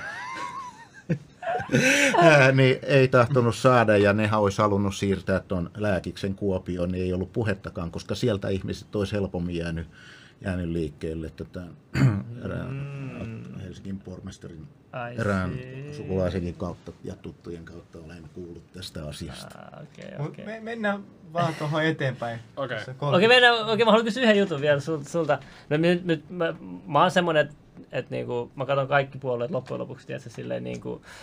niin ei tahtonut saada, ja nehän olisi halunnut siirtää tuon Lääkiksen Kuopioon, niin ei ollut puhettakaan, koska sieltä ihmiset olisi helpommin jäänyt liikkeelle. Helsingin pormestarin erään sukulaisenkin kautta ja tuttujen kautta olen kuullut tästä asiasta. Okay. Mennään vaan tuohon eteenpäin. Okei, mä haluan kysyä yhden jutun vielä sulta. No, mä oon semmonen, että niinku, mä katson kaikki puolueet loppujen lopuksi, tiedätkö, silleen niinku,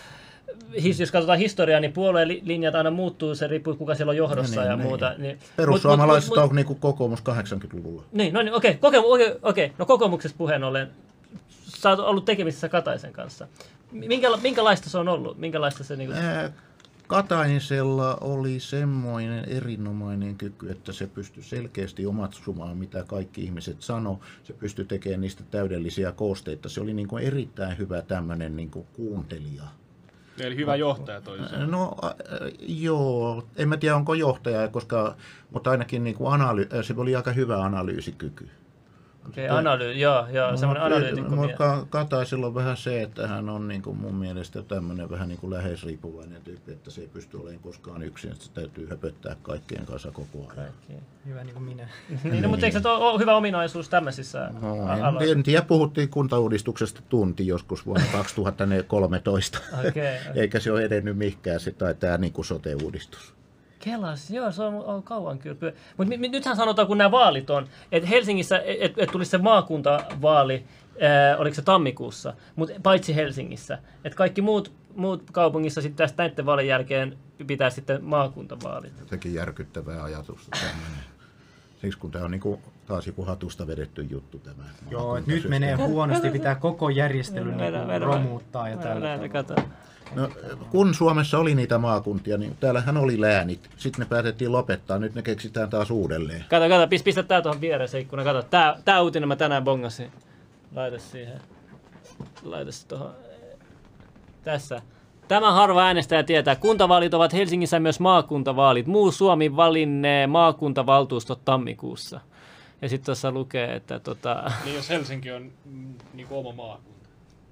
jos katsotaan historiaa, niin puolueen linjat aina muuttuu, se riippuu kuka siellä on johdossa ja muuta. Niin. Perussuomalaiset on niin kuin kokoomus 80-luvulla. Niin, no niin, okei. No kokoomuksesta puheen ollen, sä oot ollut tekemisissä Kataisen kanssa. Minkälaista se on ollut? Minkälaista se niinku... Kataisella oli semmoinen erinomainen kyky, että se pystyi selkeästi omaksumaan, mitä kaikki ihmiset sanoi. Se pystyi tekemään niistä täydellisiä koosteita. Se oli niin kuin erittäin hyvä tämmöinen niin kuin kuuntelija. Eli hyvä johtaja toisaalta. No joo, en mä tiedä onko johtaja, mutta ainakin niin kuin se oli aika hyvä analyysikyky. Okei, semmoinen analyytikko. Mutta Kataisella on vähän se, että hän on niin kuin mun mielestä tämmöinen vähän niin kuin läheisriippuvainen tyyppi, että se ei pysty olemaan koskaan yksin, että se täytyy höpöttää kaikkien kanssa koko ajan. Hyvä niin kuin minä. Niin, mutta eikö se ole hyvä ominaisuus tämmöisissä En tiedä, puhuttiin kuntauudistuksesta tunti joskus vuonna 2013, eikä se ole edennyt mihinkään se tai tämä niin kuin sote-uudistus. Kelas, joo, se on kauan kyllä. Mutta nythän sanotaan, kun nämä vaalit on, että Helsingissä tulisi se maakuntavaali, oliko se tammikuussa, mutta paitsi Helsingissä. Että kaikki muut kaupungissa sitten tästä näiden vaalien jälkeen pitää sitten maakuntavaalit. Jotenkin järkyttävää ajatusta tämmöinen. Siksi kun tämä on niin kuin taas joku hatusta vedetty juttu tämä. Joo, että nyt menee huonosti, pitää koko järjestely romuuttaa ja tällä. No, kun Suomessa oli niitä maakuntia, niin täällähän oli läänit. Sitten ne päätettiin lopettaa, nyt ne keksitään taas uudelleen. Kato, pistä tää tuohon viereen ikkuna. Kato, tää uutinen mä tänään bongasin. Laita siihen. Laita se tuohon. Tässä. Tämä harva äänestäjä tietää. Kuntavaalit ovat Helsingissä myös maakuntavaalit. Muu Suomi valinnee maakuntavaltuustot tammikuussa. Ja sitten tuossa lukee, että Niin jos Helsinki on niin kuin oma maakunta.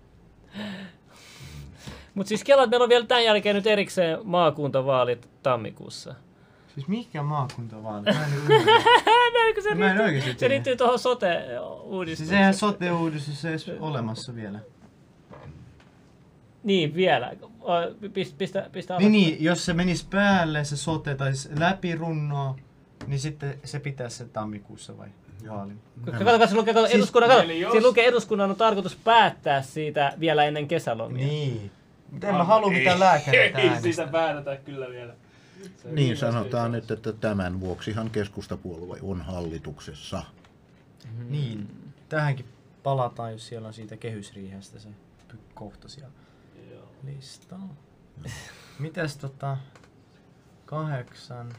Mutta siis Kela, meillä on vielä tämän jälkeen nyt erikseen maakuntavaalit tammikuussa. Siis mikä maakuntavaalit? Mä en oikeasti se liittyy tuohon sote-uudistukseen. Siis eihän sote-uudistus ei edes olemassa vielä. Niin, vielä. Pistä alas. Niin, jos se menisi päälle se sote tai läpi runnoa, niin sitten se pitäisi se tammikuussa vai vaalin? Kato, siinä lukee eduskunnan on tarkoitus päättää siitä vielä ennen kesälomia. Niin. Mutta en mä halua mitään lääkäreitä äänestää. Ei siitä päätetä kyllä vielä. Niin sanotaan nyt, että tämän vuoksihan keskustapuolue on hallituksessa. Niin. Tähänkin palataan, jos siellä on siitä kehysriihestä se kohta siellä listalla. Mitäs 8?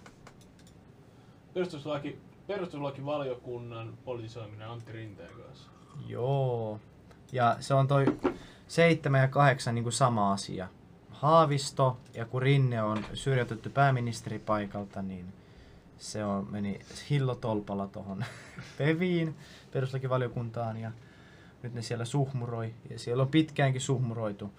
Perustuslakivaliokunnan politisoiminen Antti Rinteen kanssa. Joo. Ja se on toi 7 ja 8 niin kuin sama asia. Haavisto, ja kun Rinne on syrjäytetty pääministeripaikalta, niin se meni hillotolpalla tuohon PeViin, perustuslakivaliokuntaan, ja nyt ne siellä suhmuroi. Ja siellä on pitkäänkin suhmuroitu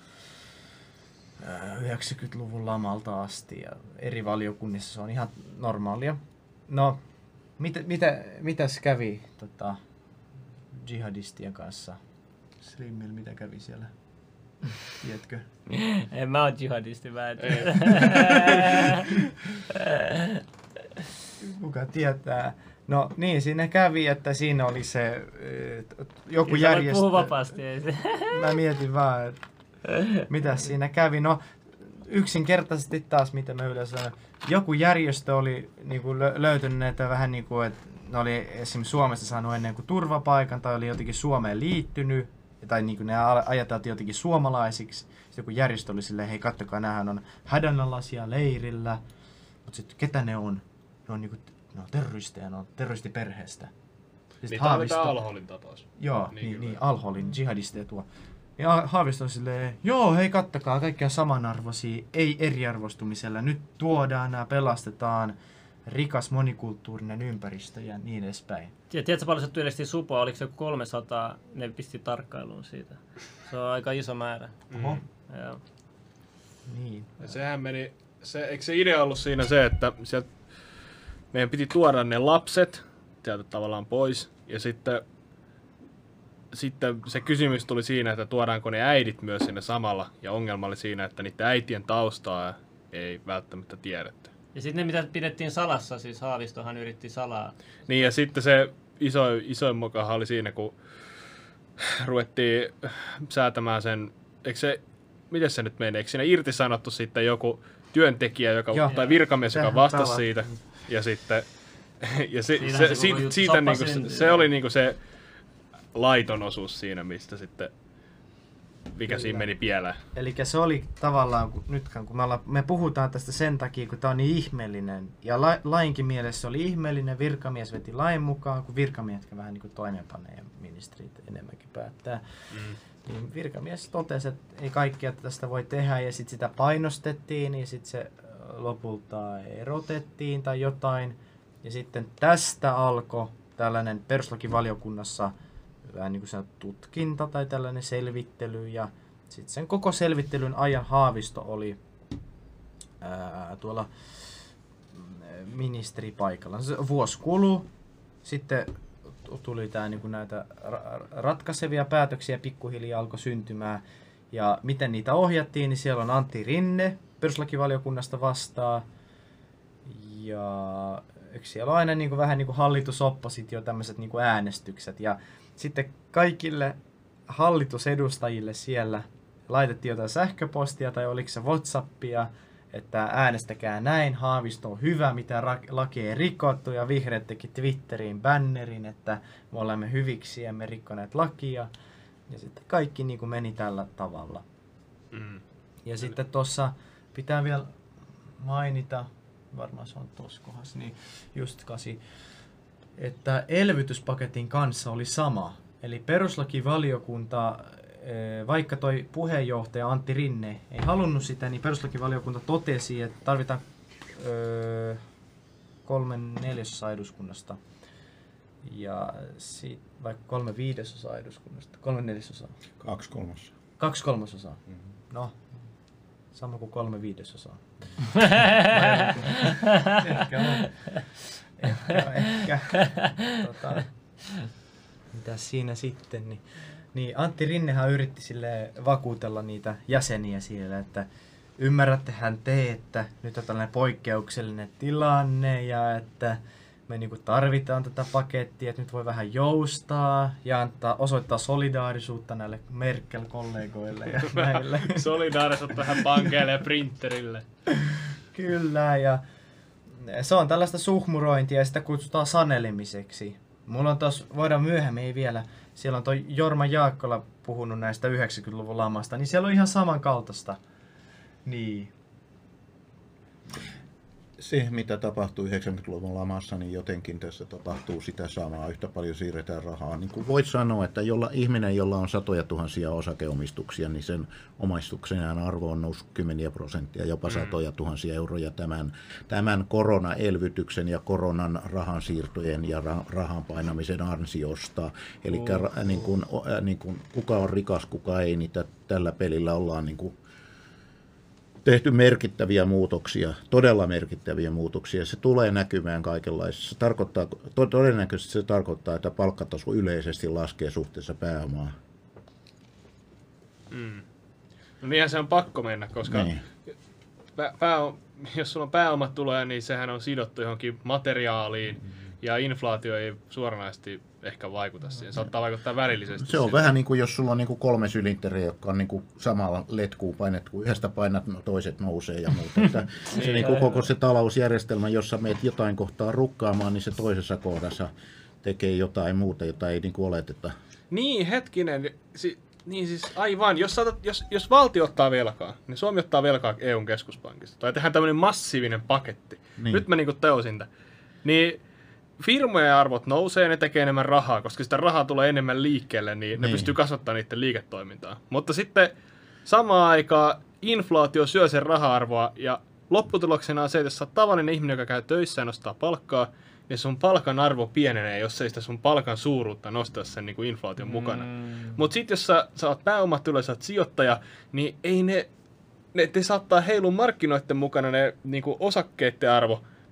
90-luvun lamalta asti, ja eri valiokunnissa se on ihan normaalia. No, mitäs kävi jihadistien kanssa? Slimmillä, mitä kävi siellä? Tiedätkö? En mä oon jihadisti, mä en tiedä. Kuka tietää? No niin, siinä kävi, että siinä oli se joku järjestö. Puhu vapaasti, ei se. Mä mietin vaan, että mitä siinä kävi. No yksinkertaisesti taas, mitä mä yleensä sanon. Joku järjestö oli niinku löytänyt näitä vähän niin kuin, että ne oli esimerkiksi Suomessa saanut ennen kuin turvapaikan tai oli jotenkin Suomeen liittynyt. Tai niin kuin ne ajateltiin jotenkin suomalaisiksi. Sitten joku järjestö oli silleen, hei kattokaa, näähän on hädänalaisia leirillä. Mutta sitten ketä ne on? Ne on terroristeja, ne on terroristiperheestä. Niin tämä oli tämä Al-Holin tapaus. Joo, niin Al-Holin jihadisteja tuo. Ja Haavisto on silleen, joo hei kattokaa, kaikkia samanarvoisia, ei eriarvostumisella. Nyt tuodaan nämä, pelastetaan rikas monikulttuurinen ympäristö ja niin edespäin. Tiedätkö paljon se työllisti Supoa, oliko se 300, ne pisti tarkkailuun siitä. Se on aika iso määrä. Oho. Joo. Niin. Ja sehän meni, eikö se idea ollut siinä se, että sieltä meidän piti tuoda ne lapset sieltä tavallaan pois. Ja sitten se kysymys tuli siinä, että tuodaanko ne äidit myös sinne samalla. Ja ongelma oli siinä, että niiden äitien taustaa ei välttämättä tiedetty. Ja sitten ne, mitä pidettiin salassa, siis Haavistohan yritti salaa. Niin, ja sitten se isoin mokahan oli siinä, kun ruvettiin säätämään sen, eikö se miten se nyt menee? Eikö siinä irtisanottu sitten joku työntekijä, tai virkamies, joka Sehän vastasi tavat. siitä, ja sitten Siinähän se koko juttu siitä syntyi. se oli niinku se laiton osuus siinä, mistä sitten mikä siinä meni pieleen. Eli se oli tavallaan, kun me puhutaan tästä sen takia, kun tämä on niin ihmeellinen. Ja lainkin mielessä se oli ihmeellinen, virkamies veti lain mukaan, kun virkamiehet vähän niin kuin toimeenpanee ja ministerit enemmänkin päättää. Niin virkamies totesi, että ei kaikkea tästä voi tehdä ja sitten sitä painostettiin, niin sitten se lopulta erotettiin tai jotain. Ja sitten tästä alkoi tällainen perustuslakivaliokunnassa vähän niin kuin se tutkinta tai tällainen selvittely. Ja sitten sen koko selvittelyn ajan Haavisto oli tuolla ministeripaikalla. Se vuosi kului, sitten tuli tää, niin kuin näitä ratkaisevia päätöksiä pikkuhiljaa alkoi syntymään. Ja miten niitä ohjattiin, niin siellä on Antti Rinne perustuslakivaliokunnasta vastaa. Ja siellä on aina niin kuin, vähän niin kuin hallitusoppositio, tämmöiset niin kuin äänestykset. Ja sitten kaikille hallitusedustajille siellä laitettiin jotain sähköpostia tai oliko se WhatsAppia, että äänestäkää näin, Haavisto on hyvä, mitä laki ei rikottu, ja vihreät teki Twitteriin bannerin, että me olemme hyviksi ja me rikkoneet lakia. Ja sitten kaikki niin kuin meni tällä tavalla. Ja sitten tuossa pitää vielä mainita, varmaan se on tuossa kohdassa, niin just 8, että elvytyspaketin kanssa oli sama. Eli perustuslakivaliokunta, vaikka toi puheenjohtaja Antti Rinne ei halunnut sitä, niin perustuslakivaliokunta totesi, että tarvitaan 3/4 eduskunnasta. Ja vaikka 3/5 eduskunnasta, 3/4. 2/3. 2/3. No, sama kuin 3/5. Ehkä. Mitäs siinä sitten? Niin Antti Rinnehän yritti sille vakuutella niitä jäseniä siellä, että ymmärrättehän te, että nyt on tällainen poikkeuksellinen tilanne ja että me niinku tarvitaan tätä pakettia, että nyt voi vähän joustaa ja osoittaa solidaarisuutta näille Merkel-kollegoille ja näille. Solidaarisuutta tähän pankeille ja printerille. Kyllä, ja se on tällaista suhmurointia ja sitä kutsutaan sanelemiseksi. Mulla on taas, voidaan myöhemmin vielä, siellä on toi Jorma Jaakkola puhunut näistä 90-luvun lamasta, niin siellä on ihan samankaltaista. Niin. Se, mitä tapahtui 90-luvun lamassa, niin jotenkin tässä tapahtuu sitä samaa. Yhtä paljon siirretään rahaa. Niin kuin voit sanoa, että ihminen, jolla on satoja tuhansia osakeomistuksia, niin sen omistuksen arvo on noussut 10%, jopa satoja tuhansia euroja tämän koronaelvytyksen ja koronan rahansiirtojen ja rahan painamisen ansiosta. Eli niin kuin, kuka on rikas, kuka ei, niin tällä pelillä ollaan niin kuin tehty merkittäviä muutoksia, todella merkittäviä muutoksia. Se tulee näkymään kaikenlaisissa. Todennäköisesti se tarkoittaa, että palkkataso yleisesti laskee suhteessa pääomaan. No niinhän se on pakko mennä, koska Niin. jos sulla on pääomatuloja, niin sehän on sidottu johonkin materiaaliin, ja inflaatio ei suoranaisesti ehkä vaikuta siihen. Saattaa vaikuttaa välillisesti. Se on vähän niin kuin jos sulla on niin kuin 3 sylinteriä, jotka on niin kuin samalla letkuun painettu, kun yhdestä painat, toiset nousee ja muuta. Että se niin kuin koko se talousjärjestelmä, jossa meet jotain kohtaa rukkaamaan, niin se toisessa kohdassa tekee jotain muuta, jota ei niin kuin oleteta. Niin, hetkinen. Niin siis aivan. Jos valtio ottaa velkaa, niin Suomi ottaa velkaa EUn keskuspankista. Tai tehdään tämmöinen massiivinen paketti. Niin. Nyt mä niinku tajusin tämän. Niin firmojen arvot nousee, ne tekee enemmän rahaa, koska sitä rahaa tulee enemmän liikkeelle, niin ne pystyy kasvattamaan niiden liiketoimintaa. Mutta sitten samaan aikaan inflaatio syö sen raha-arvoa, ja lopputuloksena on se, että jos sä oot tavallinen ihminen, joka käy töissä ja nostaa palkkaa, niin sun palkan arvo pienenee, jos ei sitä sun palkan suuruutta nostaa sen niin kuin inflaation mukana. Mutta sitten jos sä oot pääomatuloja, sä oot sijoittaja, niin ei ne saattaa heilua markkinoiden mukana ne niin kuin osakkeiden arvo,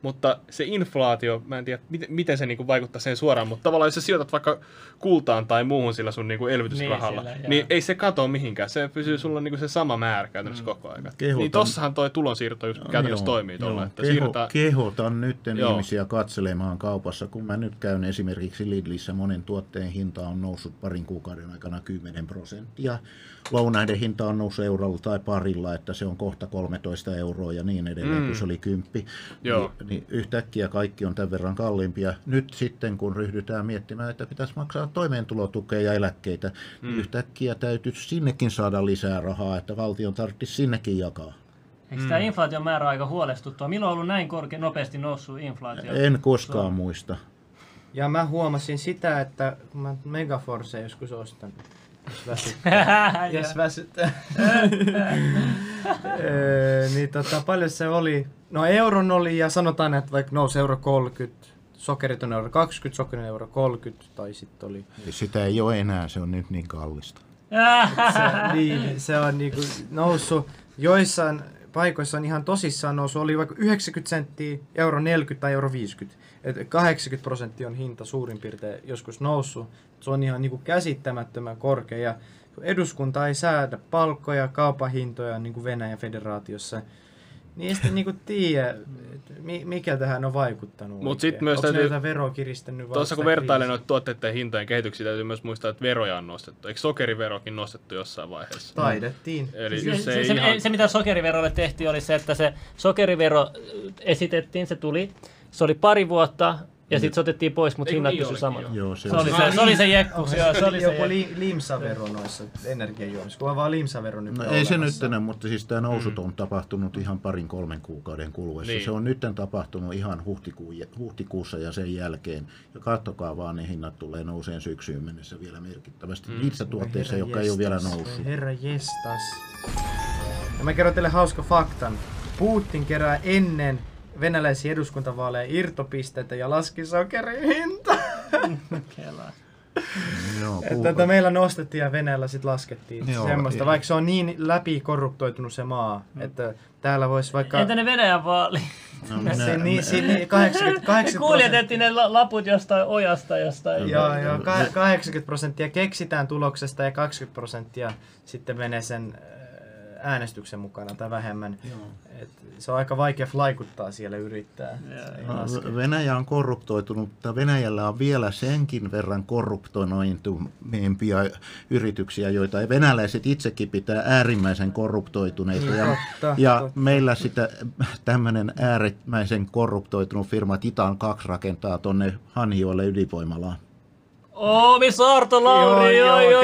mutta se inflaatio, mä en tiedä miten se niinku vaikuttaa sen suoraan, mutta tavallaan jos sä sijoitat vaikka kultaan tai muuhun sillä sun niinku elvytysrahalla, niin ei se katoa mihinkään, se pysyy sulla niinku se sama määrä käytännössä koko ajan. Niin tossahan toi tulonsiirto just käytännössä toimii tuolla, että siirrytään... Kehotan nyt ihmisiä katselemaan kaupassa, kun mä nyt käyn esimerkiksi Lidlissä, monen tuotteen hinta on noussut parin kuukauden aikana 10%. Lounaiden hinta on noussut eurolla tai parilla, että se on kohta 13 euroa ja niin edelleen, kun se oli 10. Niin yhtäkkiä kaikki on tämän verran kalliimpia. Nyt sitten, kun ryhdytään miettimään, että pitäisi maksaa toimeentulotukea ja eläkkeitä, yhtäkkiä täytyisi sinnekin saada lisää rahaa, että valtion tarvitsisi sinnekin jakaa. Eikö tämä inflaation määrä aika huolestuttavaa? Milloin on ollut näin nopeasti noussut inflaatio? En koskaan muista. Ja mä huomasin sitä, että kun mä Megaforce joskus ostan, jos väsyttää, niin paljon se oli? No euron oli ja sanotaan, että vaikka nousi euro 30, sokerit on euro 20, sokerin euro 30 tai sitten oli... Sitä ei ole enää, se on nyt niin kallista. Se on niinku noussut joissain paikoissa on ihan tosissaan noussut, oli vaikka 90 senttiä, euro 40 tai euro 50. Et 80% on hinta suurin piirtein joskus noussut. Se on ihan niinku käsittämättömän korkea. Ja eduskunta ei säädä palkkoja, kaupahintoja niin kuin Venäjän federaatiossa. Niin ei sitten niinku tiedä, mikä tähän on vaikuttanut. Mut sit myös onko näitä veroa kiristänyt? Tuossa kun vertailee noita tuotteiden hintojen kehityksiä, täytyy myös muistaa, että veroja on nostettu. Eikö sokeriverokin nostettu jossain vaiheessa? Taidettiin. Eli se mitä sokeriverolle tehtiin, oli se, että se sokerivero esitettiin, se tuli. Se oli pari vuotta. Ja sitten se otettiin pois, mutta hinnat pysyivät samana. Se oli se jekku. Se oli joku limsavero noissa energiajuomissa. Kun on vaan limsavero nyt. No ei se nyt enää, mutta siis tämä nousut on tapahtunut ihan 2-3 kuukauden kuluessa. Niin. Se on nyt tapahtunut ihan huhtikuussa ja sen jälkeen. Ja katsokaa vaan, ne hinnat tulee nouseen syksyyn mennessä vielä merkittävästi. Niissä tuotteissa, jotka ei ole vielä noussut. Herra jestas. Ja mä kerron teille hauska faktan. Putin kerää ennen venäläisiä eduskuntavaaleja irtopisteitä ja laski sokerin hinta. Tätä meillä nostettiin ja Venäjällä sitten laskettiin. Semmoista, vaikka se on niin läpikorruptoitunut se maa, että täällä voisi vaikka... Entä ne Venäjän vaalit? No, 80%. Kuljetettiin ne laput jostain ojasta jostain. Joo, 80% keksitään tuloksesta ja 20% sitten menee sen äänestyksen mukana tai vähemmän. Et se on aika vaikea flaikuttaa siellä yrittää. Venäjä on korruptoitunut, mutta Venäjällä on vielä senkin verran korruptoituneempia yrityksiä, joita venäläiset itsekin pitää äärimmäisen korruptoituneita. Ja meillä sitä tämmöinen äärimmäisen korruptoitunut firma Titan 2 rakentaa tuonne Hanhiolle ydinvoimalaan. Missä Arto Lauri?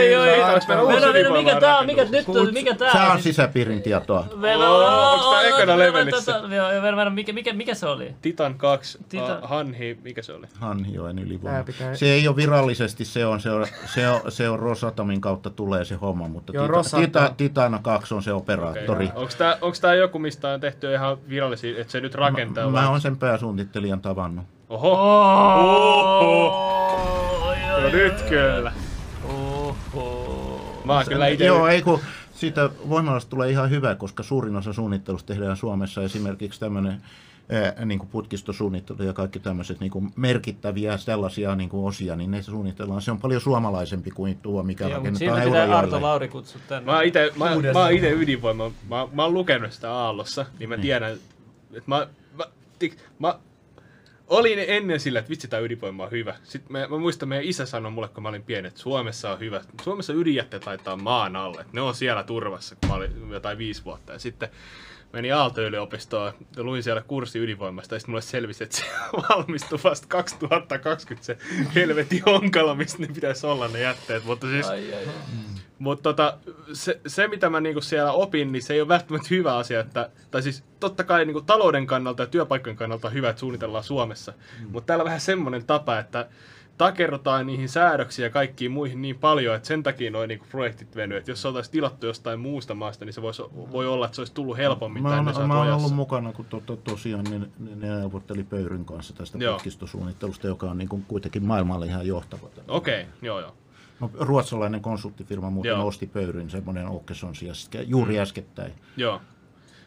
Mikä tää? Se on sisäpiirin tietoa. Onko tää ekana levelissä? Mikä se oli? Titan 2, Hanhi, mikä se oli? Hanhioen ydinvoima. Se ei ole virallisesti, se on Rosatomin kautta tulee se homma, mutta Titan 2 on se operaattori. Okay. Onko tää joku, mistä on tehty ihan virallisia, että se nyt rakentaa? Mä oon sen pääsuunnittelijan tavannut. No nyt kyllä. Mä oon kyllä ite... Joo, ei kun siitä voimalasta tulee ihan hyvä, koska suurin osa suunnittelusta tehdään Suomessa. Esimerkiksi tämmöinen niin kuin putkistosuunnittelu ja kaikki tämmöiset niin kuin merkittäviä sellaisia niin kuin osia, niin ne suunnitellaan. Se on paljon suomalaisempi kuin tuo, mikä rakennetaan Eurajoelle. Pitää Arto Lauri kutsua tänne. Mä oon ite ydinvoima. Mä oon lukenut sitä Aallossa, niin mä tiedän, että mä olin ennen sillä, että vitsi, tää ydinvoima on hyvä. Sitten mä muistan, meidän isä sanoi mulle, kun mä olin pieni, että Suomessa on hyvä. Suomessa ydinjätteet laittaa maan alle. Ne on siellä turvassa, kun mä olin jotain 5 vuotta. Ja sitten menin Aalto-yliopistoon ja luin siellä kurssi ydinvoimasta. Ja sitten mulle selvisi, että se valmistui vasta 2020 se helvetin onkalo, mistä ne pitäisi olla ne jätteet. Mutta siis... Mutta se, mitä mä niinku siellä opin, niin se ei ole välttämättä hyvä asia. Tai siis totta kai niinku talouden kannalta ja työpaikkojen kannalta on hyvä, että suunnitellaan Suomessa. Mutta täällä on vähän semmoinen tapa, että takerrotaan niihin säädöksiin ja kaikkiin muihin niin paljon, että sen takia nuo niinku projektit venyy. Että jos se oltaisiin tilattu jostain muusta maasta, niin se voi olla, että se olisi tullut helpommin tänne saatu Mä oon ollut mukana, kun tosiaan ne neuvotteli Pöyryn kanssa tästä putkistosuunnittelusta, joka on niinku kuitenkin maailmalla ihan johtava. Okei, joo. No, ruotsalainen konsulttifirma muuten osti Pöyryn, semmoinen Åkesson juuri äskettäin. Joo.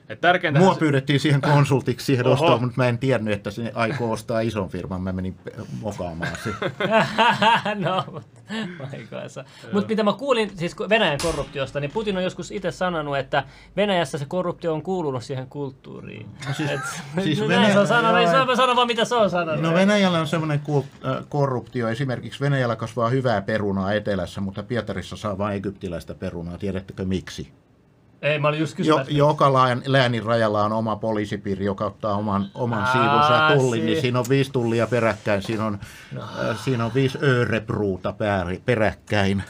Et tärkeintä Mua pyydettiin siihen konsultiksi siihen Oho. ostoon, mutta mä en tiennyt, että se aikoo ostaa ison firman. Mä menin mokaamaan se. No, mutta mitä mä kuulin siis Venäjän korruptiosta, niin Putin on joskus itse sanonut, että Venäjässä se korruptio on kuulunut siihen kulttuuriin. Siis Näin se on sanonut, ei saa sanoa vaan mitä se on sanonut. No Venäjällä on semmoinen korruptio. Esimerkiksi Venäjällä kasvaa hyvää perunaa etelässä, mutta Pietarissa saa vain egyptiläistä perunaa. Tiedättekö miksi? Ei, mä olin just kysymässä. Joka läänin rajalla on oma poliisipiiri, joka ottaa oman siivunsa ja tullin, niin siinä on 5 tullia peräkkäin, siinä on 5 örebruuta peräkkäin.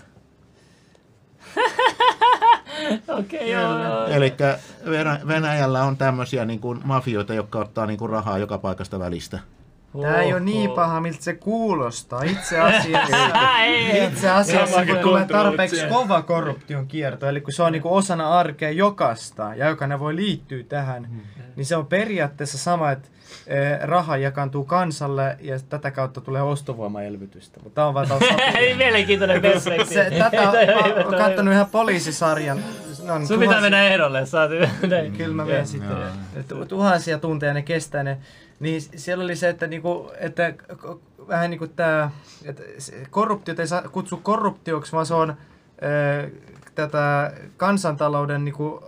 Okei, joo. Eli Venäjällä on tämmöisiä niin kuin mafioita, jotka ottaa niin kuin rahaa joka paikasta välistä. Tää ei ole niin paha, miltä se kuulostaa. Itse asiassa kun tulee tarpeeksi kova korruption kierto, eli kun se on niinku osana arkea jokasta ja jokainen voi liittyä tähän, niin se on periaatteessa sama, että raha jakantuu kansalle ja tätä kautta tulee ostovoimaelvytystä. Mutta tämä on vaan taas Ei mielenkiintoinen perspektiivi. Tätä olen katsonut ihan poliisisarjan. Sun pitää mennä ehdolle, saat Kyllä mä menen sitten. Tuhansia tunteja ne kestää ne. Niin siellä oli se, että, että vähän niin kuin tämä, että korruptiota ei saa kutsua korruptioksi, vaan se on tätä kansantalouden niin kuin,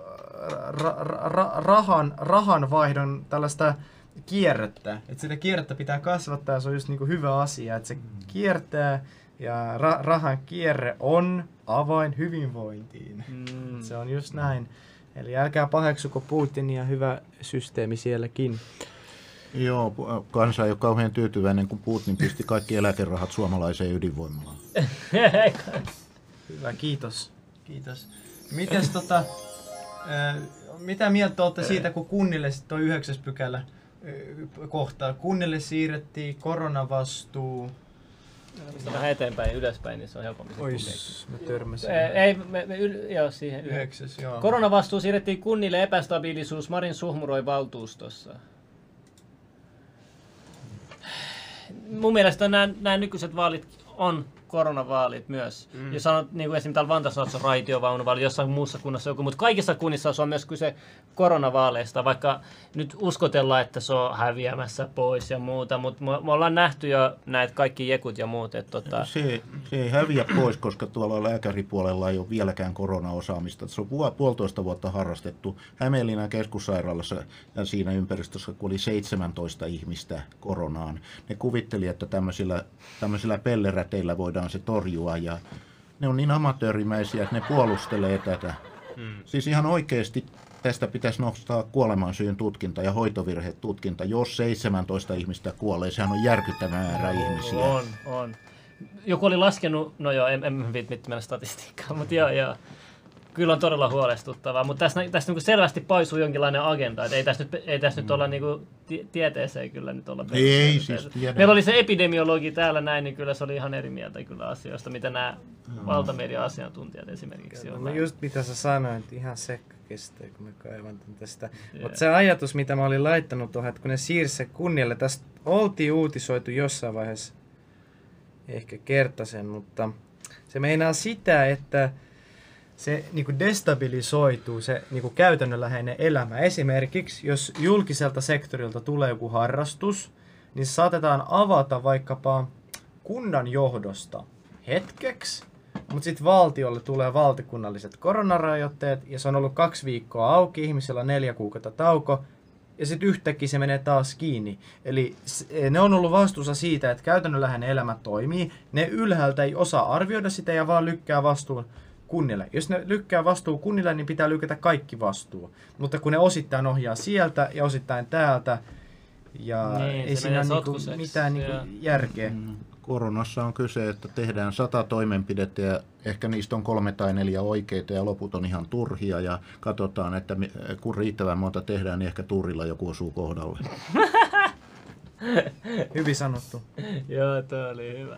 rahanvaihdon tällaista kierrettä. Että sitä kierrettä pitää kasvattaa ja se on just niin kuin hyvä asia, että se kiertää ja rahan kierre on avain hyvinvointiin. Se on just näin. Eli älkää paheksuko Putinia, hyvä systeemi sielläkin. Joo, kansa ei ole kauhean tyytyväinen, kun Putin pisti kaikki eläkerahat suomalaiseen ydinvoimalaan. Hyvä, kiitos. Mites mitä mieltä olette siitä, kun kunnille sitten on 9. pykälä kohtaa? Kunnille siirrettiin koronavastuu. Mistä vähän eteenpäin ylöspäin, niin se on helpompi. Ois, mä törmäsin. Joo, siihen 9, joo. Koronavastuu siirrettiin kunnille, epästabiilisuus, Marin suhmuroi valtuustossa. Mun mielestä nämä nykyiset vaalit on koronavaalit myös. Jos sanot, niin kuin esimerkiksi täällä Vantaassa on raitiovaunuvaali, jossain muussa kunnassa joku, mutta kaikissa kunnissa se on myös kyse koronavaaleista, vaikka nyt uskotellaan, että se on häviämässä pois ja muuta, mutta me ollaan nähty jo näitä kaikki jekut ja muut. Se ei häviä pois, koska tuolla lääkäripuolella ei ole vieläkään koronaosaamista. Se on 1,5 vuotta harrastettu Hämeenlinnan keskussairaalassa ja siinä ympäristössä, kun oli 17 ihmistä koronaan. Ne kuvitteli, että tämmöisillä pelleräteillä voidaan se torjua ja ne on niin amatöörimäisiä, että ne puolustelee tätä. Siis ihan oikeasti tästä pitäisi nostaa kuolemansyyn tutkinta ja hoitovirhetutkinta, jos 17 ihmistä kuolee. Sehän on järkyttävä määrä ihmisiä. On. Joku oli laskenut, no joo, en viitti mennä statistiikkaan, mutta joo. Kyllä on todella huolestuttavaa, mutta tässä niin selvästi paisuu jonkinlainen agenda. Että ei tässä nyt olla niin tieteeseen kyllä nyt olla. Ei siis tiedä. Meillä oli se epidemiologi täällä näin, niin kyllä se oli ihan eri mieltä kyllä asioista, mitä nämä valtamedia-asiantuntijat esimerkiksi on. No just mitä sä sanoit, ihan sekka kestää, kun mä kaivan tästä. Mutta se ajatus, mitä mä olin laittanut tuohon, että kun ne siirsi se kunnille, tästä oltiin uutisoitu jossain vaiheessa, ehkä kertasen, mutta se meinaa sitä, että se niin destabilisoituu se niin käytännönläheinen elämä. Esimerkiksi, jos julkiselta sektorilta tulee joku harrastus, niin saatetaan avata vaikkapa kunnan johdosta hetkeksi, mutta sitten valtiolle tulee valtakunnalliset koronarajoitteet, ja se on ollut 2 viikkoa auki, ihmisillä on 4 kuukautta tauko, ja sitten yhtäkkiä se menee taas kiinni. Eli ne on ollut vastuussa siitä, että käytännönläheinen elämä toimii, ne ylhäältä ei osaa arvioida sitä ja vaan lykkää vastuun kunnille. Jos ne lykkää vastuu kunnille, niin pitää lykätä kaikki vastuu. Mutta kun ne osittain ohjaa sieltä ja osittain täältä, ja niin, ei siinä ole mitään järkeä. Koronassa on kyse, että tehdään 100 toimenpidettä ja ehkä niistä on 3 tai 4 oikeita ja loput on ihan turhia ja katsotaan, että kun riittävän monta tehdään, niin ehkä tuurilla joku osuu kohdalle. Hyvin sanottu. Joo, toi oli hyvä.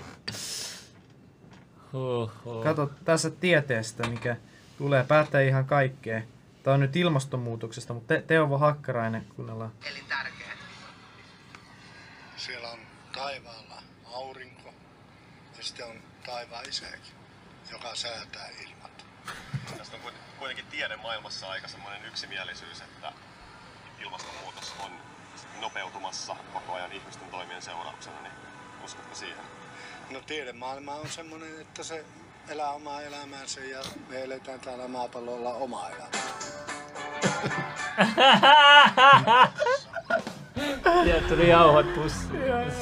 Kato tässä tieteestä, mikä tulee päättää ihan kaikkea. Tämä on nyt ilmastonmuutoksesta, mutta Teuvo Hakkarainen kuunnellaan. Elintärkeä. Siellä on taivaalla aurinko ja sitten on taivaan isäkin, joka säätää ilmat. Tästä on kuitenkin tiedemaailmassa aika semmoinen yksimielisyys, että ilmastonmuutos on nopeutumassa koko ajan ihmisten toimien seurauksena, niin uskotko siihen? No tiedemaailma on semmoinen, että se elää omaa elämäänsä ja me eletään täällä maapallolla omaa elämää. Sieltä tuli jauhot pussiin.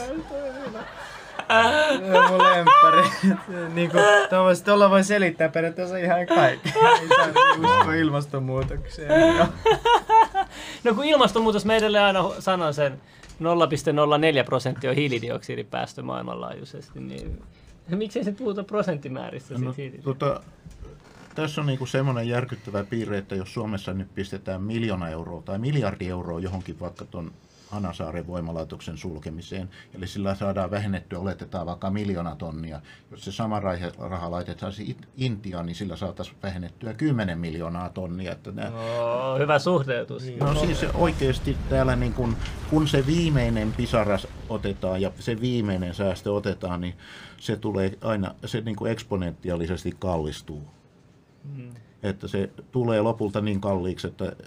Mun lemppari. Niinku, tuolla voi selittää periaatteessa ihan kaikki. Ei saa uskoa ilmastonmuutokseen. No kun ilmastonmuutos, mä edelleen aina sanon sen 0,04% on hiilidioksidipäästö maailmanlaajuisesti, niin miksei se puhuta prosenttimääristä siitä hiilidioksista? Tässä on niinku semmoinen järkyttävä piirre, että jos Suomessa nyt pistetään 1 000 000 euroa tai miljardi euroa johonkin vaikka tuon Hanasaaren voimalaitoksen sulkemiseen, eli sillä saadaan vähennettyä, oletetaan vaikka 1 000 000 tonnia. Jos se sama raha laitetaan Intiaan, niin sillä saataisiin vähennettyä 10 miljoonaa tonnia. Että Hyvä suhteutus. No siis oikeasti täällä niin kun se viimeinen pisara otetaan ja se viimeinen säästö otetaan, niin se tulee aina, se niin kuin eksponentiaalisesti kallistuu. Että se tulee lopulta niin kalliiksi,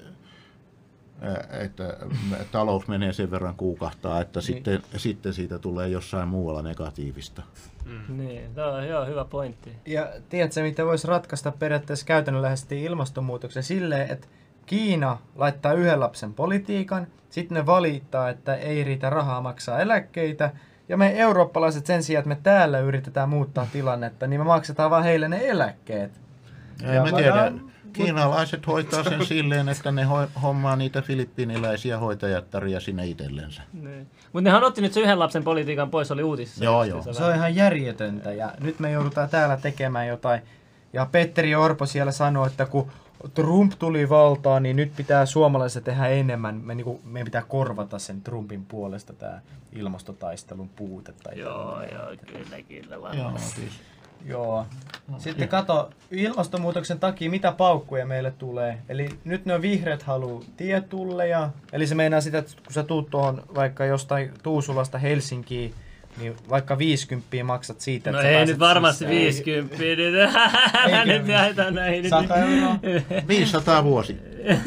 että talous menee sen verran kuukahtaa, että sitten siitä tulee jossain muualla negatiivista. Niin, joo, hyvä pointti. Ja tiedätkö, mitä voisi ratkaista periaatteessa käytännönläheisesti ilmastonmuutoksen silleen, että Kiina laittaa 1 lapsen politiikan, sitten ne valittaa, että ei riitä rahaa maksaa eläkkeitä, ja me eurooppalaiset sen sijaan, että me täällä yritetään muuttaa tilannetta, niin me maksetaan vaan heille ne eläkkeet. Ei mä tiedä. Kiinalaiset hoitaa sen silleen, että ne hommaa niitä filippiiniläisiä hoitajattaria sinne itsellensä. Niin. Mutta nehän otti nyt se 1 lapsen politiikan pois, oli uutisissa. Joo. Se on ihan järjetöntä ja nyt me joudutaan täällä tekemään jotain. Ja Petteri Orpo siellä sanoi, että kun Trump tuli valtaan, niin nyt pitää suomalaiset tehdä enemmän. Meidän pitää korvata sen Trumpin puolesta tämä ilmastotaistelun puute. Joo, kyllä varmasti. Joo. Sitten kato, ilmastonmuutoksen takia mitä paukkuja meille tulee. Eli nyt ne vihreät haluaa tietulleja. Eli se meinaa sitä, että kun sä tuut tuohon vaikka jostain Tuusulasta Helsinkiin, niin vaikka 50 maksat siitä, no että ei nyt varmasti sisään. 50, nyt jaetaan näihin. 100 euroa. 500 vuosi.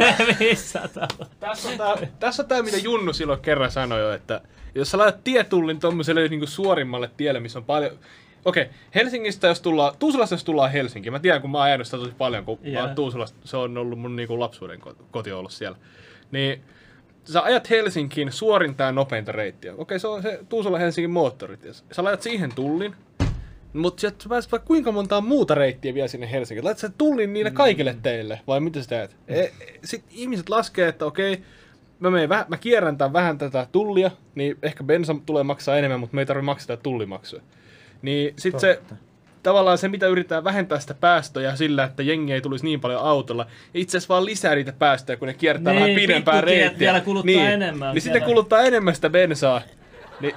500. Tässä on tämä, mitä Junnu silloin kerran sanoi jo, että jos sä laitat tietullin tommoselle niin suorimmalle tielle, missä on paljon. Okei, Helsingistä Tuusulasta jos tullaan Helsinkiin, mä tiedän kun mä oon ajanut sitä tosi paljon, kun mä oon Tuusulasta, se on ollut mun niinku lapsuuden koti ollut siellä. Niin sä ajat Helsinkiin suorintaan nopeinta reittiä. Okei, se on se Tuusula-Helsingin moottoritie. Sä laitat siihen tullin, mutta sieltä sä pääset vaikka kuinka montaa muuta reittiä vielä sinne Helsinkiin. Laitat sä tullin niille kaikille teille, vai mitä sä teet? Sitten ihmiset laskee, että okei, mä kierrän vähän tätä tullia, niin ehkä bensa tulee maksaa enemmän, mutta me ei tarvitse maksaa tullimaksuja. Niin sit se tavallaan se, mitä yritetään vähentää sitä päästöjä sillä, että jengi ei tulisi niin paljon autolla, itse asiassa vaan lisää niitä päästöjä, kun ne kiertää vähän pidempää reittiä. Vielä kuluttaa enemmän. Niin sitten kuluttaa enemmän sitä bensaa. Niin.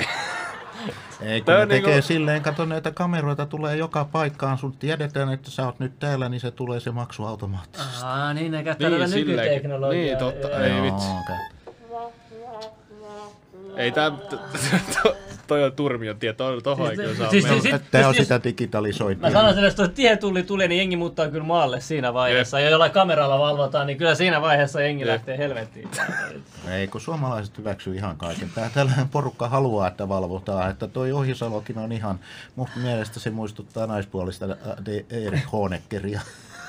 Ei, kun ne tekee silleen, kato näitä kameroita tulee joka paikkaan, sun tiedetään, että sä oot nyt täällä, niin se tulee se maksu automaattisesti. Niin ne käyttää tätä nykyteknologiaa. Niin, totta. Ei vitsi. Ei toi on Turmion tie, tohon ei kyllä saa mennä. Tää on sitä digitalisointia. Mä sanoisin, että jos tietulli tulee, niin jengi muuttaa kyllä maalle siinä vaiheessa. Ja jollain kameralla valvotaan, niin kyllä siinä vaiheessa jengi lähtee helvettiin. Ei, kun suomalaiset hyväksyy ihan kaiken. Tällainen porukka haluaa, että valvotaan. Että toi Ohisalokin on ihan, mun mielestä se muistuttaa naispuolista Erik Honeckeria.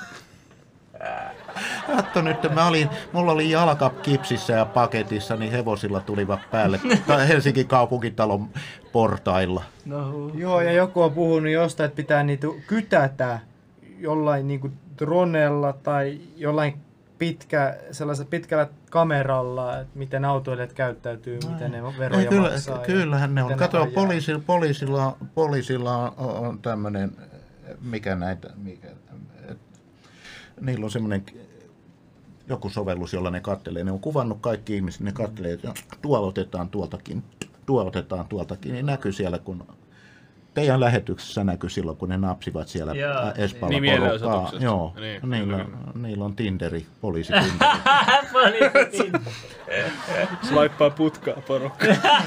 Katso nyt, mulla oli jalka kipsissä ja paketissa, niin hevosilla tulivat päälle Helsingin kaupunkitalon portailla. No. Joo, ja joku on puhunut jostain, että pitää niitä kytätä jollain niinku dronella tai jollain pitkällä kameralla, että miten autoilijat käyttäytyy, miten ne veroja maksaa. Kyllähän ne on. Kato, poliisilla on tämmöinen, niillä on semmoinen joku sovellus, jolla ne kattelee. Ne on kuvannut kaikki ihmiset, ne kattelee, että tuo otetaan tuoltakin, niin näkyy siellä, kun teidän lähetyksessä näkyy silloin, kun ne napsivat siellä Espalla porukkaa. Joo, niillä on Tinderi, poliisitinderi. Swipea putkaa porukkaa.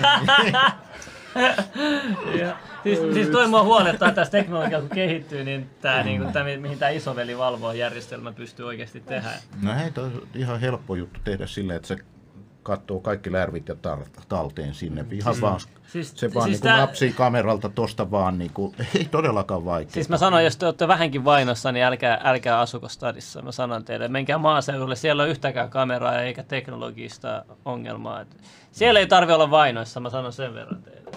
Siis toi mua huolettaa tässä teknologialla, kun kehittyy, niin tää, mihin tämä isoveli valvoo järjestelmä pystyy oikeasti tehdä. No hei, toi on ihan helppo juttu tehdä silleen, että sä katsoo kaikki lärvit ja talteen sinne. Ihan vaan, se vaan siis niin napsii kameralta tosta vaan, niin kuin, ei todellakaan vaikea. Siis mä sanoin, jos te olette vähänkin vainossa, niin älkää asuko stadissa. Mä sanon teille, menkää maaseudulle, siellä on yhtäkään kameraa eikä teknologista ongelmaa. Et siellä ei tarvitse olla vainoissa, mä sanon sen verran teille.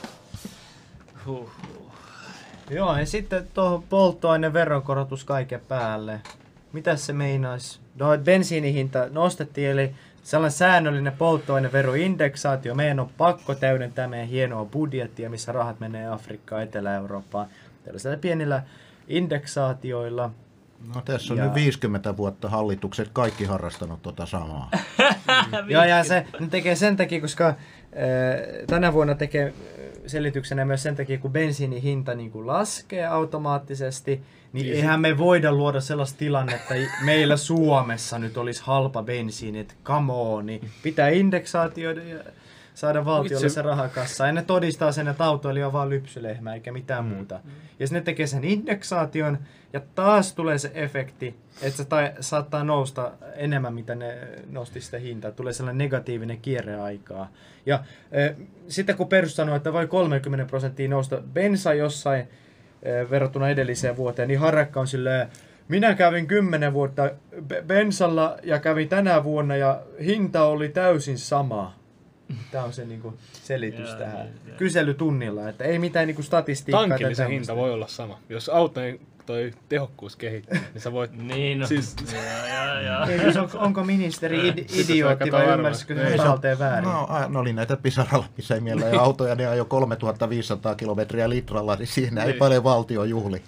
Joo, ja sitten tuohon polttoaineen veronkorotus kaiken päälle. Mitäs se meinaisi? No, bensiinihinta nostettiin, eli sellainen säännöllinen polttoaineveroindeksaatio. Meidän on pakko täydentää meidän hienoa budjettia, missä rahat menee Afrikkaan, Etelä-Eurooppaan. Tällaisilla pienillä indeksaatioilla. No tässä on nyt 50 vuotta hallitukset kaikki harrastanut tota samaa. Joo, ja se ne tekee sen takia, koska tänä vuonna tekee selityksenä myös sen takia, kun bensiinin hinta niin kuin laskee automaattisesti, niin eihän me voida luoda sellaista tilannetta, että meillä Suomessa nyt olisi halpa bensiini, että come on, niin pitää indeksaatioida ja saada valtiolle se rahakassa. Ja ne todistaa sen, että autoilija on vaan lypsylehmä eikä mitään muuta. Ja sitten ne tekee sen indeksaation ja taas tulee se efekti, että se saattaa nousta enemmän, mitä ne nosti sitä hintaa. Tulee sellainen negatiivinen kierreaikaa. Ja sitten kun Perus sanoo, että voi 30% nousta bensa jossain verrattuna edelliseen vuoteen, niin Harakka on silleen, minä kävin 10 vuotta bensalla ja kävin tänä vuonna ja hinta oli täysin sama. Tämä on se niinku selitys tähän kyselytunnilla, että ei mitään niinku statistiikkaa. Tankillisen hinta voi olla sama. Jos auton toi tehokkuus kehittyy, niin sä voit... Niin, no. Siis... Onko ministeri idiootti vai ymmärsikö se talteen väärin? No oli näitä pisaralapisemillä ja autoja, ne ajoi 3500 kilometriä litralla, niin siinä ei paljon valtio juhli.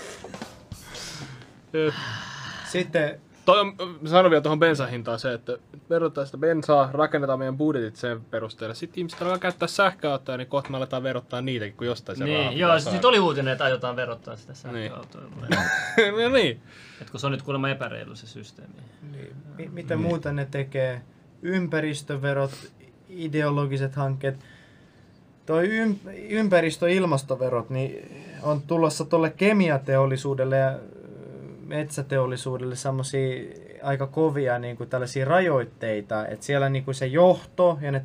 Sitten... Sanon vielä tuohon bensahintaan se, että verotetaan sitä bensaa, rakennetaan meidän budjetit sen perusteella. Sitten ihmiset alkaa käyttää sähköautoja, niin kohta me aletaan verottaa niitäkin, kun jostain se rahaa niin, joo, sitten oli uutinen, että aiotaan verottaa sitä sähköautoa. No niin. Et kun se on nyt kuulemma epäreilu se systeemi. Niin. Mitä muuta ne tekee? Ympäristöverot, ideologiset hankkeet. Toi ympäristö- ja ilmastoverot niin on tulossa tuolle kemiateollisuudelle ja metsäteollisuudelle semmoisia aika kovia niin kuin tällaisia rajoitteita, että siellä niin kuin se johto ja ne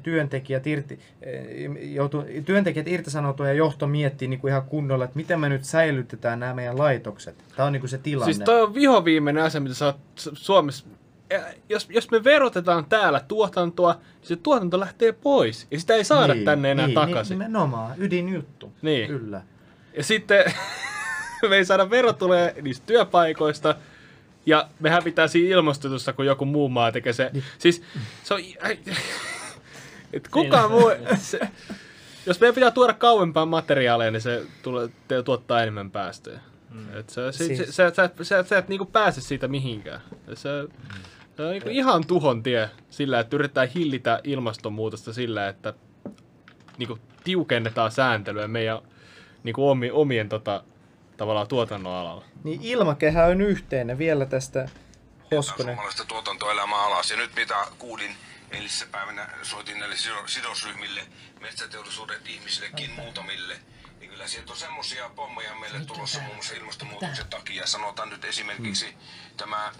työntekijät irtisanoutuu ja johto miettii niin kuin ihan kunnolla, että miten me nyt säilytetään nämä meidän laitokset. Tämä on niin kuin se tilanne. Siis toi on vihoviimeinen asia, mitä sä oot Suomessa. Jos me verotetaan täällä tuotantoa, niin se tuotanto lähtee pois ja sitä ei saada tänne enää takaisin. Nimenomaan, ydinjuttu. Niin. Kyllä. Ja sitten me ei saada verotuloja niistä työpaikoista, ja me hävitään siinä ilmastotussa, kun joku muu maa tekee se. Siis se on... Et kukaan muu... Jos meidän pitää tuoda kauempaa materiaaleja, niin se tuottaa enemmän päästöjä. Et sä et niinku pääse siitä mihinkään. Se on niinku ihan tuhon tie sillä, että yritetään hillitä ilmastonmuutosta sillä, että niinku tiukennetaan sääntelyä meidän niinku omien tavallaan tuotannon alalla. Niin ilmakehä on yhteinen vielä tästä Hoskonen. Suomalaista tuotantoelämää alas. Ja nyt mitä kuulin eilisessä päivänä, soitin näille sidosryhmille, metsäteollisuuden ihmisillekin muutamille, niin kyllä sieltä on semmoisia pommeja meille tulossa muun muassa ilmastonmuutoksen takia. Sanotaan nyt esimerkiksi tämä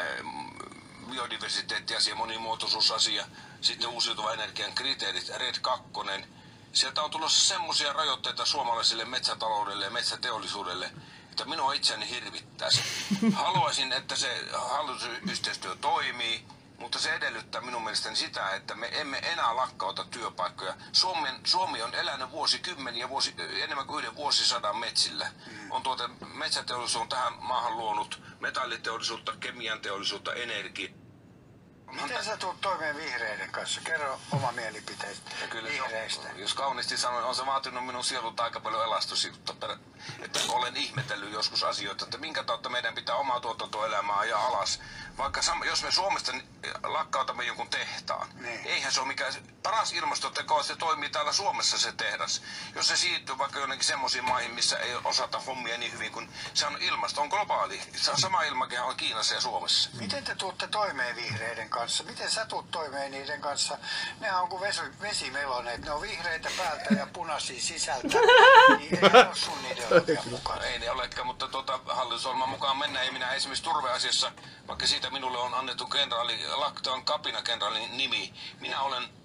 biodiversiteettiasia, monimuotoisuusasia, sitten uusiutuvan energian kriteerit, RED 2. Sieltä on tulossa semmoisia rajoitteita suomalaiselle metsätaloudelle ja metsäteollisuudelle, että minua itseäni hirvittää se. Haluaisin, että se hallitusyhteistyö toimii, mutta se edellyttää minun mielestäni sitä, että me emme enää lakkauta työpaikkoja. Suomi on elänyt vuosikymmeniä, enemmän kuin 1 vuosisadan metsillä. On metsäteollisuus on tähän maahan luonut metalliteollisuutta, kemian teollisuutta, energiaa. Miten sä tulet toimeen vihreiden kanssa? Kerro oma mielipiteesi vihreistä. Jos kauniisti sanoin, on se vaatinut minun sielulta aika paljon elastusta, että olen ihmetellyt joskus asioita, että minkä tautta meidän pitää omaa tuotantoelämää ajaa alas. Vaikka jos me Suomesta lakkautamme jonkun tehtaan, niin eihän se ole mikään paras ilmastoteko, se toimii täällä Suomessa se tehdas. Jos se siirtyy vaikka jonnekin semmoisiin maihin, missä ei osata hommia niin hyvin kuin se on ilmasto, on globaali. Se on sama ilmakehä on Kiinassa ja Suomessa. Miten te tuutte toimeen vihreiden kanssa? Miten sä tuut toimeen niiden kanssa? Nehän on kuin vesimeloneet. Ne on vihreitä päältä ja punaisia sisältä. Niin ei ole sun ideologian mukaan. Ei ne olekaan, mutta hallitusohjelman mukaan mennään. Ja minä esimerkiksi turveasiassa, vaikka siitä minulle on annettu kapinakenraalin nimi, minä olen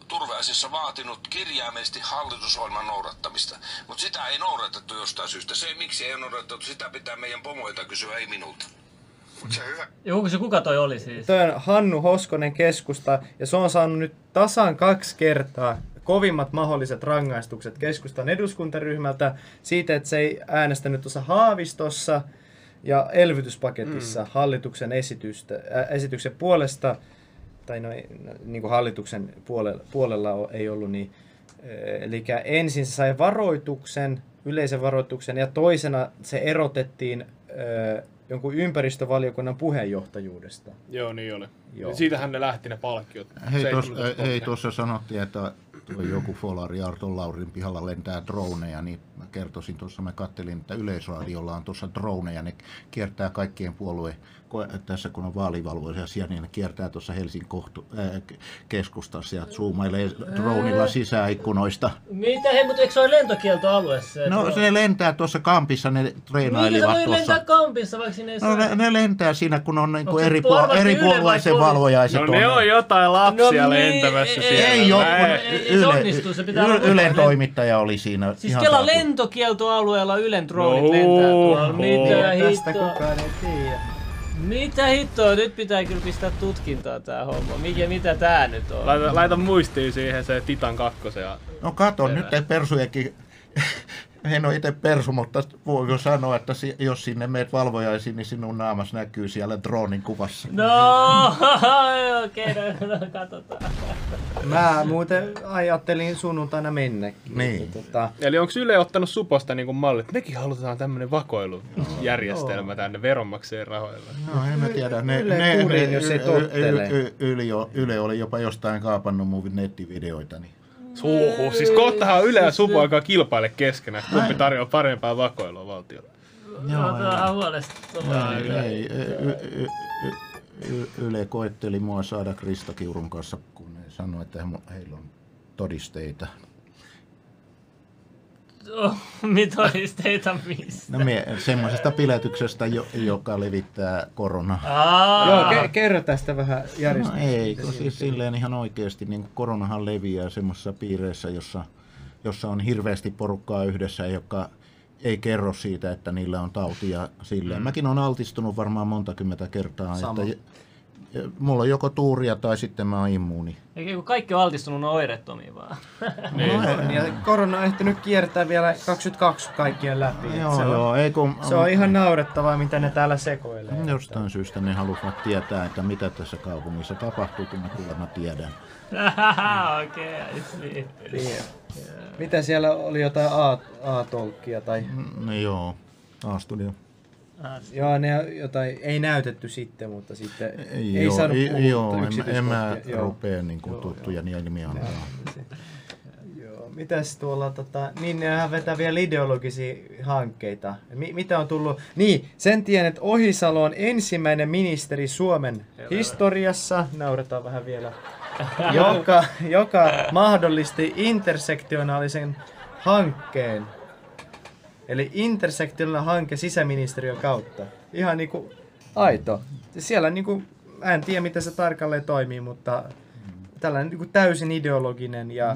turveasiassa vaatinut kirjaimellisesti hallitusohjelman noudattamista, mutta sitä ei noudatettu jostain syystä. Se, miksi ei ole noudatettu, sitä pitää meidän pomoilta kysyä, ei minulta. Se hyvä. Kuka toi oli siis? Toi on Hannu Hoskonen keskusta, ja se on saanut nyt tasan 2 kertaa kovimmat mahdolliset rangaistukset keskustan eduskuntaryhmältä siitä, että se ei äänestänyt tuossa Haavistossa ja elvytyspaketissa hallituksen esityksen puolesta, tai no, niin kuin hallituksen puolella ei ollut, niin, eli ensin se sai varoituksen, yleisen varoituksen, ja toisena se erotettiin jonkun ympäristövaliokunnan puheenjohtajuudesta. Joo, niin oli. Joo. Siitähän ne lähti ne palkkiot. Hei, tuossa sanottiin, että tuo joku Folari Arton Laurin pihalla lentää droneja, niin mä kertoisin tuossa, mä kattelin, että Yleisradiolla on tuossa droneja, ne kiertää kaikkien puolueen, tässä kun on vaalivalvoisia, niin ne kiertää tuossa Helsingin keskustassa ja zoomailee dronilla sisäikkunoista. Mitä he, mutta eikö se ole lentokieltoalueessa? No se lentää tuossa kampissa, ne Miten treenailivat se voi tuossa. lentää kampissa, vaikka sinne ei No saa? ne lentää siinä, kun on niinku Onko se eri varmasti puolueisen Yle vai valvojaiset. No ne on jotain lapsia No lentämässä niin, siellä. Ei ole, Ei se onnistu, se pitää olla Ylen toimittaja oli siinä. Siis ihan Kela taatusti. lentokieltoalueella Ylen dronit No, lentää tuolla. Mitä Tästä hittoa? kukaan ei tiedä. Mitä hittoa? Nyt pitää kyllä pistää tutkintaa tää homma. Mitä tää nyt on? Laita muistiin siihen se Titan 2. Ja... No kato, nyt ei persujakin, en ole itse persu, mutta voiko sanoa, että jos sinne meet valvojaisiin, niin sinun naamas näkyy siellä dronin kuvassa. No, okei, no katsotaan. Mä muuten ajattelin sunnuntaina mennäkin. Niin. Eli onko Yle ottanut Suposta niin malli, että mekin halutaan tämmöinen vakoilujärjestelmä tänne veronmaksajien rahoilla? No en mä tiedä. Yle kuriin, jos ei tottele. Yle oli jopa jostain kaapannut mun nettivideoita. Niin. Siis kohtahan Yle ja Supo alkaa kilpaile keskenään, kumpi tarjoaa parempaa vakoilua valtiolle. Joo, tää on huolestuttavaa. Yle koetteli mua saada Krista Kiurun kanssa, kun ne sanoi, että heillä on todisteita. Mitä olisi teitä mistä? No semmoisesta piletyksestä, joka levittää koronaa. Joo, kerro tästä vähän No järjestelmästä. ei, kun siis silleen ihan oikeasti, niin koronahan leviää semmoisessa piireissä, jossa on hirveästi porukkaa yhdessä, joka ei kerro siitä, että niillä on tauti ja silleen. Mäkin olen altistunut varmaan monta kymmentä kertaa, että mulla on joko tuuria tai sitten mä oon immuuni. Eikä kun kaikki on altistunut, ne on oirettomia vaan. No, ja korona on ehtinyt kiertää vielä 22 kaikkien läpi. Se on ihan naurettavaa, mitä ne täällä sekoilee. Jostain syystä ne haluavat tietää, että mitä tässä kaupungissa tapahtuu, kun mä kuulemma tiedän. Okei, Niin. Mitä siellä oli jotain A-tolkkia tai... No joo, A-studio. Joo, ne jotain ei näytetty sitten, mutta sitten ei Joo, saanut joo, puhuttua en mä Joo. rupea niin kuin tuttuja nimiä antaa. Joo, mitäs tuolla, niin nehän vetää vielä ideologisia hankkeita. Mitä on tullut? Niin, sen tiedän, että Ohisalo on ensimmäinen ministeri Suomen historiassa, nauretaan vähän vielä, joka mahdollisti intersektionaalisen hankkeen. Eli intersektionaalinen hanke sisäministeriön kautta. Ihan niinku aito. Siellä niinku, en tiedä miten se tarkalleen toimii, mutta tällainen niinku täysin ideologinen ja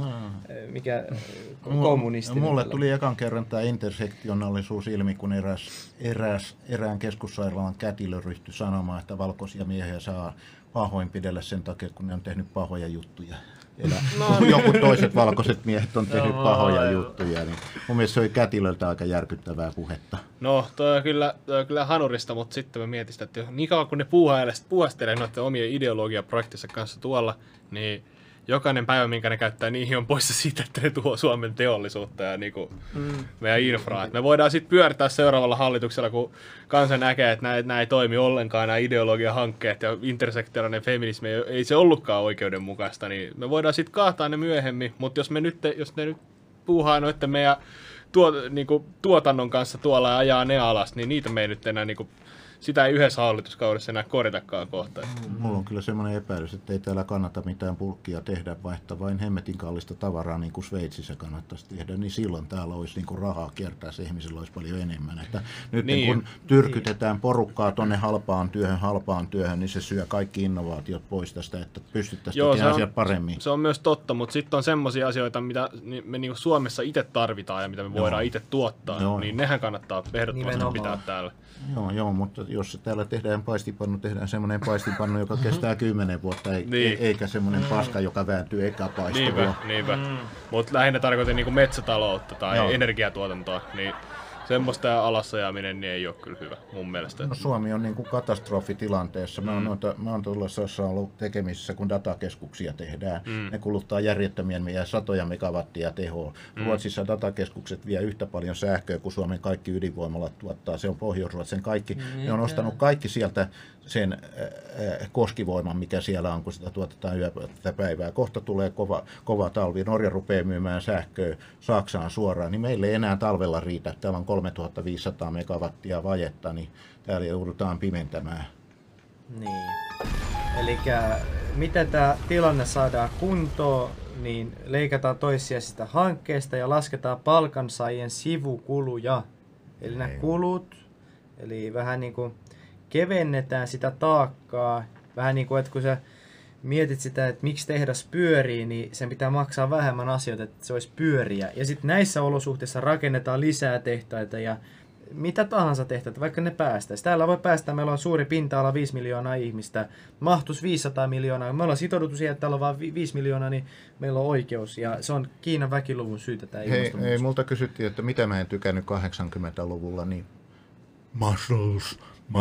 kommunistinen. Mulle tuli ekan kerran tämä intersektionaalisuus ilmi, kun erään keskussairaalan kätilö ryhtyi sanomaan, että valkoisia miehiä saa pahoinpidellä sen takia, kun ne on tehnyt pahoja juttuja. Joku toiset valkoiset miehet on tehnyt pahoja juttuja, niin mun mielestä se oli kätilöltä aika järkyttävää puhetta. No, toi on kyllä hanurista, mutta sitten mä mietin sitä, että niin kauan kun ne puuhastelee noiden omien ideologiaprojektissa kanssa tuolla, niin jokainen päivä, minkä ne käyttää niihin, on poissa siitä, että ne tuo Suomen teollisuutta ja niinku meidän infraa. Me voidaan sitten pyörittää seuraavalla hallituksella, kun kansa näkee, että nämä ei toimi ollenkaan, nämä ideologiahankkeet ja intersektionaalinen feminismi ei se ollutkaan oikeudenmukaista, niin me voidaan sitten kaataa ne myöhemmin, mutta jos ne nyt puuhaa noiden meidän tuotannon kanssa tuolla ja ajaa ne alas, niin niitä me ei nyt enää niinku sitä ei yhdessä hallituskaudessa enää korjatakaan kohta. Mulla on kyllä semmoinen epäilys, että ei täällä kannata mitään bulkkia tehdä, vaihtaa vain hemmetin kallista tavaraa, niin kuin Sveitsissä kannattaisi tehdä, niin silloin täällä olisi niin kuin rahaa kiertää, se ihmisillä olisi paljon enemmän. Että nyt niin, kun tyrkytetään porukkaa tuonne halpaan työhön, niin se syö kaikki innovaatiot pois tästä, että pystyttäisiin tekemään asiat paremmin. Se on myös totta, mutta sitten on semmoisia asioita, mitä me niin kuin Suomessa itse tarvitaan ja mitä me voidaan itse tuottaa, niin nehän kannattaa ehdottomasti pitää täällä. Joo, mutta jos täällä tehdään semmoinen paistinpannu, joka kestää 10 vuotta, eikä semmoinen paska, joka vääntyy eka paistelua. Niinpä. Mutta lähinnä tarkoitin niin kuin metsätaloutta tai energiatuotantoa, niin semmoista alassajaminen niin ei ole kyllä hyvä mun mielestä. No, Suomi on niin kuin katastrofitilanteessa. Mä oon tuollaisessa ollut tekemisissä, kun datakeskuksia tehdään. Ne kuluttaa järjettömiä satoja megawattia tehoa. Ruotsissa datakeskukset vie yhtä paljon sähköä kuin Suomen kaikki ydinvoimalat tuottaa. Se on Pohjois-Ruotsin kaikki. Ne on ostanut kaikki sieltä sen koskivoiman, mikä siellä on, kun sitä tuotetaan yötä päivää. Kohta tulee kova talvi. Norja rupeaa myymään sähköä Saksaan suoraan, niin meille ei enää talvella riitä. Täällä on 3500 megawattia vajetta, niin täällä joudutaan pimentämään. Niin. Eli miten tämä tilanne saadaan kuntoon, niin leikataan toissijaisista hankkeesta ja lasketaan palkansaajien sivukuluja. Eli nämä kulut, eli vähän niin kuin kevennetään sitä taakkaa. Vähän niin kuin, että kun sä mietit sitä, että miksi tehdas pyörii, niin sen pitää maksaa vähemmän asioita, että se olisi pyöriä. Ja sitten näissä olosuhteissa rakennetaan lisää tehtaita ja mitä tahansa tehtaita, vaikka ne päästäisiin. Täällä voi päästä, meillä on suuri pinta-ala 5 miljoonaa ihmistä, mahtuisi 500 miljoonaa. Me ollaan sitouduttu siihen, että täällä on vain 5 miljoonaa, niin meillä on oikeus. Ja se on Kiinan väkiluvun syytä tämä ilmastonmuutos. Hei, multa kysyttiin, että mitä mä en tykännyt 80-luvulla, niin muscles.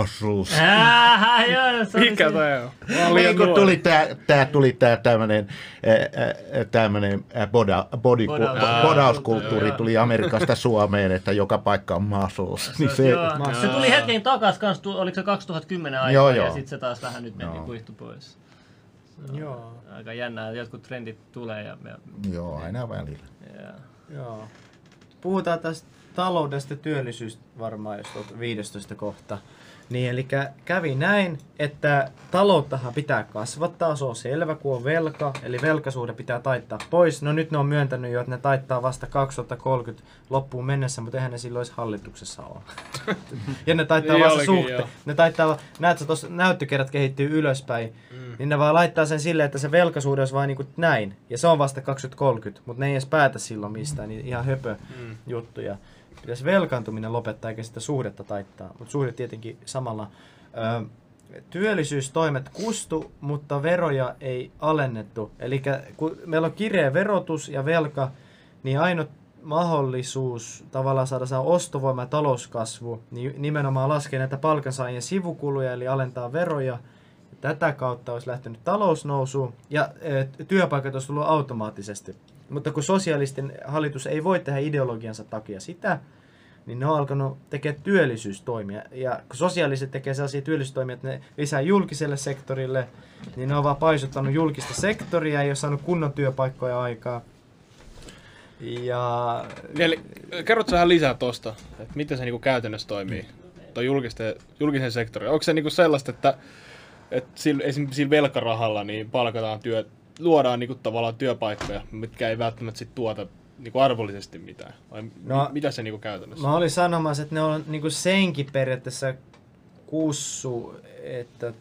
Mikä toi on? Tuli tämmöinen bodauskulttuuri tuli Amerikasta Suomeen, että joka paikka on muscles. Niin se tuli hetken takas kanssa, oliko se 2010 aikaa, ja sitten se taas vähän nyt meni kuihtu pois. Joo. Aika jännää, jotkut trendit tulee. Joo, aina välillä. Joo. Puhutaan tästä taloudesta ja työllisyys varmaan, jos olet 15 kohta. Niin, eli kävi näin, että talouttahan pitää kasvattaa, se on selvä, kun on velka, eli velkasuhde pitää taittaa pois. No nyt ne on myöntänyt jo, että ne taittaa vasta 2030 loppuun mennessä, mutta eihän ne silloin olisi hallituksessa ole. Ja ne taittaa vasta suhteen. Ne taittaa, näetkö tuossa näyttökerrat kehittyy ylöspäin, niin ne vaan laittaa sen silleen, että se velkasuhde olisi vaan niin kuin näin. Ja se on vasta 2030, mutta ne ei edes päätä silloin mistään, niin ihan höpö juttuja. Pitäisi velkaantuminen lopettaa eikä sitä suhdetta taittaa, mutta suhde tietenkin samalla. Työllisyystoimet kustu, mutta veroja ei alennettu. Eli kun meillä on kireä verotus ja velka, niin ainut mahdollisuus tavallaan saada ostovoima ja talouskasvu, niin nimenomaan laskee näitä palkansaajien sivukuluja, eli alentaa veroja. Tätä kautta olisi lähtenyt talousnousuun ja työpaikat olisi tullut automaattisesti. Mutta kun sosialistinen hallitus ei voi tehdä ideologiansa takia sitä, niin ne on alkanut tekemään työllisyystoimia. Ja kun sosiaaliset tekee sellaisia työllisyystoimia, että ne lisää julkiselle sektorille, niin ne on vaan paisuttanut julkista sektoria, ei ole saanut kunnon työpaikkoja aikaa. Ja eli kerrotko vähän lisää tuosta, että miten se niinku käytännössä toimii, tuo julkisen sektorin? Onko se niinku sellaista, että esimerkiksi sillä velkarahalla niin palkataan luodaan niinku tavallaan työpaikkoja, mitkä ei välttämättä sit tuota niinku arvollisesti mitään? Vai mitä se niinku käytännössä? Mä olin sanomassa, että ne on niinku senkin periaatteessa kussu, että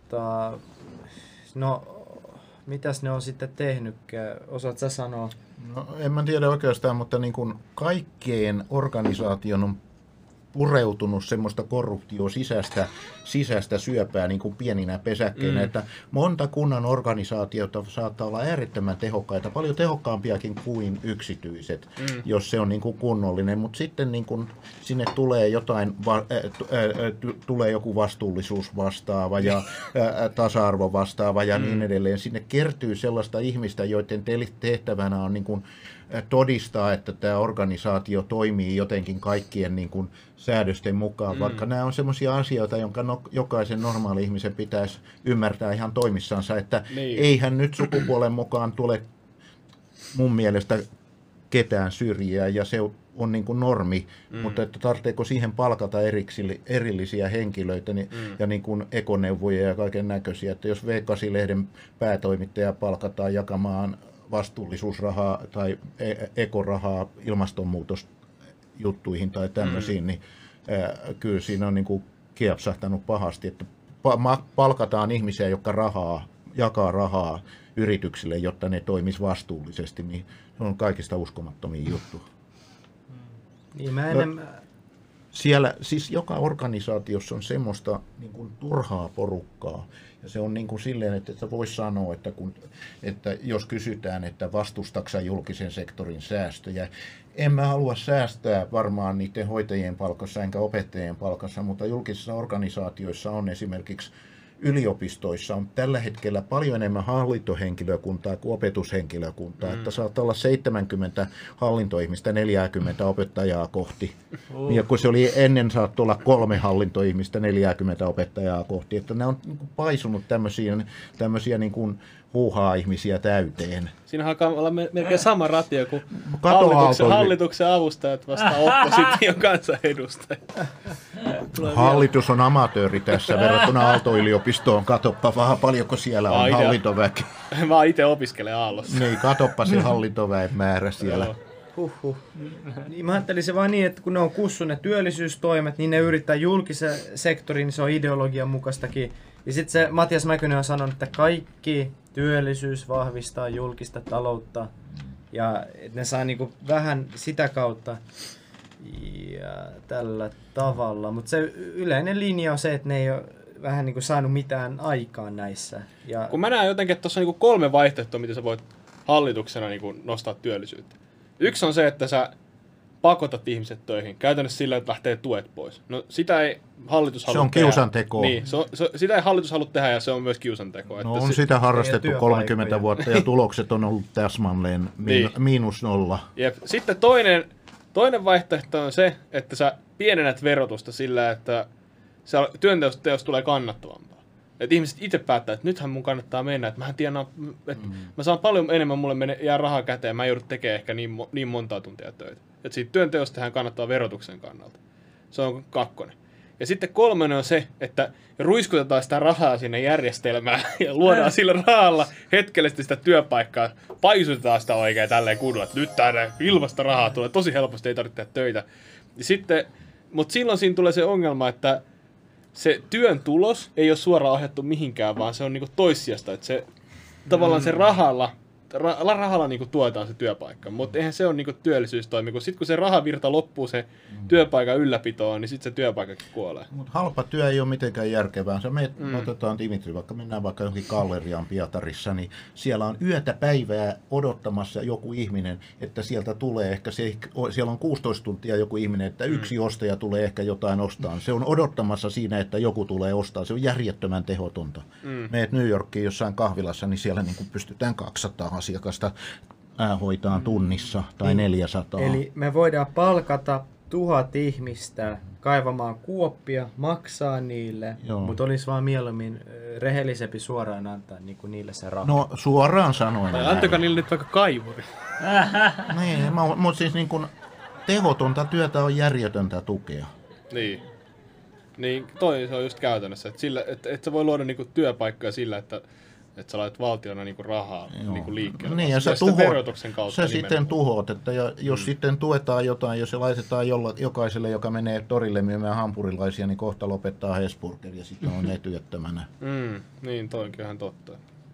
no mitäs ne on sitten tehnytkään? Osaat sä sanoa? No en mä tiedä oikeastaan, mutta niin kuin kaikkien organisaation on pureutunut semmoista korruptio sisäistä syöpää niin kuin pieninä pesäkkeinä, että monta kunnan organisaatiota saattaa olla äärettömän tehokkaita, paljon tehokkaampiakin kuin yksityiset, jos se on niin kuin kunnollinen, mutta sitten niin kuin sinne tulee tulee joku vastuullisuus vastaava ja tasa-arvo vastaava ja niin edelleen. Sinne kertyy sellaista ihmistä, joiden tehtävänä on niin kuin todistaa, että tämä organisaatio toimii jotenkin kaikkien niin kuin säädösten mukaan, vaikka nämä on semmoisia asioita, jonka jokaisen normaali ihmisen pitäisi ymmärtää ihan toimissansa, että eihän nyt sukupuolen mukaan tule mun mielestä ketään syrjiä ja se on niin kuin normi, mutta että tarvitseeko siihen palkata erillisiä henkilöitä ja niin kuin ekoneuvoja ja kaiken näköisiä, että jos V8-lehden päätoimittaja palkataan jakamaan vastuullisuusrahaa tai ekorahaa ilmastonmuutosjuttuihin tai tämmöisiin, niin kyllä siinä on niin kuin kiepsahtanut pahasti, että palkataan ihmisiä, jotka jakaa rahaa yrityksille, jotta ne toimis vastuullisesti, niin se on kaikista uskomattomia juttu. Niin Siellä siis joka organisaatiossa on semmoista niin kuin turhaa porukkaa. Ja se on niin kuin silleen, että voisi sanoa, että jos kysytään, että vastustaksä julkisen sektorin säästöjä, en mä halua säästää varmaan niiden hoitajien palkassa enkä opettajien palkassa, mutta julkisissa organisaatioissa on esimerkiksi yliopistoissa on tällä hetkellä paljon enemmän hallintohenkilökuntaa kuin opetushenkilökuntaa, että saattaa olla 70 hallintoihmistä 40 opettajaa kohti. Ja kun se oli ennen saattoi olla 3 hallintoihmistä 40 opettajaa kohti, että ne on niin kuin paisunut tämmöisiä niin kuin huuhaa-ihmisiä täyteen. Siinä alkaa olla melkein sama ratio kuin hallituksen avustajat vastaan opposition kansanedustajat. Hallitus on amatööri tässä verrattuna Aalto-yliopistoon. Katoppa vaan paljonko siellä on hallintoväkeä. Mä itse opiskelen Aallossa. Niin, katoppa se hallintoväen määrä siellä. Niin, mä ajattelin se vaan niin, että kun ne on kussu ne työllisyystoimet, niin ne yrittää julkisen sektorin, niin se on ideologian mukaistakin. Ja sitten se Matias Mäkynen on sanonut, että kaikki työllisyys vahvistaa julkista taloutta ja ne saa niinku vähän sitä kautta ja tällä tavalla. Mutta se yleinen linja on se, että ne ei ole vähän niinku saanut mitään aikaan näissä. Ja kun mä näen jotenkin, että tuossa on niinku 3 vaihtoehtoa, miten sä voit hallituksena niinku nostaa työllisyyttä. Yksi on se, että sä pakotat ihmiset töihin, käytännössä sillä, että lähtee tuet pois. No sitä ei hallitus halua tehdä. Se on kiusantekoa. Niin, sitä ei hallitus halua tehdä ja se on myös kiusantekoa. No on sitä harrastettu 30 vuotta ja tulokset on ollut täsmälleen -0. Jep. Sitten toinen vaihtoehto on se, että sä pienennät verotusta sillä, että työnteosta tulee kannattavampaa. Että ihmiset itse päättää, että nythän mun kannattaa mennä, että mä saan paljon enemmän, mulle jää rahaa käteen, mä joudun tekemään ehkä niin montaa tuntia töitä. Että siitä työnteosta tehdään kannattaa verotuksen kannalta. Se on 2. Ja sitten 3 on se, että ruiskutetaan sitä rahaa sinne järjestelmään ja luodaan sillä rahalla hetkellisesti sitä työpaikkaa, paisutetaan sitä oikein tälleen kunnolla, että nyt täällä ilmasta rahaa tulee tosi helposti, ei tarvitse tehdä töitä. Mutta silloin siinä tulee se ongelma, että se työn tulos ei ole suoraan ohjattu mihinkään, vaan se on niinku toissijasta, että se tavallaan se rahalla niinku tuetaan se työpaikka, mutta eihän se ole niinku työllisyystoimi, kun sitten kun se rahavirta loppuu se työpaikan ylläpitoon, niin sitten se työpaikkakin kuolee. Mutta halpa työ ei ole mitenkään järkevää. Otetaan Dimitri, mennään vaikka johonkin galleriaan Pietarissa, niin siellä on yötä päivää odottamassa joku ihminen, että sieltä tulee ehkä siellä on 16 tuntia joku ihminen, että yksi ostaja tulee ehkä jotain ostaa. Se on odottamassa siinä, että joku tulee ostaa. Se on järjettömän tehotonta. Meet New Yorkiin jossain kahvilassa, niin siellä niin pystytään 200 asiakasta hoitaan tunnissa tai 400. Eli me voidaan palkata 1000 ihmistä kaivamaan kuoppia, maksaa niille, mutta olisi vaan mieluummin rehellisempi suoraan antaa niinku niille se raha. No suoraan sanoen. Tai antakaa niille nyt vaikka kaivuri. Niin, mutta siis niin kuin tehotonta työtä on järjetöntä tukea. Niin se on just käytännössä, että sä voi luoda niinku työpaikkoja sillä, että sä laitat valtiona niinku rahaa niinku liikkeelle. Niin, ja sä verotuksen kautta sä sitten tuhoat, että jos sitten tuetaan jotain, jos se laitetaan jokaiselle, joka menee torille myymään hampurilaisia, niin kohta lopettaa Hesburger ja sitten on ne työttömänä. Niin, toikin ihan totta.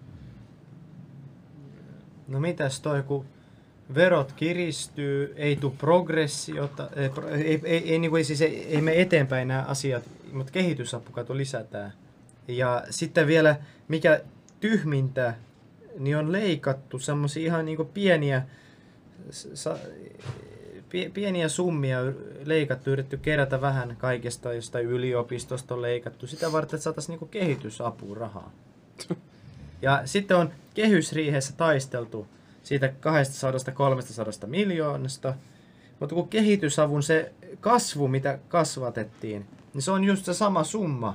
No mitäs toi, kun verot kiristyy, ei tule progressiota, ei mene eteenpäin nämä asiat, mutta kehitysapukato lisätään. Ja sitten vielä, mikä tyhmintä, niin on leikattu semmoisia ihan niinku pieniä summia leikattu, yritetty kerätä vähän kaikesta, jostain yliopistosta on leikattu, sitä varten, että saataisiin niinku kehitysapuun rahaa. Ja sitten on kehysriihessä taisteltu siitä 200-300 miljoonasta, mutta kun kehitysavun se kasvu, mitä kasvatettiin, niin se on just se sama summa.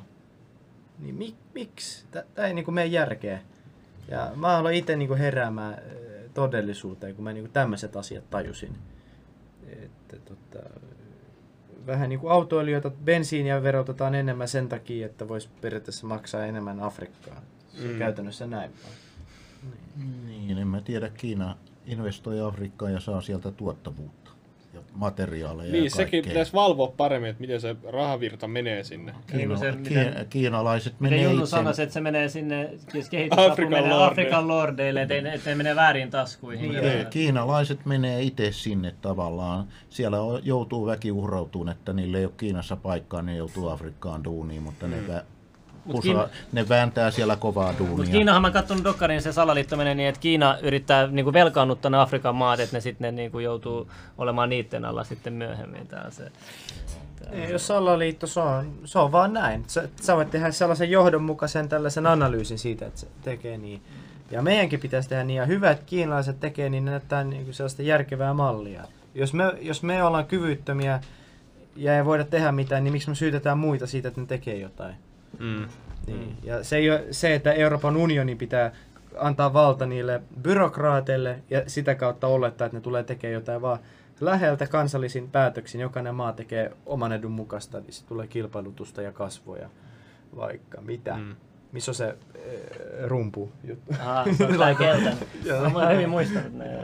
Niin miksi? Tämä ei niinku mene järkeä. Ja mä haluan itse niinku heräämään todellisuuteen, kun mä niinku tämmöiset asiat tajusin. Että vähän niin kuin autoilijoita bensiiniä verotetaan enemmän sen takia, että voisi periaatteessa maksaa enemmän Afrikkaan. Se on käytännössä näin vaan. Niin, en mä tiedä. Kiina investoi Afrikkaan ja saa sieltä tuottavuutta ja materiaaleja Niin, ja sekin kaikkea. pitäisi valvoa paremmin, että miten se rahavirta menee sinne. Kiinalaiset Miten menee Junnu itse... sanoisi, että se menee sinne, siis kehitysapu menee Afrikan lordeille, ettei ne menee väärin taskuihin. Kiinalaiset menee itse sinne tavallaan. Siellä joutuu väki uhrautumaan, että niille ei ole Kiinassa paikkaa, ne joutuu Afrikkaan duuniin, mutta ne vääntää siellä kovaa duunia. Mutta Kiinahan mä katsonut dokkarin, se salaliitto menee niin, että Kiina yrittää niinku velkaannuttaa ne Afrikan maat, että ne sitten niinku joutuu olemaan niiden alla sitten myöhemmin. Ei, jos salaliitto, se on vaan näin. Sä voit tehdä sellaisen johdonmukaisen tällaisen analyysin siitä, että se tekee niin. Ja meidänkin pitäisi tehdä niin, ja hyvä, että kiinalaiset tekee, niin ne näyttää niinku sellaista järkevää mallia. Jos me ollaan kyvyttömiä ja ei voida tehdä mitään, niin miksi me syytetään muita siitä, että ne tekee jotain? Niin. Ja se ei ole se, että Euroopan unioni pitää antaa valta niille byrokraateille ja sitä kautta olettaa, että ne tulee tekemään jotain, vaan läheltä kansallisin päätöksin jokainen maa tekee oman edun mukaista, niin se tulee kilpailutusta ja kasvoja, vaikka mitä. Missä on se rumpu juttu? Se on tää keltainen. Mä oon hyvin muistanut ne.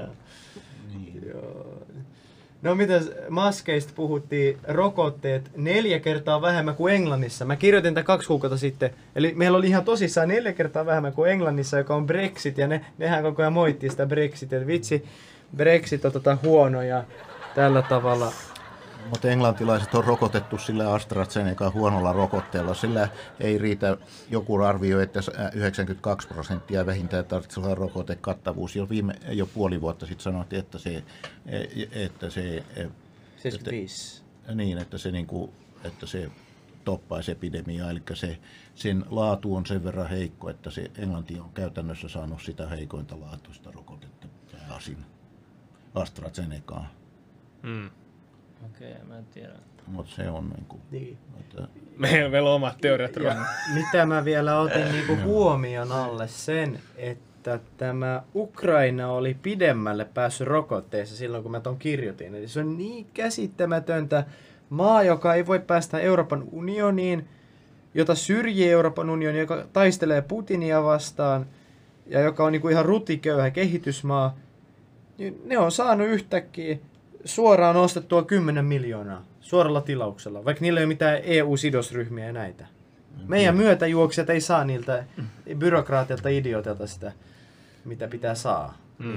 No mitäs maskeista puhuttiin, rokotteet 4 kertaa vähemmän kuin Englannissa. Mä kirjoitin tämän 2 kuukautta sitten. Eli meillä oli ihan tosissaan 4 kertaa vähemmän kuin Englannissa, joka on Brexit. Ja nehän koko ajan moittii sitä Brexitia. Vitsi, Brexit on huono ja tällä tavalla. Mutta englantilaiset on rokotettu sillä AstraZeneca huonolla rokotteella. Sillä ei riitä, joku arvioi, että 92% vähintään tarvitsee olla rokotekattavuus. Jo puoli vuotta sitten sanottiin, että se 75. Että se toppaisi epidemiaa. Eli sen laatu on sen verran heikko, että se Englanti on käytännössä saanut sitä heikointa laatuista rokotetta pääasin AstraZenecaa. Okei, mä en tiedä. Mutta se on niin. Meillä on omat teoriat. Mitä mä vielä otin huomioon alle sen, että tämä Ukraina oli pidemmälle päässyt rokotteessa silloin, kun mä ton kirjoitin. Eli se on niin käsittämätöntä. Maa, joka ei voi päästä Euroopan unioniin, jota syrjii Euroopan unioni, joka taistelee Putinia vastaan ja joka on ihan rutiköyhä kehitysmaa, niin ne on saanut yhtäkkiä suoraan ostettua 10 miljoonaa suoralla tilauksella, vaikka niillä ei ole mitään EU-sidosryhmiä ja näitä. Meidän myötäjuoksijat ei saa niiltä byrokraatilta idiotilta sitä, mitä pitää saa.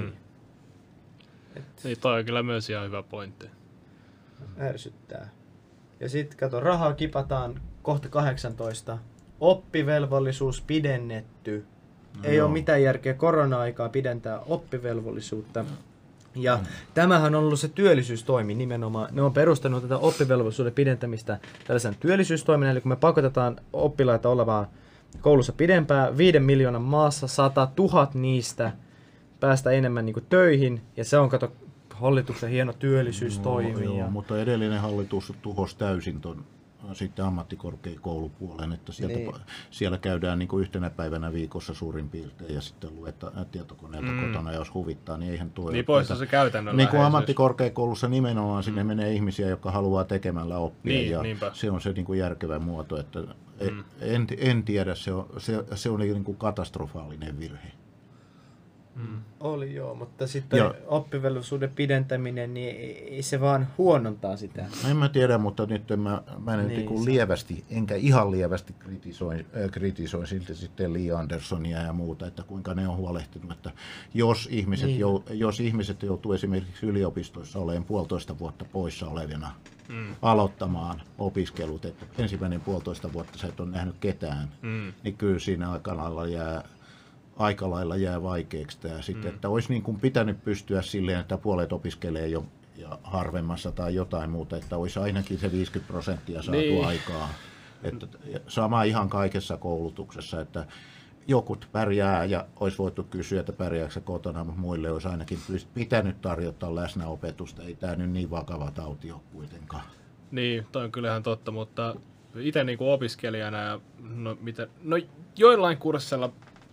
Niin, toi on kyllä myös ihan hyvä pointti. Ärsyttää. Ja sitten kato, rahaa kipataan kohta 18. Oppivelvollisuus pidennetty. Ei ole mitään järkeä korona-aikaa pidentää oppivelvollisuutta. Ja tämähän on ollut se työllisyystoimi nimenomaan. Ne on perustanut tätä oppivelvollisuuden pidentämistä tällaisen työllisyystoiminnan, eli kun me pakotetaan oppilaita olemaan koulussa pidempään, 5 miljoonan maassa 100 000 niistä päästä enemmän töihin, ja se on kato hallituksen hieno työllisyystoimi. Joo, mutta edellinen hallitus tuhosi täysin sitten ammattikorkeakoulupuolen, että siellä käydään yhtenä päivänä viikossa suurin piirtein ja sitten luetaan tietokoneelta kotona, jos huvittaa, niin eihän tuo... Niin pois se käytännön niin kuin ammattikorkeakoulussa nimenomaan sinne menee ihmisiä, jotka haluaa tekemällä oppia, ja se on se järkevä muoto, että en tiedä, se oli katastrofaalinen virhe. Oli joo, mutta sitten oppivelvollisuuden pidentäminen, niin ei se vaan huonontaa sitä. En mä tiedä, mutta nyt mä nyt lievästi, enkä ihan lievästi kritisoin silti sitten Li Anderssonia ja muuta, että kuinka ne on huolehtinut, että jos ihmiset joutuu esimerkiksi yliopistoissa olemaan 1,5 vuotta poissa olevina aloittamaan opiskelut, että ensimmäinen 1,5 vuotta sä et ole nähnyt ketään, niin kyllä siinä aika lailla jää vaikeaksi tämä sitten, että olisi pitänyt pystyä silleen, että puolet opiskelee jo ja harvemmassa tai jotain muuta, että olisi ainakin se 50% saatu aikaa. Että sama ihan kaikessa koulutuksessa, että jokut pärjää ja olisi voitu kysyä, että pärjääkö kotona, mutta muille olisi ainakin pitänyt tarjota läsnäopetusta. Ei tämä nyt niin vakava tauti ole kuitenkaan. Niin, toi on kyllähän totta, mutta itse opiskelijana ja joillain kursseilla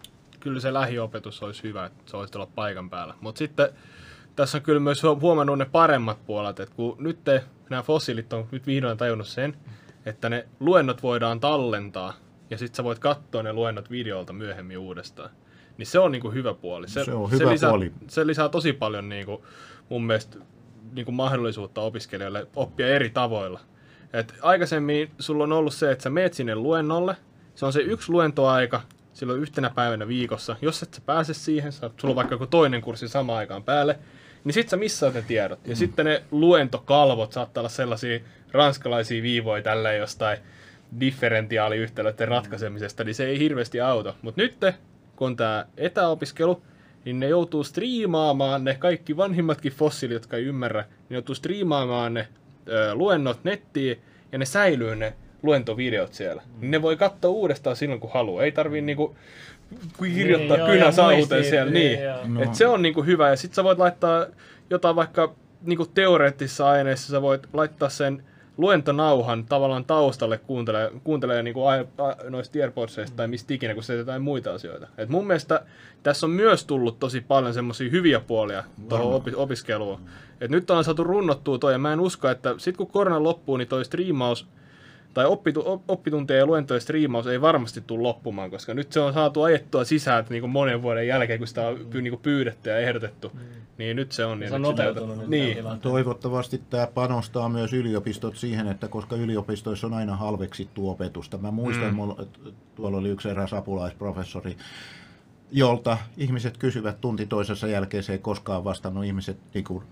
kyllä se lähiopetus olisi hyvä, että se olisi olla paikan päällä. Mutta sitten tässä on kyllä myös huomannut ne paremmat puolet, että kun nyt nämä fossiilit on nyt vihdoin tajunnut sen, että ne luennot voidaan tallentaa ja sitten sä voit katsoa ne luennot videolta myöhemmin uudestaan. Niin se on niinku hyvä puoli. Se on hyvä puoli. Se lisää tosi paljon niinku, mun mielestä niinku mahdollisuutta opiskelijoille oppia eri tavoilla. Et aikaisemmin sulla on ollut se, että sä meet sinne luennolle, se on se yksi luentoaika, silloin yhtenä päivänä viikossa. Jos et sä pääse siihen, sulla on vaikka joku toinen kurssi samaan aikaan päälle, niin sit sä missaat ne tiedot. Ja sitten ne luentokalvot saattaa olla sellaisia ranskalaisia viivoja tälleen jostain differentiaaliyhtälöiden ratkaisemisesta, niin se ei hirveästi auta. Mutta nyt, kun on tää etäopiskelu, niin ne joutuu striimaamaan ne kaikki vanhimmatkin fossiilit, jotka ei ymmärrä, ne joutuu striimaamaan ne luennot nettiin, ja ne säilyy ne luentovideot siellä. Ne voi katsoa uudestaan silloin, kun haluaa. Ei tarvii niinku kirjoittaa kynä sauteen siellä. Niin. Et se on niinku hyvä. Ja sit sä voit laittaa jotain vaikka niinku teoreettisissa aineissa, sä voit laittaa sen luentonauhan tavallaan taustalle kuuntelee niinku noista AirPodsista tai mistä ikinä, kun se jotain muita asioita. Et mun mielestä tässä on myös tullut tosi paljon semmosia hyviä puolia tuohon opiskeluun. Et nyt on saatu runnottua toi, ja mä en usko, että sit kun korona loppuu, niin toi striimaus tai oppituntien ja luentojen striimaus ei varmasti tule loppumaan, koska nyt se on saatu ajettua sisään niin kuin monen vuoden jälkeen, kun sitä on niin kuin pyydetty ja ehdotettu. Niin nyt se on. Se on nopeutunut. Niin. Toivottavasti tämä panostaa myös yliopistot siihen, että koska yliopistoissa on aina halveksittu opetusta. Mä muistan, tuolla oli yksi eräs apulaisprofessori, jolta ihmiset kysyvät tunti toisessa jälkeen, se ei koskaan vastannut. Ihmiset niin kuin,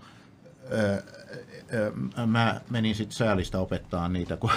mä menin sitten säälistä opettaa niitä, kun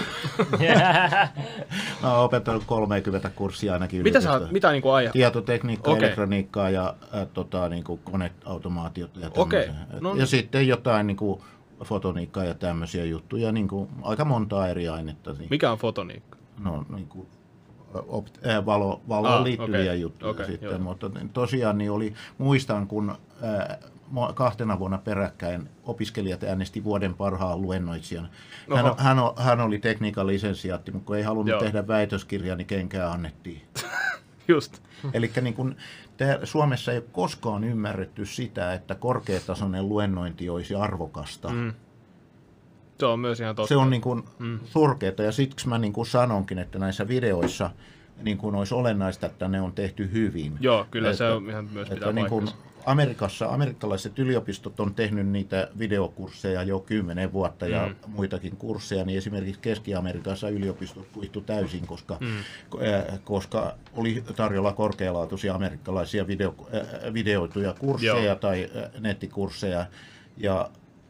mä oon opettanut 30 kurssia ainakin yliopistossa. Mitä niinku aihe? Tietotekniikkaa, elektroniikkaa ja niinku koneautomaatiota ja No. Ja sitten jotain niinku fotoniikkaa ja tämmöisiä juttuja, niinku aika montaa eri ainetta. Niin. Mikä on fotoniikka? No niinku valoon liittyviä juttuja sitten, mutta tosiaan niin muistan kun 2 vuonna peräkkäin opiskelijat äänesti vuoden parhaan luennoitsijan. Hän oli tekniikan lisensiaatti, mutta kun ei halunnut tehdä väitöskirjaa, niin kenkää annettiin. Just. Eli niin kun, Suomessa ei ole koskaan ymmärretty sitä, että korkeatasoinen luennointi olisi arvokasta. Se on myös ihan totta. Se on niin kuin surkeata, ja siksi mä niin kuin sanonkin, että näissä videoissa niin kuin olisi olennaista, että ne on tehty hyvin. Joo, kyllä se on ihan myös pitää niin kuin amerikkalaiset yliopistot on tehnyt niitä videokursseja jo 10 vuotta ja muitakin kursseja, niin esimerkiksi Keski-Amerikassa yliopistot kuihtu täysin, koska oli tarjolla korkealaatuisia amerikkalaisia videoituja kursseja tai nettikursseja, ja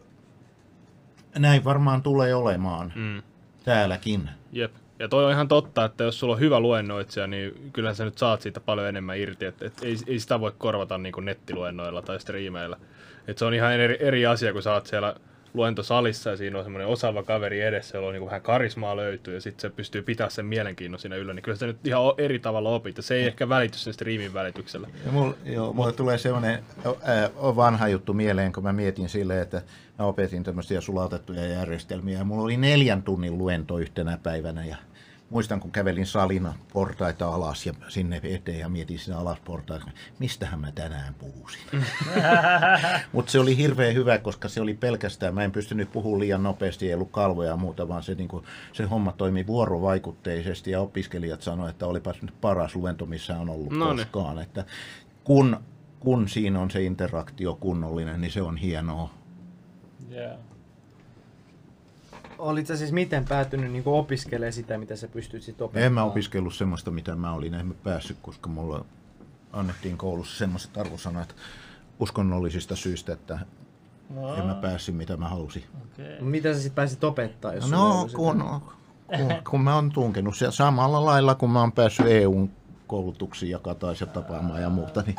näin varmaan tulee olemaan täälläkin. Jep. Ja toi on ihan totta, että jos sulla on hyvä luennoitsija, niin kyllähän sä nyt saat siitä paljon enemmän irti. Et ei sitä voi korvata niin kuin nettiluennoilla tai striimeillä. Et se on ihan eri asia, kun sä oot siellä luentosalissa ja siinä on semmoinen osaava kaveri edessä, jolla on niin vähän karismaa löytyy ja sitten se pystyy pitämään sen mielenkiinnon siinä yllä. Niin kyllä se nyt ihan eri tavalla opit. Se ei ehkä välity sen striimin välityksellä. Mulle tulee semmoinen vanha juttu mieleen, kun mä mietin silleen, että mä opetin tämmöisiä sulautettuja järjestelmiä ja mulla oli 4 tunnin luento yhtenä päivänä ja muistan, kun kävelin salina portaita alas ja sinne eteen ja mietin sinne alas portaita, mistähän mä tänään puhuisin. Mutta se oli hirveän hyvä, koska se oli pelkästään, mä en pystynyt puhumaan liian nopeasti, ei ollut kalvoja ja muuta, vaan se homma toimi vuorovaikutteisesti ja opiskelijat sanoivat, että olipas nyt paras luento, missä on ollut koskaan. Että kun siinä on se interaktio kunnollinen, niin se on hienoa. Yeah. Olit sä siis miten päätynyt niin opiskelemaan sitä, mitä sä pystyt sitten opettamaan? En mä opiskellut semmoista, mitä mä olin. En mä päässyt, koska mulle annettiin koulussa semmoiset arvosanat uskonnollisista syistä, että en mä päässyt, mitä mä halusin. Okay. Mitä sä sitten pääsit opettaa? Jos kun mä oon tunkenut samalla lailla, kun mä oon päässyt EUn koulutuksiin ja kataisen tapaamaan ja muuta, niin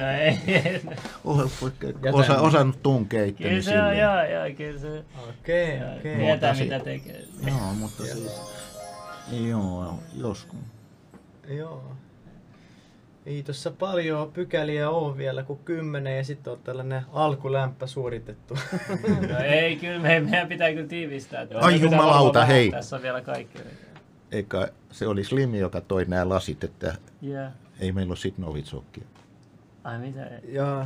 osannut tunkea itteni silleen. Kyllä se. Okei. Tietää mitä tekee. Joo, mutta siis, joskus. Joo. Ei tossa paljon pykäliä ole vielä kuin 10 ja sitten on tällainen alkulämpö suoritettu. No ei, kyllä meidän pitää kyllä tiivistää. Ai jumalauta, hei. Tässä on vielä kaikki. eikä se oli Slimmi, joka toi nämä lasit, että Yeah. ei meillä ole sit Novitsokkia. Ai mitä? Joo.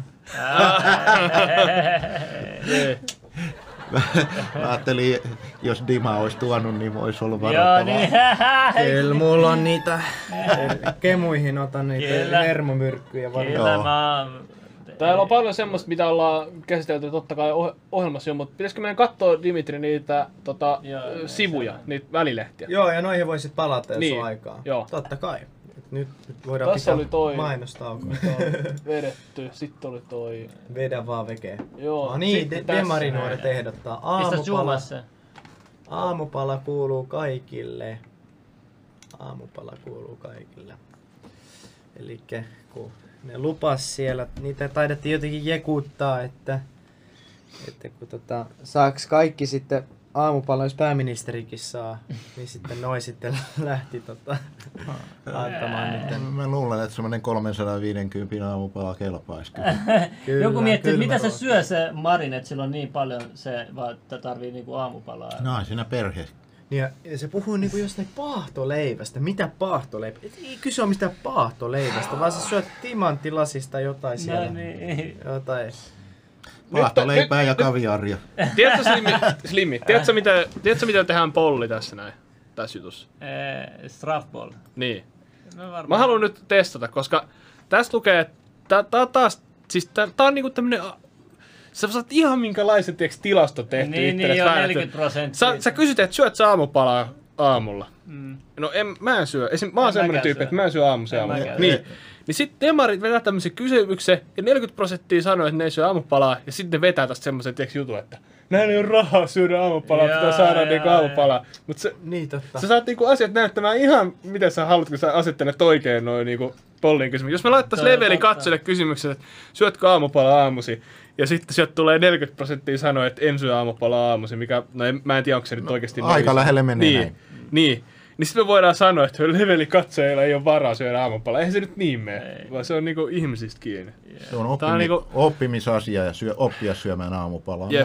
Mä ajattelin, jos Dima olisi tuonut, niin olisi ollut Joo, varoittavaa. niin. Kyllä mulla on niitä, kemuihin otan niitä Kyllä. hermomyrkkyjä varmaan. Kyllä mä... Täällä on paljon semmoista, mitä ollaan käsitelty totta kai ohjelmassa jo, mutta pitäisikö meidän katsoa, Dimitri, niitä sivuja, niitä välilehtiä? Joo, ja noihin voisit palata, jos Niin, on aikaa. joo. Totta kai. Nyt voidaan Tässä oli toi. mainostauko. Vedetty, sitten oli toi... Vedä vaan vekee. Joo, No niin, sitten tässä demarinuoret ehdottaa. Pistä Aamupala, zoomassa. aamupala kuuluu kaikille. Aamupala kuuluu kaikille. Elikkä kun ne lupas siellä, niitä taidettiin jotenkin jekuttaa, että kun saaks kaikki sitten aamupala, jos pääministerikin saa, niin sitten noi sitten lähti antamaan niitä. Mä luulen, että semmoinen 350 aamupala kelpaisi kyllä. Kyllä, Joku miettii, että mitä se kylmäruoka. syö se Marin, että sillä on niin paljon se, vaan että tarvii niinku aamupalaa. No, siinä perhe. Niin ja se puhui niinku jostain paahtoleivästä. Mitä paahtoleipä? Ei kyse ole mistään paahtoleivästä, vaan sä syöt timanttilasista jotain siellä. No niin. Jotain. Paahtoleipää ja kaviaria. Tiedätkö Slimmi, tiedätkö mitä tehdään polli tässä näin, tässä jutussa? Strafball. Niin. No varmaan. Mä haluan nyt testata, koska tässä lukee, että tää on taas, siis tää on niinku tämmönen, sä saat ihan minkälaisen tilaston tehty Niin, itsellesi joo, väännetty. 40%. Sä kysyt, että syöt sä aamupalaa aamulla. No mä en syö. Mä oon semmonen tyyppi, että mä en syö aamulla. mäkään. Niin. Niin sitten demarit vetää tämmöisen kysymyksen, ja 40% sanoo, että ne ei syö aamupalaa, ja sitten ne vetää tästä semmoisen jutun, että näin ei ole rahaa syödä aamupalaa, Jaa, pitää saada jaa, niinku aamupalaa. Mutta Niin totta. sä saat niinku asiat näyttämään ihan miten sä haluat, kun sä asettelet oikein noin niinku pollin kysymyksen. Jos me laittaisiin Toi on leveli totta. katsojille kysymykset, että syötkö aamupalaa aamusi, ja sitten sieltä tulee 40% sanoa, että en syö aamupalaa aamusi, mikä, no mä en tiedä, onko se nyt oikeasti Aika lähelle menee niin, näin. niin. Niin sitten me voidaan sanoa, että leveli katsojilla ei ole varaa syödä aamupalaa. Eihän se nyt niin mene, vaan se on niinku ihmisistä kiinni. Se on Tää on niinku- oppimisasia ja oppia syömään aamupalaa. Jep.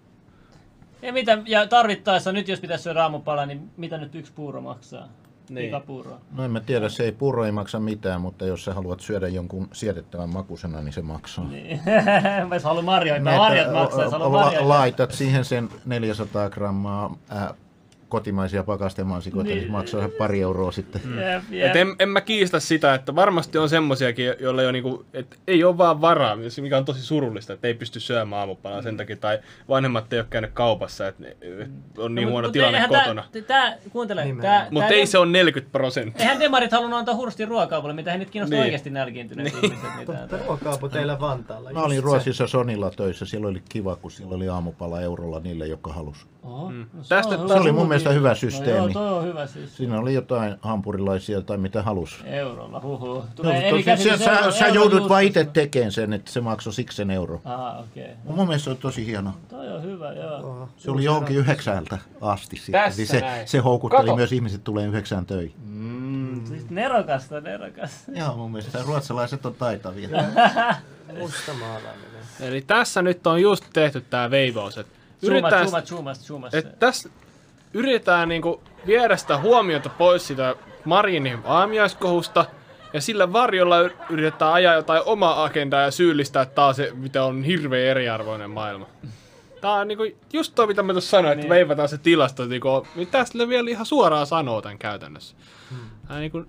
Ja tarvittaessa nyt, jos pitäisi syödä aamupalaa, niin mitä nyt yksi puuro maksaa? Niin. Pikapuuro. No en mä tiedä, se ei purro ei maksa mitään, mutta jos sä haluat syödä jonkun siedettävän makusena, niin se maksaa. Niin. Mä jos haluan marjoita, marjat maksaa, jos haluan marjoita. Laitat siihen sen 400 grammaa kotimaisia pakastemansikoita, niin se maksaa se pari euroa sitten. Et en mä kiistä sitä, että varmasti on semmosiakin, joilla ei ole, niinku, et ei ole vaan varaa, mikä on tosi surullista, että ei pysty syömään aamupalaa sen takia, tai vanhemmat ei ole käynyt kaupassa, että on niin huono tilanne kotona. Kuuntele, Mutta ei se on 40%. Eihän demarit halunnut antaa hurstin ruokakaupalle, mitä he nyt kiinnostaa Niin. oikeasti nälkiintyneet ihmiset. Totta, ruokaapu teillä Vantaalla. Mä olin Ruotsissa Sonilla töissä, siellä oli kiva, kun siellä oli aamupala eurolla niille, jotka halusi. Tästä- Se oli mun mielestä hyvä systeemi. No joo, toi on hyvä siis. Siinä oli jotain hampurilaisia tai mitä halusi. Eurolla, huhu. No, Tulee eri käsitys sä euron joudut vaan juustosta. itse tekemään sen, että se maksoi siksi sen euro. Okei. Mun mielestä se on tosi hieno. Toi on hyvä, joo. Se oli johonkin 9 asti sitten. Tässä Eli se, näin. se houkutteli Kato. myös ihmiset tulee 9 töihin. Siis nerokasta. Joo, mun mielestä ruotsalaiset on taitavia. Mustamaalaaminen. Eli tässä nyt on just tehty tää veivaus. Zoomast. Et tässä yritetään niinku viedä sitä huomiota pois sitä Marinin aamiaiskohusta, ja sillä varjolla yritetään ajaa jotain omaa agendaa ja syyllistää taas se, mitä on hirveän eriarvoinen maailma. Tää on niinku just toi, mitä mä tuossa sanoin, että veivataan se tilasto. Niinku, tästä vielä ihan suoraan sanoo tän käytännössä. Tää niinku...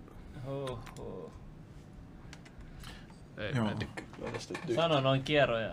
Ei, mä en tykkää tästä Sano noin kierroja.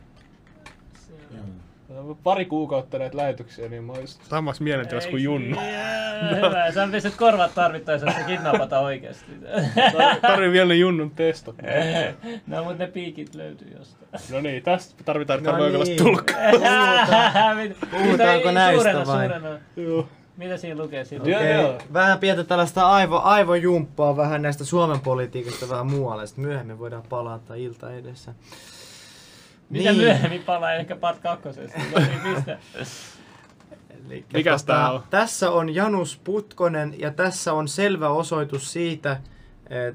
pari kuukautta näitä lähetyksiä, niin mä olis samassa mielentilassa kuin Junnu. Hyvä, sä pistät korvat tarvittaessa, että kidnapata oikeesti. Tarvii vielä ne Junnun testot. No mut ne piikit löytyy jostain. No niin, tästä tarvitaan No oikeasti niin. tulkkaa. Puhutaanko näistä vai? Joo. Mitä siinä lukee? Siinä Joo. Vähän pientä tällaista aivojumppaa vähän näistä Suomen politiikasta vähän muualle. Sitten myöhemmin voidaan palata ilta edessä. Mitä myöhemmin palaa ehkä part 2. Mistä? Elikkä Mikäs tää on? Tässä on Janus Putkonen ja tässä on selvä osoitus siitä,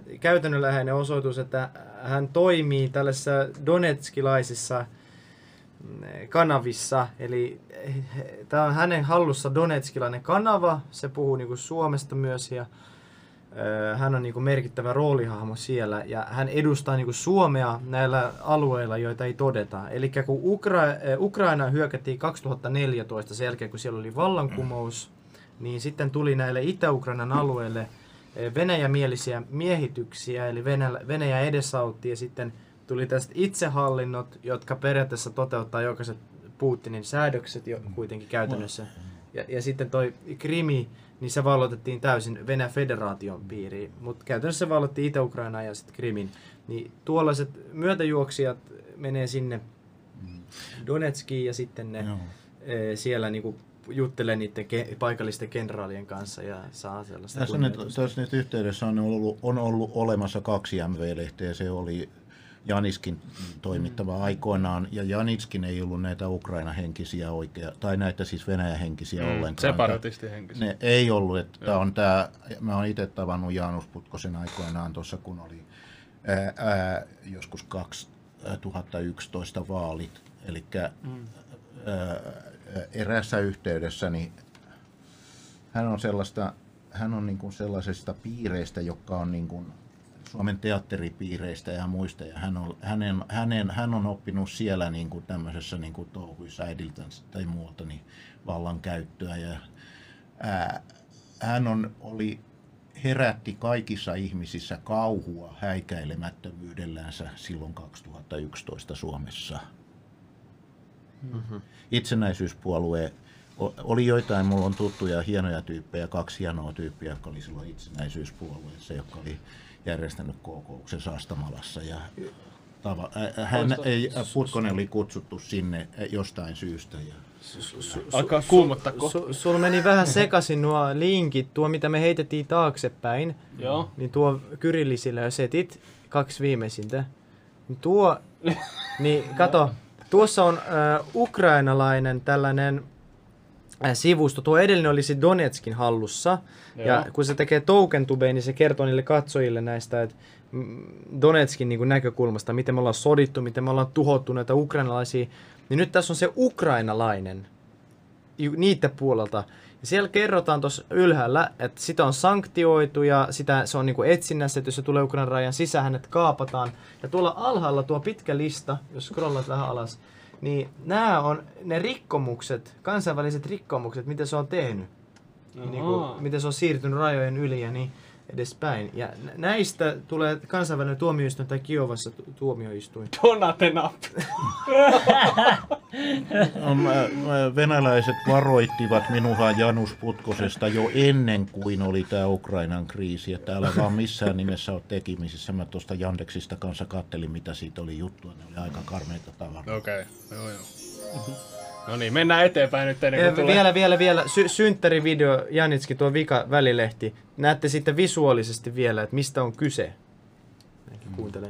käytännönläheinen osoitus, että hän toimii tällaisessa donetskilaisissa kanavissa. Eli tämä on hänen hallussa donetskilainen kanava. Se puhuu niinku Suomesta myös ja hän on niinku merkittävä roolihahmo siellä ja hän edustaa niinku Suomea näillä alueilla, joita ei todeta. Eli kun Ukraina hyökättiin 2014 sen jälkeen, kun siellä oli vallankumous, niin sitten tuli näille Itä-Ukrainan alueille venäjämielisiä miehityksiä, eli Venäjä edesautti ja sitten tuli tästä itsehallinnot, jotka periaatteessa toteuttaa jokaiset Putinin säädökset jo kuitenkin käytännössä. Ja sitten toi Krimi, niin se valloitettiin täysin Venäjän federaation piiriin, mutta käytännössä se valloitti Itä-Ukrainaa ja sitten Krimin. Niin tuollaiset myötäjuoksijat menee sinne Donetskiin ja sitten ne siellä niinku juttelee niiden paikallisten kenraalien kanssa ja saa sellaista tässä nyt yhteydessä on ollut olemassa 2 MV-lehteä. Se oli Janitskin toimittava aikoinaan, ja Janitskin ei ollut näitä Ukraina-henkisiä tai näitä siis Venäjä-henkisiä ollenkaan. Separatistihenkisiä. Ne ei ollut, että mä oon itse tavannut Jaanus Putkosen aikoinaan tuossa, kun oli joskus 2011 vaalit, eli eräässä yhteydessä niin hän on niin kuin sellaisesta piireistä, joka on niin kuin Suomen teatteripiireistä ja muista, ja hän on oppinut siellä niin kuin tämmöisessä niin kuin touhuissa äidiltä tai muualta niin vallankäyttöä, ja hän herätti kaikissa ihmisissä kauhua häikäilemättömyydellänsä silloin 2011 Suomessa. Itsenäisyyspuolue oli joitain, mulla on tuttuja hienoja tyyppejä, 2 hienoa tyyppiä, jotka oli silloin itsenäisyyspuolueessa, joka oli järjestänyt kokouksen Sastamalassa. Ja Putkonen oli kutsuttu sinne jostain syystä. Alkaa kuumottaa. Sulla meni vähän sekaisin nuo linkit, tuo mitä me heitettiin taaksepäin. Joo. Niin tuo Kyrillisillä, jos etit 2 viimeisintä. Niin kato, tuossa on ukrainalainen tällainen sivusto. Tuo edellinen olisi Donetskin hallussa. Joo. Ja kun se tekee TokenTubea, niin se kertoo niille katsojille näistä, että Donetskin niin kuin näkökulmasta, miten me ollaan sodittu, miten me ollaan tuhottu näitä ukrainalaisia. Niin nyt tässä on se ukrainalainen niiden puolelta. Ja siellä kerrotaan tuossa ylhäällä, että sitä on sanktioitu ja se on niin kuin etsinnässä, että jos se tulee Ukrainan rajan sisään, hänet kaapataan. Ja tuolla alhaalla tuo pitkä lista, jos scrollaat vähän alas, niin nämä on ne rikkomukset, kansainväliset rikkomukset, mitä se on tehnyt. Niin kuin, miten se on siirtynyt rajojen yli ja niin edespäin. Ja näistä tulee kansainvälinen tuomioistuin tai Kiovassa tuomioistuin. Donatenap! Venäläiset varoittivat minua Janus Putkosesta jo ennen kuin oli tämä Ukrainan kriisi. Että älä vaan missään nimessä ole tekemisissä. Mä tuosta Yandeksista kanssa kattelin, mitä siitä oli juttua. Ne oli aika karmeita tavaraa. Okei, joo. No niin, mennään eteenpäin nyt ennen kuin tulee. Vielä. Synttärivideo, Janitski, tuo vika välilehti. Näette sitten visuaalisesti vielä, että mistä on kyse. Mäkin kuuntelen.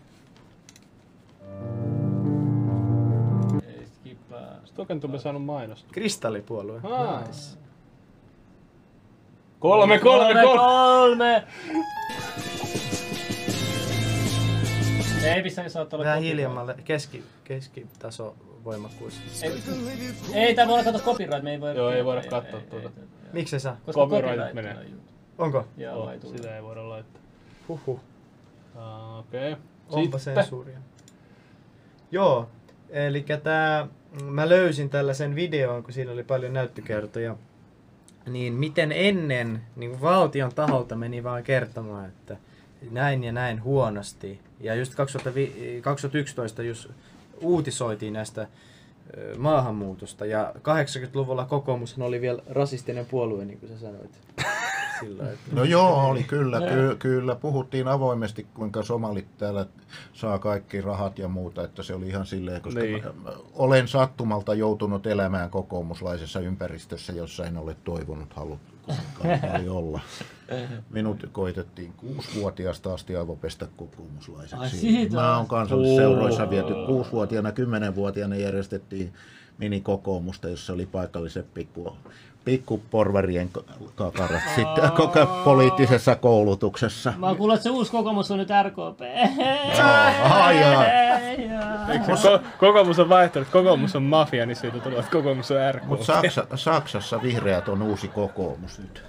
Stokentube saanut mainosta. Kristallipuolue. Nice. 3. Ei missä saattaa olla vähän hiljemmalle. Keskitaso voimakkuus. Ei tää voi olla katsoa copyright, me ei voi. Joo, ei voida katsoa tuota. Miksi se saa? Koska copyright menee. Onko? Joo, sitä ei voida laittaa. Huhhuh. Okei. Onpa sensuuria. Joo, eli mä löysin tällaisen videon, kun siinä oli paljon näyttökertoja. Niin miten ennen niin valtion taholta meni vaan kertomaan, että näin ja näin huonosti. Ja just 2011 just uutisoitiin näistä maahanmuutosta. Ja 80-luvulla kokoomushan oli vielä rasistinen puolue, niin kuin sä sanoit. Silloin, että... No joo, oli kyllä. Puhuttiin avoimesti, kuinka somalit täällä saa kaikki rahat ja muuta, että se oli ihan silleen, koska olen sattumalta joutunut elämään kokoomuslaisessa ympäristössä, jossa en ole toivonut oli olla. Minut koitettiin 6-vuotiaasta asti aivopestä kokoomuslaiseksi. Mä oon kansalliseuroissa viety 6-vuotiaana, 10-vuotiaana järjestettiin minikokoomusta, jossa oli paikalliset pikkuporvarien kakarat sitten koko poliittisessa koulutuksessa. Mä kuulen, että se uusi kokoomus on nyt RKP. Kokoomus on vaihtanut, kokoomus on mafia, niin siitä tulee, että kokoomus on RKP. Mutta Saksassa vihreät on uusi kokoomus nyt.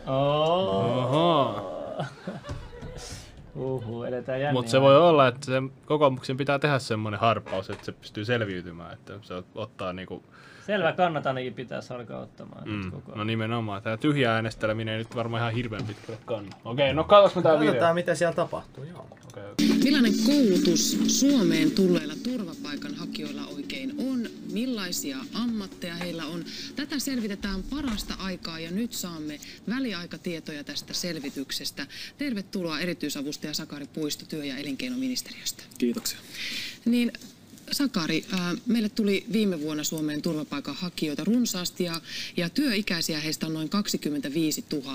Edetään jänniä. Mutta se voi olla, että se kokoomuksen pitää tehdä semmoinen harppaus, että se pystyy selviytymään, että se ottaa niinku... Selvä, kannatanikin pitäisi alkaa ottamaan. No nimenomaan. Tämä tyhjä äänestäminen ei nyt varmaan ihan hirveän pitkälle kanna. Okei, no katsotaan me tää video. Katsotaan, mitä siellä tapahtuu. Joo. Okay. Millainen koulutus Suomeen tulleilla turvapaikanhakijoilla oikein on? Millaisia ammatteja heillä on? Tätä selvitetään parasta aikaa ja nyt saamme väliaikatietoja tästä selvityksestä. Tervetuloa erityisavustaja Sakari Puisto työ- ja elinkeinoministeriöstä. Kiitoksia. Niin, Sakari, meille tuli viime vuonna Suomeen turvapaikanhakijoita runsaasti ja työikäisiä heistä on noin 25 000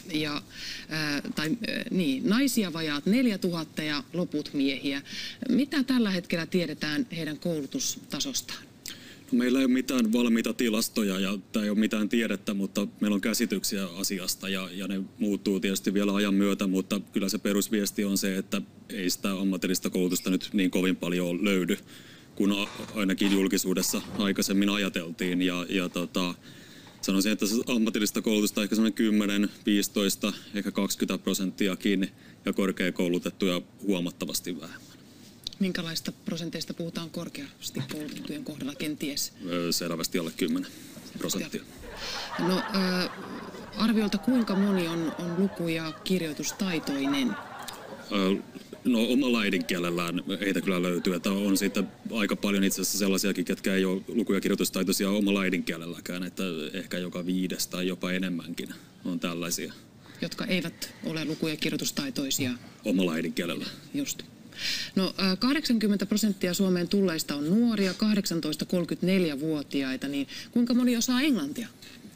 naisia vajaat 4 000 ja loput miehiä. Mitä tällä hetkellä tiedetään heidän koulutustasostaan? No, meillä ei ole mitään valmiita tilastoja ja tämä ei ole mitään tiedettä, mutta meillä on käsityksiä asiasta ja ne muuttuu tietysti vielä ajan myötä, mutta kyllä se perusviesti on se, että ei sitä ammatillista koulutusta nyt niin kovin paljon löydy, kun ainakin julkisuudessa aikaisemmin ajateltiin. Sanoisin, että ammatillista koulutusta ehkä semmoinen 10, 15, ehkä 20% ja korkeakoulutettuja huomattavasti vähemmän. Minkälaista prosenteista puhutaan korkeasti koulutettujen kohdalla kenties? Selvästi alle 10%. No, arviolta kuinka moni on luku- ja kirjoitustaitoinen? No omalla äidinkielellään heitä kyllä löytyy, että on sitten aika paljon itse asiassa sellaisiakin, ketkä ei ole luku- ja kirjoitustaitoisia omalla äidinkielelläkään, että ehkä joka 5 tai jopa enemmänkin on tällaisia. Jotka eivät ole luku- ja kirjoitustaitoisia? Omalla äidinkielellä. Just. No 80% Suomeen tulleista on nuoria, 18-34-vuotiaita, niin kuinka moni osaa englantia?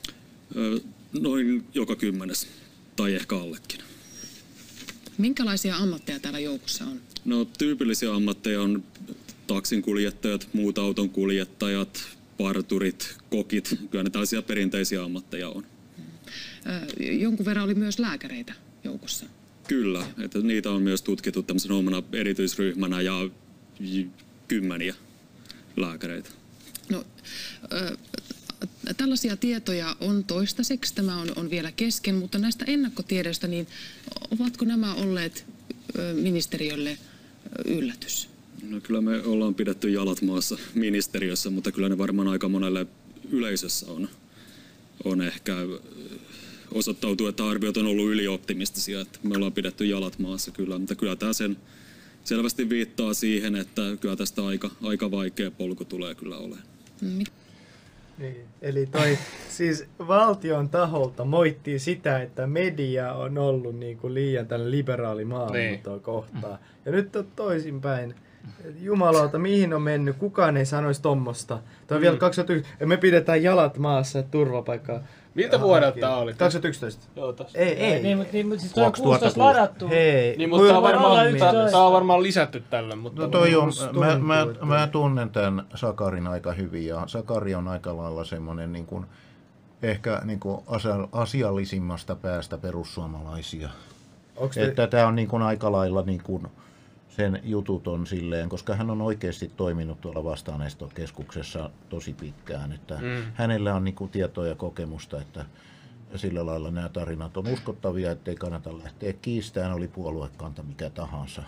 Noin joka 10 tai ehkä allekin. Minkälaisia ammatteja täällä joukossa on? No tyypillisiä ammatteja on taksinkuljettajat, muut autonkuljettajat, parturit, kokit. Kyllä ne tällaisia perinteisiä ammatteja on. Jonkun verran oli myös lääkäreitä joukossa. Kyllä, että niitä on myös tutkittu tämmöisenä omana erityisryhmänä ja kymmeniä lääkäreitä. No, tällaisia tietoja on toistaiseksi, tämä on vielä kesken, mutta näistä ennakkotiedoista, niin ovatko nämä olleet ministeriölle yllätys? No kyllä me ollaan pidetty jalat maassa ministeriössä, mutta kyllä ne varmaan aika monelle yleisössä on ehkä osoittautuu, että arviot on ollut ylioptimistisia, että me ollaan pidetty jalat maassa kyllä, mutta kyllä tämä sen selvästi viittaa siihen, että kyllä tästä aika vaikea polku tulee kyllä olemaan. Niin, eli siis valtion taholta moittii sitä, että media on ollut niin kuin liian tällainen liberaali maahanmuuttoa kohtaan. Ja nyt on toisinpäin. Jumalauta, mihin on mennyt? Kukaan ei sanoisi tommosta. Tämä on vielä 2001. Me pidetään jalat maassa turvapaikkaa. Miltä vuodelta tämä oli? 2011. Joo, tossa. Ei. Niin, mutta siis toi on 16 varattu. Hei. Niin, mutta tämä on varmaan lisätty tälle. Mutta... No mä tunnen tämän Sakarin aika hyvin ja Sakari on aika lailla semmoinen niin kuin, ehkä niin kuin asiallisimmasta päästä perussuomalaisia. Että tämä on niin kuin aika lailla niin kuin sen jutut on silleen, koska hän on oikeasti toiminut tuolla vastaanestokeskuksessa tosi pitkään, että hänellä on niin kuin tietoa ja kokemusta, että sillä lailla nämä tarinat on uskottavia, ettei kannata lähteä kiistämään, oli puoluekanta mikä tahansa.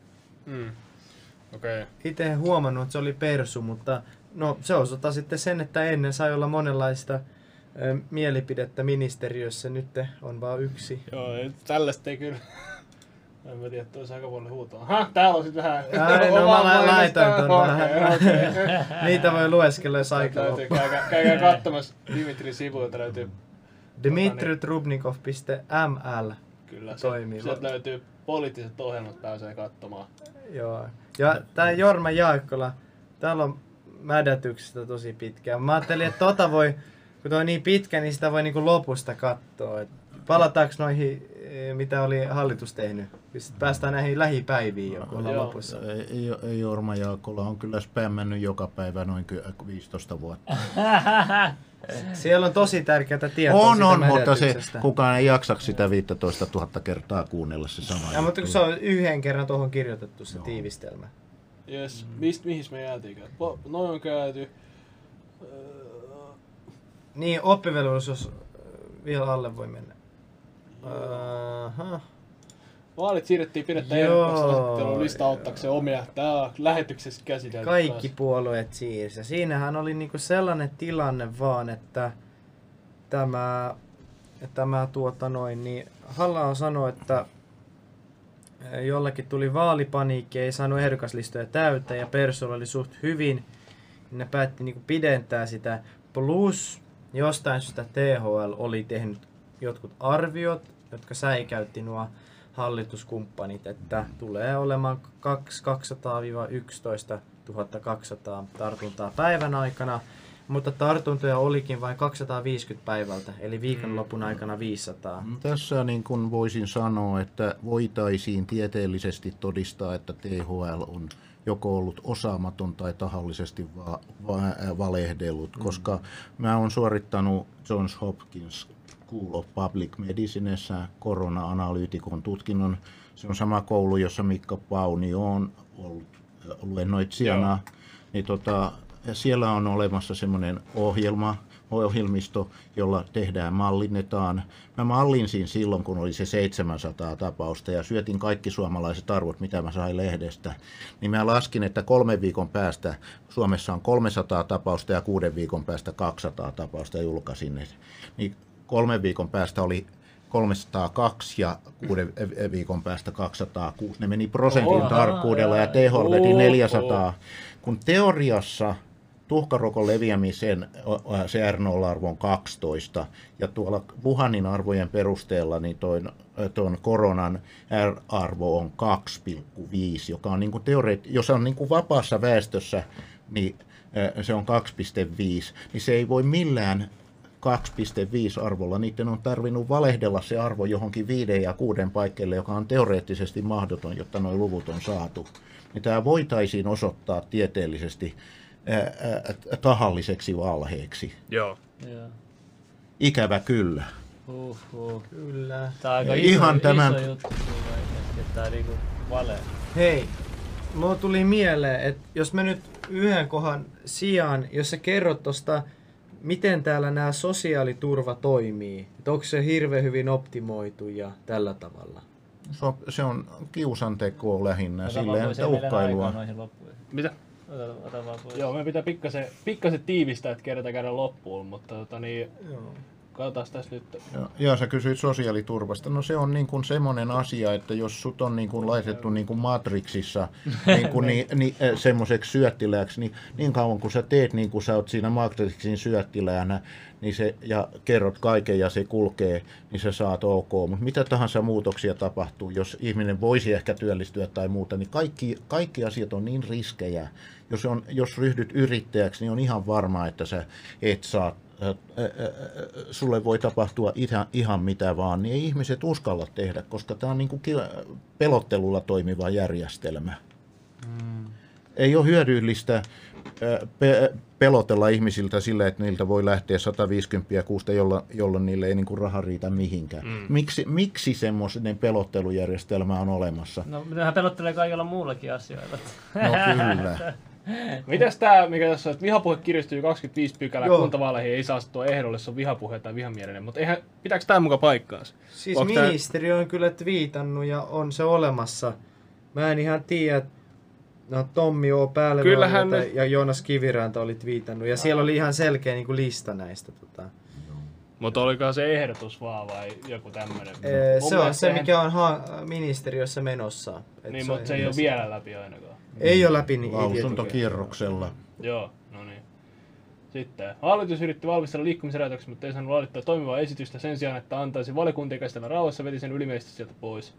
Okay. Itse en huomannut, että se oli persu, mutta no, se osoittaa sitten sen, että ennen sai olla monenlaista mielipidettä ministeriössä, nyt on vaan yksi. Joo, tällaista ei kyllä. En mä tiedä, että olisi aika paljon huutoa. Täällä on sitten vähän... No mä laitoin Niitä voi lueskella, jos aika loppuu. Käykää katsomassa Dimitrin sivuilta löytyy... dimitritrubnikov.ml. Kyllä, toimii. Sieltä löytyy poliittiset ohjelmat, pääsee katsomaan. Joo. Ja tää Jorma Jaakkola, täällä on mädätyksestä tosi pitkään. Mä ajattelin, että voi, kun toi on niin pitkä, niin sitä voi niinku lopusta katsoa. palataanko noihin, mitä oli hallitus tehnyt? Sitten päästään näihin lähipäiviin jo, kun ollaan lopussa. Jorma Jaakola on kyllä spämmännyt joka päivä noin 15 vuotta. Siellä on tosi tärkeää tietoa on, mutta kukaan ei jaksa sitä 15 000 kertaa kuunnella se sama. Ja, mutta kun se on yhden kerran tuohon kirjoitettu se tiivistelmä. Jes, mihin me jäätiinkään? Noin on käyty. Niin, oppivelvollisuus vielä alle voi mennä. Vaalit siirrettiin pidettä ehdokkaasta lista ottaakseen omia. Tää on lähetyksessä käsitelty. Kaikki puolueet siirsi. Siinähän oli niinku sellainen tilanne vaan, että tämä niin Halla-aho sanoi, että jollakin tuli vaalipaniikki, ei saanut ehdokaslistoja täyttä ja Persulla oli suht hyvin. Ne päätti niinku pidentää sitä. Plus jostain syystä THL oli tehnyt jotkut arviot, jotka säikäytti nuo hallituskumppanit, että tulee olemaan 200-11 200 tartuntaa päivän aikana, mutta tartuntoja olikin vain 250 päivältä, eli viikonlopun aikana 500. Tässä niin kuin voisin sanoa, että voitaisiin tieteellisesti todistaa, että THL on joko ollut osaamaton tai tahallisesti valehdellut, koska mä oon suorittanut Johns Hopkins School of Public Medicinessä korona-analyytikon tutkinnon. Se on sama koulu, jossa Mikko Paunio on ollut luennoitsijana. Niin siellä on olemassa semmoinen ohjelmisto, jolla mallinnetaan. Mä mallinsin silloin, kun oli se 700 tapausta ja syötin kaikki suomalaiset arvot, mitä mä sain lehdestä. Niin mä laskin, että 3 viikon päästä Suomessa on 300 tapausta ja 6 viikon päästä 200 tapausta ja julkaisin ne. Niin 3 viikon päästä oli 302 ja 6 viikon päästä 206. Ne meni prosentin tarkkuudella ja THL veti 400. Kun teoriassa tuhkarokon leviämisen se R0-arvo on 12 ja tuolla Wuhanin arvojen perusteella niin tuon koronan R-arvo on 2,5, joka on niinku jos on niinku vapaassa väestössä, niin se on 2,5, niin se ei voi millään 2,5 arvolla. Niiden on tarvinnut valehdella se arvo johonkin 5 ja 6 paikkeille, joka on teoreettisesti mahdoton, jotta nuo luvut on saatu. Niin tämä voitaisiin osoittaa tieteellisesti tahalliseksi valheeksi. Joo. Ikävä kyllä. Kyllä. Tämä on aika Ihan iso tämän juttu, että tämä on niinku vale. Hei, mulla tuli mieleen, että jos me nyt yhden kohan sijaan, jos sä kerrot tosta, miten täällä nämä sosiaaliturva toimii, että onko se hirveän hyvin optimoitu ja tällä tavalla? Se on kiusantekoa lähinnä, silleen uhkailua. Mitä? Ota vaan pois. Joo, me pitää pikkasen tiivistää, että kerta käydä loppuun, mutta katsotaan tässä nyt. Ja sä kysyit sosiaaliturvasta. No se on niin kuin semmoinen asia, että jos sut on niin kuin laitettu niin kuin Matrixissa semmoiseksi syöttiläksi, niin kauan kun sä teet niin kuin sä oot siinä Matrixin syöttiläänä, niin ja kerrot kaiken ja se kulkee, niin sä saat ok. Mutta mitä tahansa muutoksia tapahtuu, jos ihminen voisi ehkä työllistyä tai muuta, niin kaikki asiat on niin riskejä. Jos ryhdyt yrittäjäksi, niin on ihan varma, että sä et saa sulle voi tapahtua ihan mitä vaan, niin ei ihmiset uskalla tehdä, koska tämä on niin kuin pelottelulla toimiva järjestelmä. Ei ole hyödyllistä pelotella ihmisiltä sillä, että niiltä voi lähteä 150 kuusta, jolloin niille ei niin kuin raha riitä mihinkään. Miksi semmoinen pelottelujärjestelmä on olemassa? No, hän pelottelee kaikilla muullakin asioilla. No kyllä. Mitäs tää, mikä tässä on, että vihapuhe kiristyy 25 pykälää, kuntavaaleihin ei saa astua ehdolle, se on vihapuhe tai vihamielinen, mutta pitääkö tää muka paikkaansa? Siis ministeri on kyllä twiitannut ja on se olemassa. Mä en ihan tiedä, Tommi O. Päälevä ja Joonas Kiviranta oli twiitannut ja siellä oli ihan selkeä niin kuin lista näistä. Mutta olikohan se ehdotus vaan vai joku tämmönen? Se on se, mikä on ministeriössä menossa. Niin, mutta se ei ole vielä läpi ainakaan. Ei ole läpi niin. Lausuntokierroksella. Joo, no niin. Sitten. Hallitus yritti valmistella liikkumisrajoituksia, mutta ei saanut laadittaa toimivaa esitystä sen sijaan, että antaisi valiokuntien käsitellä rauhassa, veti sen ylimielisesti sieltä pois.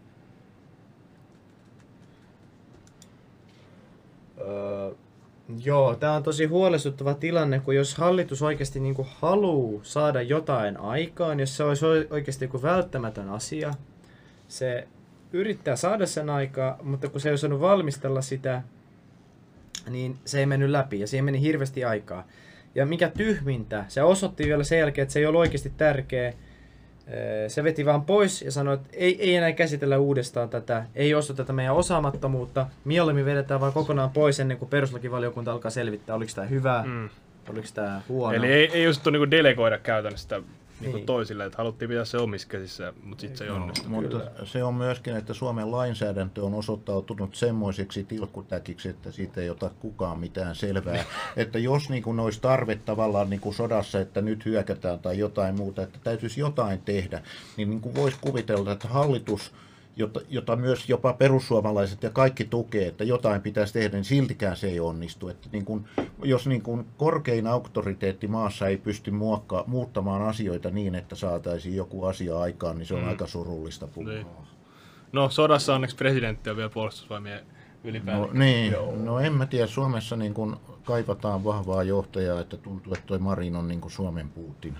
Joo, tämä on tosi huolestuttava tilanne, kun jos hallitus oikeasti niin kuin haluaa saada jotain aikaan, jos se olisi oikeasti joku välttämätön asia, se yrittää saada sen aikaa, mutta kun se ei osannut valmistella sitä, niin se ei mennyt läpi ja siihen meni hirveästi aikaa. Ja mikä tyhmintä, se osoitti vielä sen jälkeen, että se ei ollut oikeasti tärkeä. Se veti vaan pois ja sanoi, että ei enää käsitellä uudestaan tätä, ei osoiteta meidän osaamattomuutta, mieluummin vedetään vaan kokonaan pois ennen kuin perustuslakivaliokunta alkaa selvittää, oliko tämä hyvä, oliko tämä huono. Eli ei osattu niinku delegoida käytännössä sitä niinku toisille, että haluttiin pitää se omissa käsissä, mutta sitten se ei onnistu. Mutta se on myöskin, että Suomen lainsäädäntö on osoittautunut semmoiseksi tilkkutäkiksi, että siitä ei ota kukaan mitään selvää. Että jos niin kuin olisi tarve tavallaan niin kuin sodassa, että nyt hyökätään tai jotain muuta, että täytyisi jotain tehdä, niin kuin voisi kuvitella, että hallitus, jota myös jopa perussuomalaiset ja kaikki tukee, että jotain pitäisi tehdä, niin siltikään se ei onnistu. Että niin kuin, jos niin kuin korkein auktoriteetti maassa ei pysty muuttamaan asioita niin, että saataisiin joku asia aikaan, niin se on aika surullista puhua. Niin. No sodassa onneksi presidentti on vielä puolustusvoimien ylipäällikkö. No, niin, no en mä tiedä, Suomessa niin kuin kaivataan vahvaa johtajaa, että tuntuu, että toi Marin on niin kuin Suomen Putin.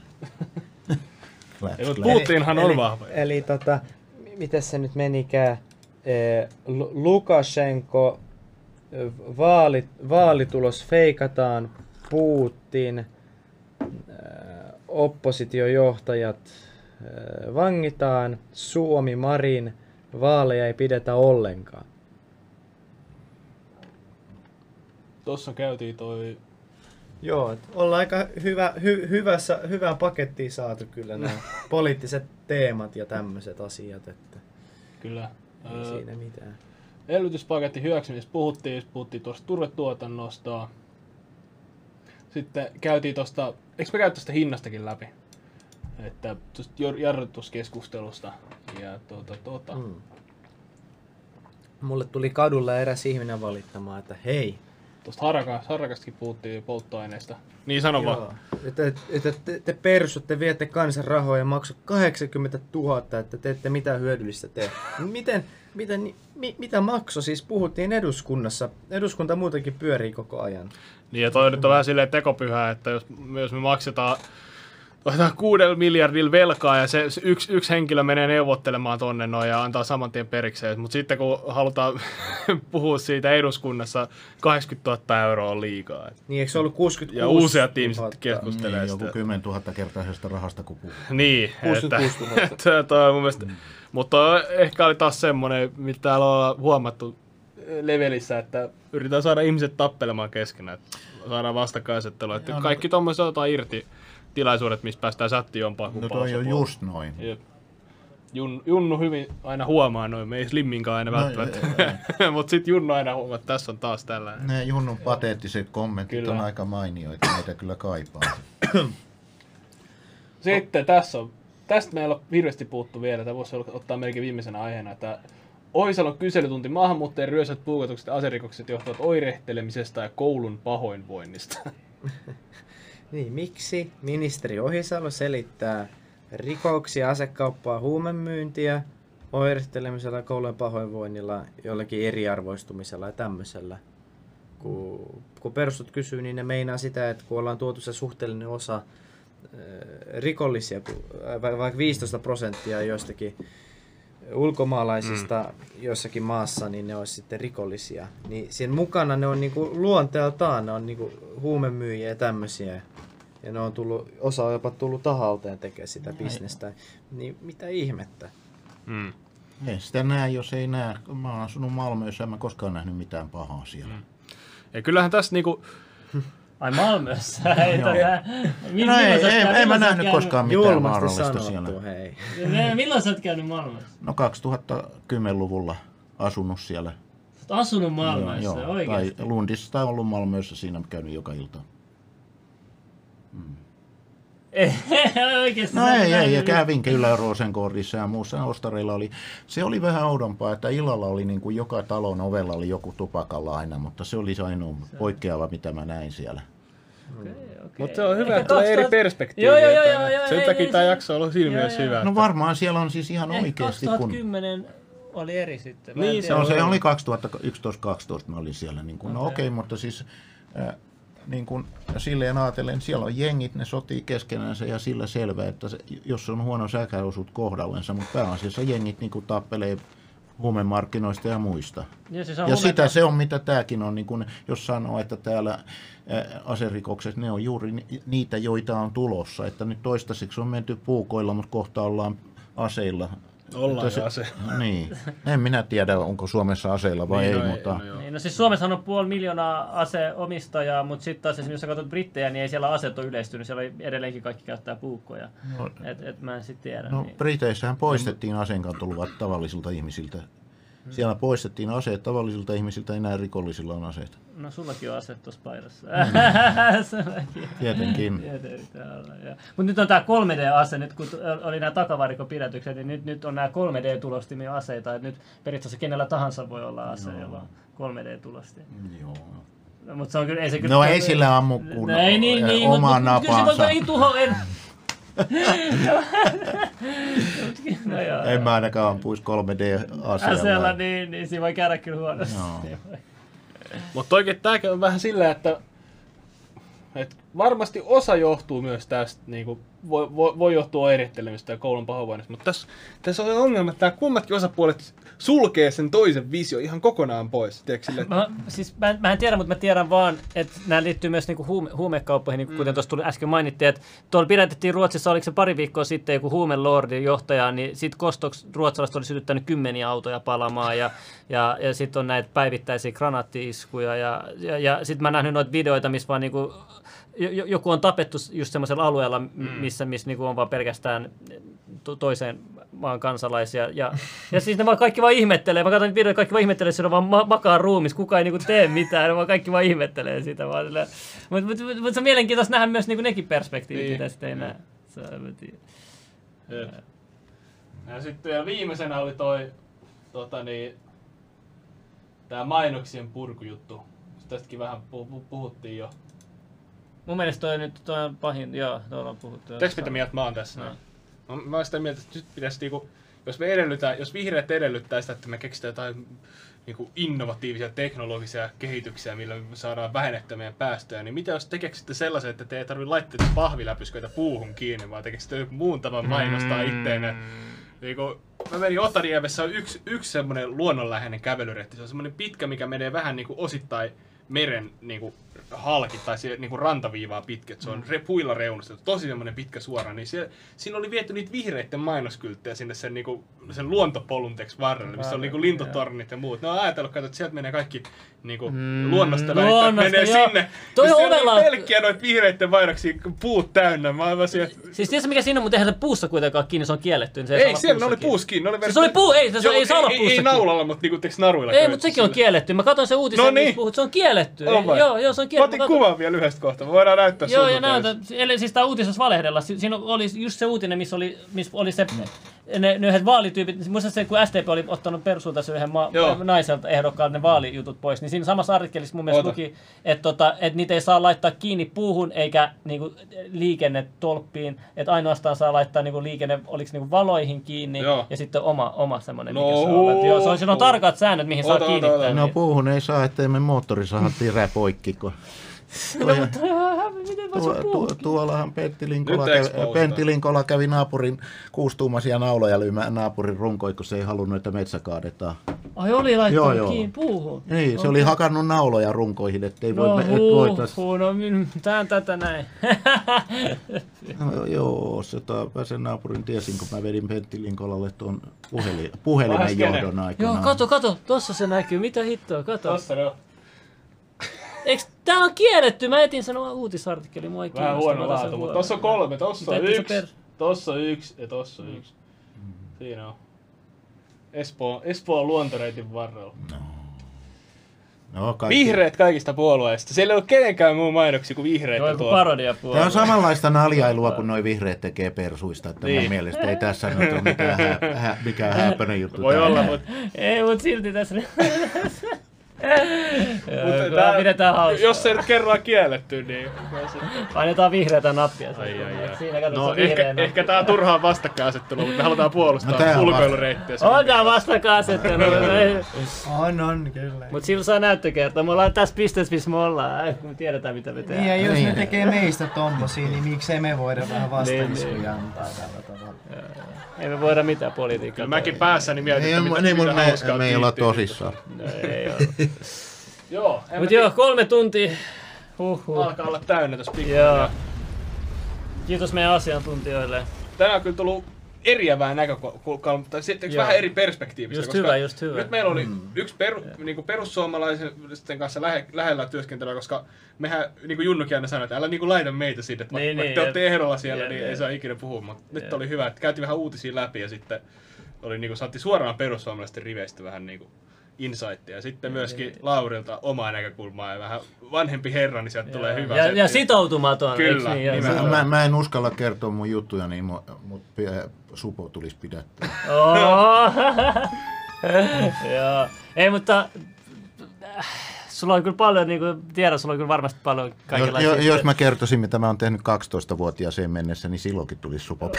Putinhan on vahva. Eli miten se nyt menikään? Lukashenko, vaalitulos feikataan, Putin, oppositiojohtajat vangitaan, Suomi, Marin, vaaleja ei pidetä ollenkaan. Tossa käytiin toi... Joo, ollaan aika hyvään pakettiin saatu kyllä nämä poliittiset teemat ja tämmöiset asiat. Että kyllä. Ei siinä mitään. Elvytyspaketin hyväksymisestä puhuttiin tuosta turvetuotannosta. Sitten käytiin tuosta, eikö me käy tuosta hinnastakin läpi? Että tuosta jarrutuskeskustelusta. Ja Mulle tuli kadulla eräs ihminen valittamaan, että hei. Tuosta Harakastakin puhuttiin polttoaineista. Niin sano vaan. Että te persut, te viette kansan rahoja ja maksu 80 000, että te ette mitään hyödyllistä tee. Mitä makso? Siis puhuttiin eduskunnassa. Eduskunta muutenkin pyörii koko ajan. Niin ja toi nyt on vähän silleen tekopyhää, että jos me maksetaan 6 miljardilla velkaa ja se yksi henkilö menee neuvottelemaan tonne noin ja antaa saman tien perikseen. Mutta sitten kun halutaan puhua siitä eduskunnassa, 80 000 euroa on liikaa. Niin eikö se ollut 66 ja useat ihmiset keskustelee niin, sitä. Joku 10 000 kertaisesta rahasta kun puhuu. Niin. 66 000. Että toi on mun mielestä, mutta ehkä oli taas semmoinen, mitä täällä ollaan huomattu levelissä, että yritetään saada ihmiset tappelemaan keskenään. Saadaan vastakkainasettelua. Että kaikki tommoiset otetaan irti. Tilaisuudet, missä päästään sättiin jompaan kumpaan. No toi on just noin. Junnu hyvin aina huomaa noin, me ei Slimminkaan aina välttämättä. Mutta sitten Junnu aina huomaa, että tässä on taas tällainen. Ne Junnun pateettiset kommentit kyllä on aika mainioita, niitä kyllä kaipaa. Sitten tästä meillä on hirveästi puhuttu vielä, tämä voisi ottaa melkein viimeisenä aiheena, että Ohisalon kyselytunti maahanmuuttajien ryöstöt, puukotukset ja aserikokset johtuvat oirehtelemisesta ja koulun pahoinvoinnista. Niin, miksi ministeri Ohisalo selittää rikoksia, asekauppaa, huumemyyntiä, oirehtelemisella, koulujen pahoinvoinnilla, jollakin eriarvoistumisella ja tämmöisellä? Kun perustut kysyy, niin ne meinaa sitä, että kun ollaan tuotu se suhteellinen osa rikollisia, vaikka 15% joistakin ulkomaalaisista jossakin maassa, niin ne olisi sitten rikollisia. Niin siinä mukana ne on niinku luonteeltaan, ne on niinku huumemyyjiä ja tämmöisiä. Ja ne on osa on jopa tullut tahalteen tekemään sitä bisnestä. Niin mitä ihmettä? Ei sitä näe, jos ei näe. Mä oon asunut Malmössä, en mä koskaan nähnyt mitään pahaa siellä. Ja kyllähän tässä niinku... Ai Malmössä? Ei mä nähnyt koskaan mitään vaarallista siellä. Hei. Milloin sä oot käynyt Malmössä? No 2010-luvulla asunut siellä. Sä oot asunut Malmössä oikeesti? Tai Lundissa tai ollut Malmössä, siinä käynyt joka ilta. Oikeesti? No ei, ja kävin kyllä Rosengårdissa ja muussa ostareilla oli. Se oli vähän oudompaa, että illalla oli niin kuin joka talon ovella oli joku tupakalla aina, mutta se oli se ainoa poikkeava, mitä mä näin siellä. Okay. Mutta se on hyvä, että tulee eri perspektiiviä. Sen takia tämä jakso on ollut siinä mielessä hyvä. No varmaan siellä on siis ihan oikeasti. 2010 oli eri sitten. Niin, se oli 2011-2012 mä olin siellä. Niin kuin, no okei, mutta siis niin kuin silleen ajatellen, siellä on jengit, ne sotii keskenänsä ja sillä selvä, että jos on huono säkäosut kohdallensa, mutta pääasiassa jengit niin kuin tappelee huumemarkkinoista ja muista. Ja sitä se on, mitä tämäkin on, niin kun, jos sanoo, että täällä aserikokset, ne on juuri niitä, joita on tulossa. Että nyt toistaiseksi on menty puukoilla, mutta kohta ollaan aseilla. Ollaan jo ase. Niin. En minä tiedä, onko Suomessa aseilla vai ei, mutta... No siis Suomessa on 500 000 aseomistajaa, mutta sitten taas esimerkiksi jos katsot brittejä, niin ei siellä aseet ole yleistynyt. Siellä edelleenkin kaikki käyttää puukkoja. No, mä en sitten tiedä. No niin. Briteissähän poistettiin aseenkantoluvat tavallisilta ihmisiltä. Siellä poistettiin aseet tavallisilta ihmisiltä, enää rikollisilla on aseet. No sullakin on aseet tuossa paidassa. Tietenkin. Mutta nyt on tämä 3D-ase, nyt kun oli nämä takavarikopidätykset, niin nyt on nämä 3D-tulostimia aseita. Nyt periaatteessa kenellä tahansa voi olla ase, jolla on 3D-tulosti. Joo. No, mutta se on kyllä, ei se kyllä... No ei sillä ammu kun omaa napaansa. Ei tuho... No en mä ainakaan ampuisi 3D-aseella. Niin siinä voi käydä kyllä huonosti. Mutta oikein tämäkin on vähän sillä, että varmasti osa johtuu myös tästä, niin voi johtua oireittelemista ja koulun pahoinvoinnista, mutta tässä on ongelma, että nämä kummatkin osapuolet sulkee sen toisen visio ihan kokonaan pois. Mä en tiedä, mutta mä tiedän vaan, että nämä liittyy myös niinku huumekauppoihin, niin kuten tuossa äsken mainittiin, että tuolla pidätettiin Ruotsissa, oliko se pari viikkoa sitten joku huumelordin johtaja, niin sitten kostoksi ruotsalaiset oli sytyttänyt 10 autoja palamaan ja sitten on näitä päivittäisiä granaatti-iskuja ja sitten mä nähnyt noita videoita, missä vaan niinku joku on tapettu just semmoisella alueella, missä niinku on vaan pelkästään toiseen maan kansalaisia. Ja siis ne vaan kaikki vaan ihmettelee. Mä katson niitä videoita, kaikki vaan ihmettelee, että se on vaan makaa ruumis. Kukaan ei niinku tee mitään. Ne vaan kaikki vaan ihmettelee sitä. Mutta se on mielenkiintoista nähdä myös niinku nekin perspektiivit, mitä sitten ei näe. Ja sitten vielä viimeisenä oli tää mainoksien purkujuttu. Tästäkin vähän puhuttiin jo. Mun mielestä toi on pahin, joo, tuolla on puhuttu. Tiedätkö mitä mieltä mä oon tässä? No. Mä oon sitä mieltä, että nyt pitäisi niinku, jos vihreät edellyttää sitä, että me keksitään jotain niinku innovatiivisia teknologisia kehityksiä, millä me saadaan vähennettyä meidän päästöjä, niin mitä jos te keksitte sellaisen, että te ei tarvitse laittaa pahviläpysköitä puuhun kiinni, vaan te keksitte joku muun tavan mainostaa itteenne. Niinku, mä menin Otaniemessä, on yksi semmoinen luonnonläheinen kävelyretti. Se on semmoinen pitkä, mikä menee vähän niinku osittain meren niinku halki tai niinku rantaviivaa pitkä. Se on puilla reunustettu, tosi semmoinen pitkä suora. Niin siinä oli viety niitä vihreitten mainoskylttejä sinne sen luontopolun varrelle, missä on niinku lintutornit ja muut. Ne on ajatellut, että sieltä menee kaikki niinku luonnosta menee sinne. Siellä oli pelkkiä noita vihreitten mainoksia, puut täynnä. Mä aivan sieltä... Siis tiedätkö mikä siinä on, mutta eihän se puussa kuitenkaan kiinni, se on kielletty. Se ei, siellä oli puussa kiinni. Se oli puu, ei saa olla puussa. Ei naulalla, mutta niinku naruilla. Ei, mutta sekin on kielletty. Mä katsoin sen uutisen, missä puhut, se on kielletty. Joo, se on kielletty. Mä otin kuvan vielä yhdestä kohtaa, me voidaan näyttää sun. Joo, ja näytä. Eli siis tää uutisessa valehdella. Siinä oli just se uutinen, missä oli se... Ne yhdet vaalityypit, muista se, kun SDP oli ottanut persuulta se yhden naiselta ehdokkaalta ne vaalijutut pois, niin siinä samassa artikkelissa mun mielestä luki, että niitä ei saa laittaa kiinni puuhun eikä niinku liikennetolppiin, että ainoastaan saa laittaa niinku oliko niinku valoihin kiinni ja sitten oma semmoinen, mikä saa olla. Siinä on tarkat säännöt, mihin saa kiinnittää. No puuhun ei saa, ettei me moottorisahattiin poikki. Tuollahan Pentti Linkola kävi naapurin kuustuumaisia nauloja lyymään naapurin runkoin, kun se ei halunnut, että metsä kaadetaan. Ai oli laittanut kiinni puuhun? Niin, se oli hakannut nauloja runkoihin, ettei tätä näin. No joo, sen naapurin tiesin, kun mä vedin Pentti Linkolalle tuon puhelimen johdon aikana. Joo, kato, tossa se näkyy, mitä hittoa, kato. Tossa ne on. Eikö tää on kielletty? Mä etin sen uutisartikkeli, mua ei kiinnosta. Vähän huono laatu, mutta tossa on 3, tossa on 1, tossa on 1 ja tossa on 1. Siinä on. Espoon luontoreitin varrella. No, vihreät kaikista puolueista. Siellä ei ole kenenkään muu mainoksia kuin vihreitä tuolla. Parodiapuolue. Tämä on samanlaista naljailua, kun noi vihreät tekee persuista. Että mun mielestä ei tässä nyt ole mikään hääpöinen juttu. Voi olla, mutta... Ei, mutta silti tässä... Mutta pidetään hauskaa. Jos se nyt kerran kielletty, niin... Painetaan vihreätä nappia. Ai. Siinä No ehkä tää on turhaan vastakkainasettelu, mutta me halutaan puolustaa ulkoilureittiä. On tää vastakkainasettelu. On, kyllä. Mut sillä saa näyttökertaa. Me ollaan tässä pisteessä, missä me ollaan. Me tiedetään, mitä me tehdään. Niin, ja jos ne tekee meistä tommosia, niin miksei me voida vähän vastaiskuja antaa tällä tavalla. Ei me voida mitään politiikkaa. Mäkin päässäni mietin, että mitä hauskaa me ei olla tosissaan. Ei oo. Joo, mut joo, 3 tuntia. Alkaa olla täynnä tässä pikkuja. Kiitos meidän asiantuntijoille. Tänään on kyllä tullut eriävää näkökulmaa, tai sitten vähän eri perspektiivistä. Just hyvä. Nyt meillä oli yksi niinku perussuomalaisten kanssa lähellä työskentelyä, koska mehän, niin kuin Junnukin aina sanoi, että älä niinku laita meitä siitä, että vaikka te olette ehdolla siellä, niin ei saa ikinä puhua. Mutta nyt oli hyvä, että käytiin vähän uutisia läpi ja sitten oli, niinku, saatiin suoraan perussuomalaisten riveistä vähän niinku insightia. Ja sitten myöskin Laurilta omaa näkökulmaa ja vähän vanhempi herra, niin sieltä tulee hyvä. Ja sitoutumaton. Kyllä. Niin, mä en uskalla kertoa mun juttuja, niin mut Supo tulisi pidättää. Joo. Ei, mutta sulla on kyllä paljon, niin kuin tiedän, sulla on kyllä varmasti paljon kaikenlaisia. Jos mä kertoisin, mitä mä oon tehnyt 12-vuotiaaseen mennessä, niin silloinkin tulisi Supo.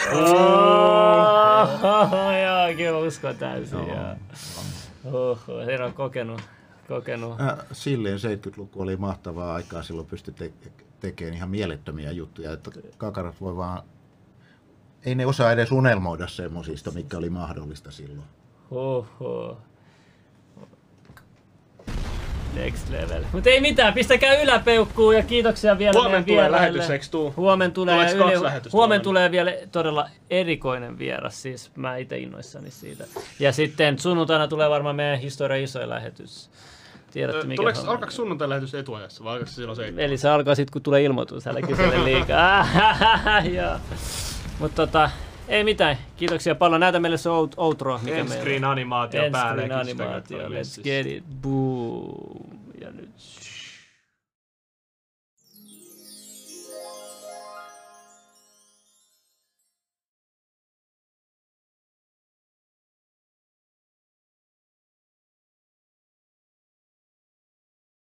Joo, kyllä uskon täysin. Herra on kokenut. Silleen 70-luku oli mahtavaa aikaa, silloin pystyi tekemään ihan mielettömiä juttuja, että kakarat voi vaan, ei ne osaa edes unelmoida semmosista, mikä oli mahdollista silloin. Next level. Mutta ei mitään, pistäkää yläpeukkuun ja kiitoksia vielä Huomen tulee lähetys, eikö tuu? Huomen tulee vielä todella erikoinen vieras, siis mä itse innoissani siitä. Ja sitten sunnuntaina tulee varmaan meidän historian isoin lähetys. Tiedätte mikä on. Alkaako sunnuntain lähetys etuajassa vai alkaako se silloin 7? Eli se alkaa sitten kun tulee ilmoitus, älä kysele liikaa. Mutta ei mitään, kiitoksia paljon. Näytä meille se outro. Endscreen animaatio päälle. Endscreen animaatio, let's get it, boom. Ja nyt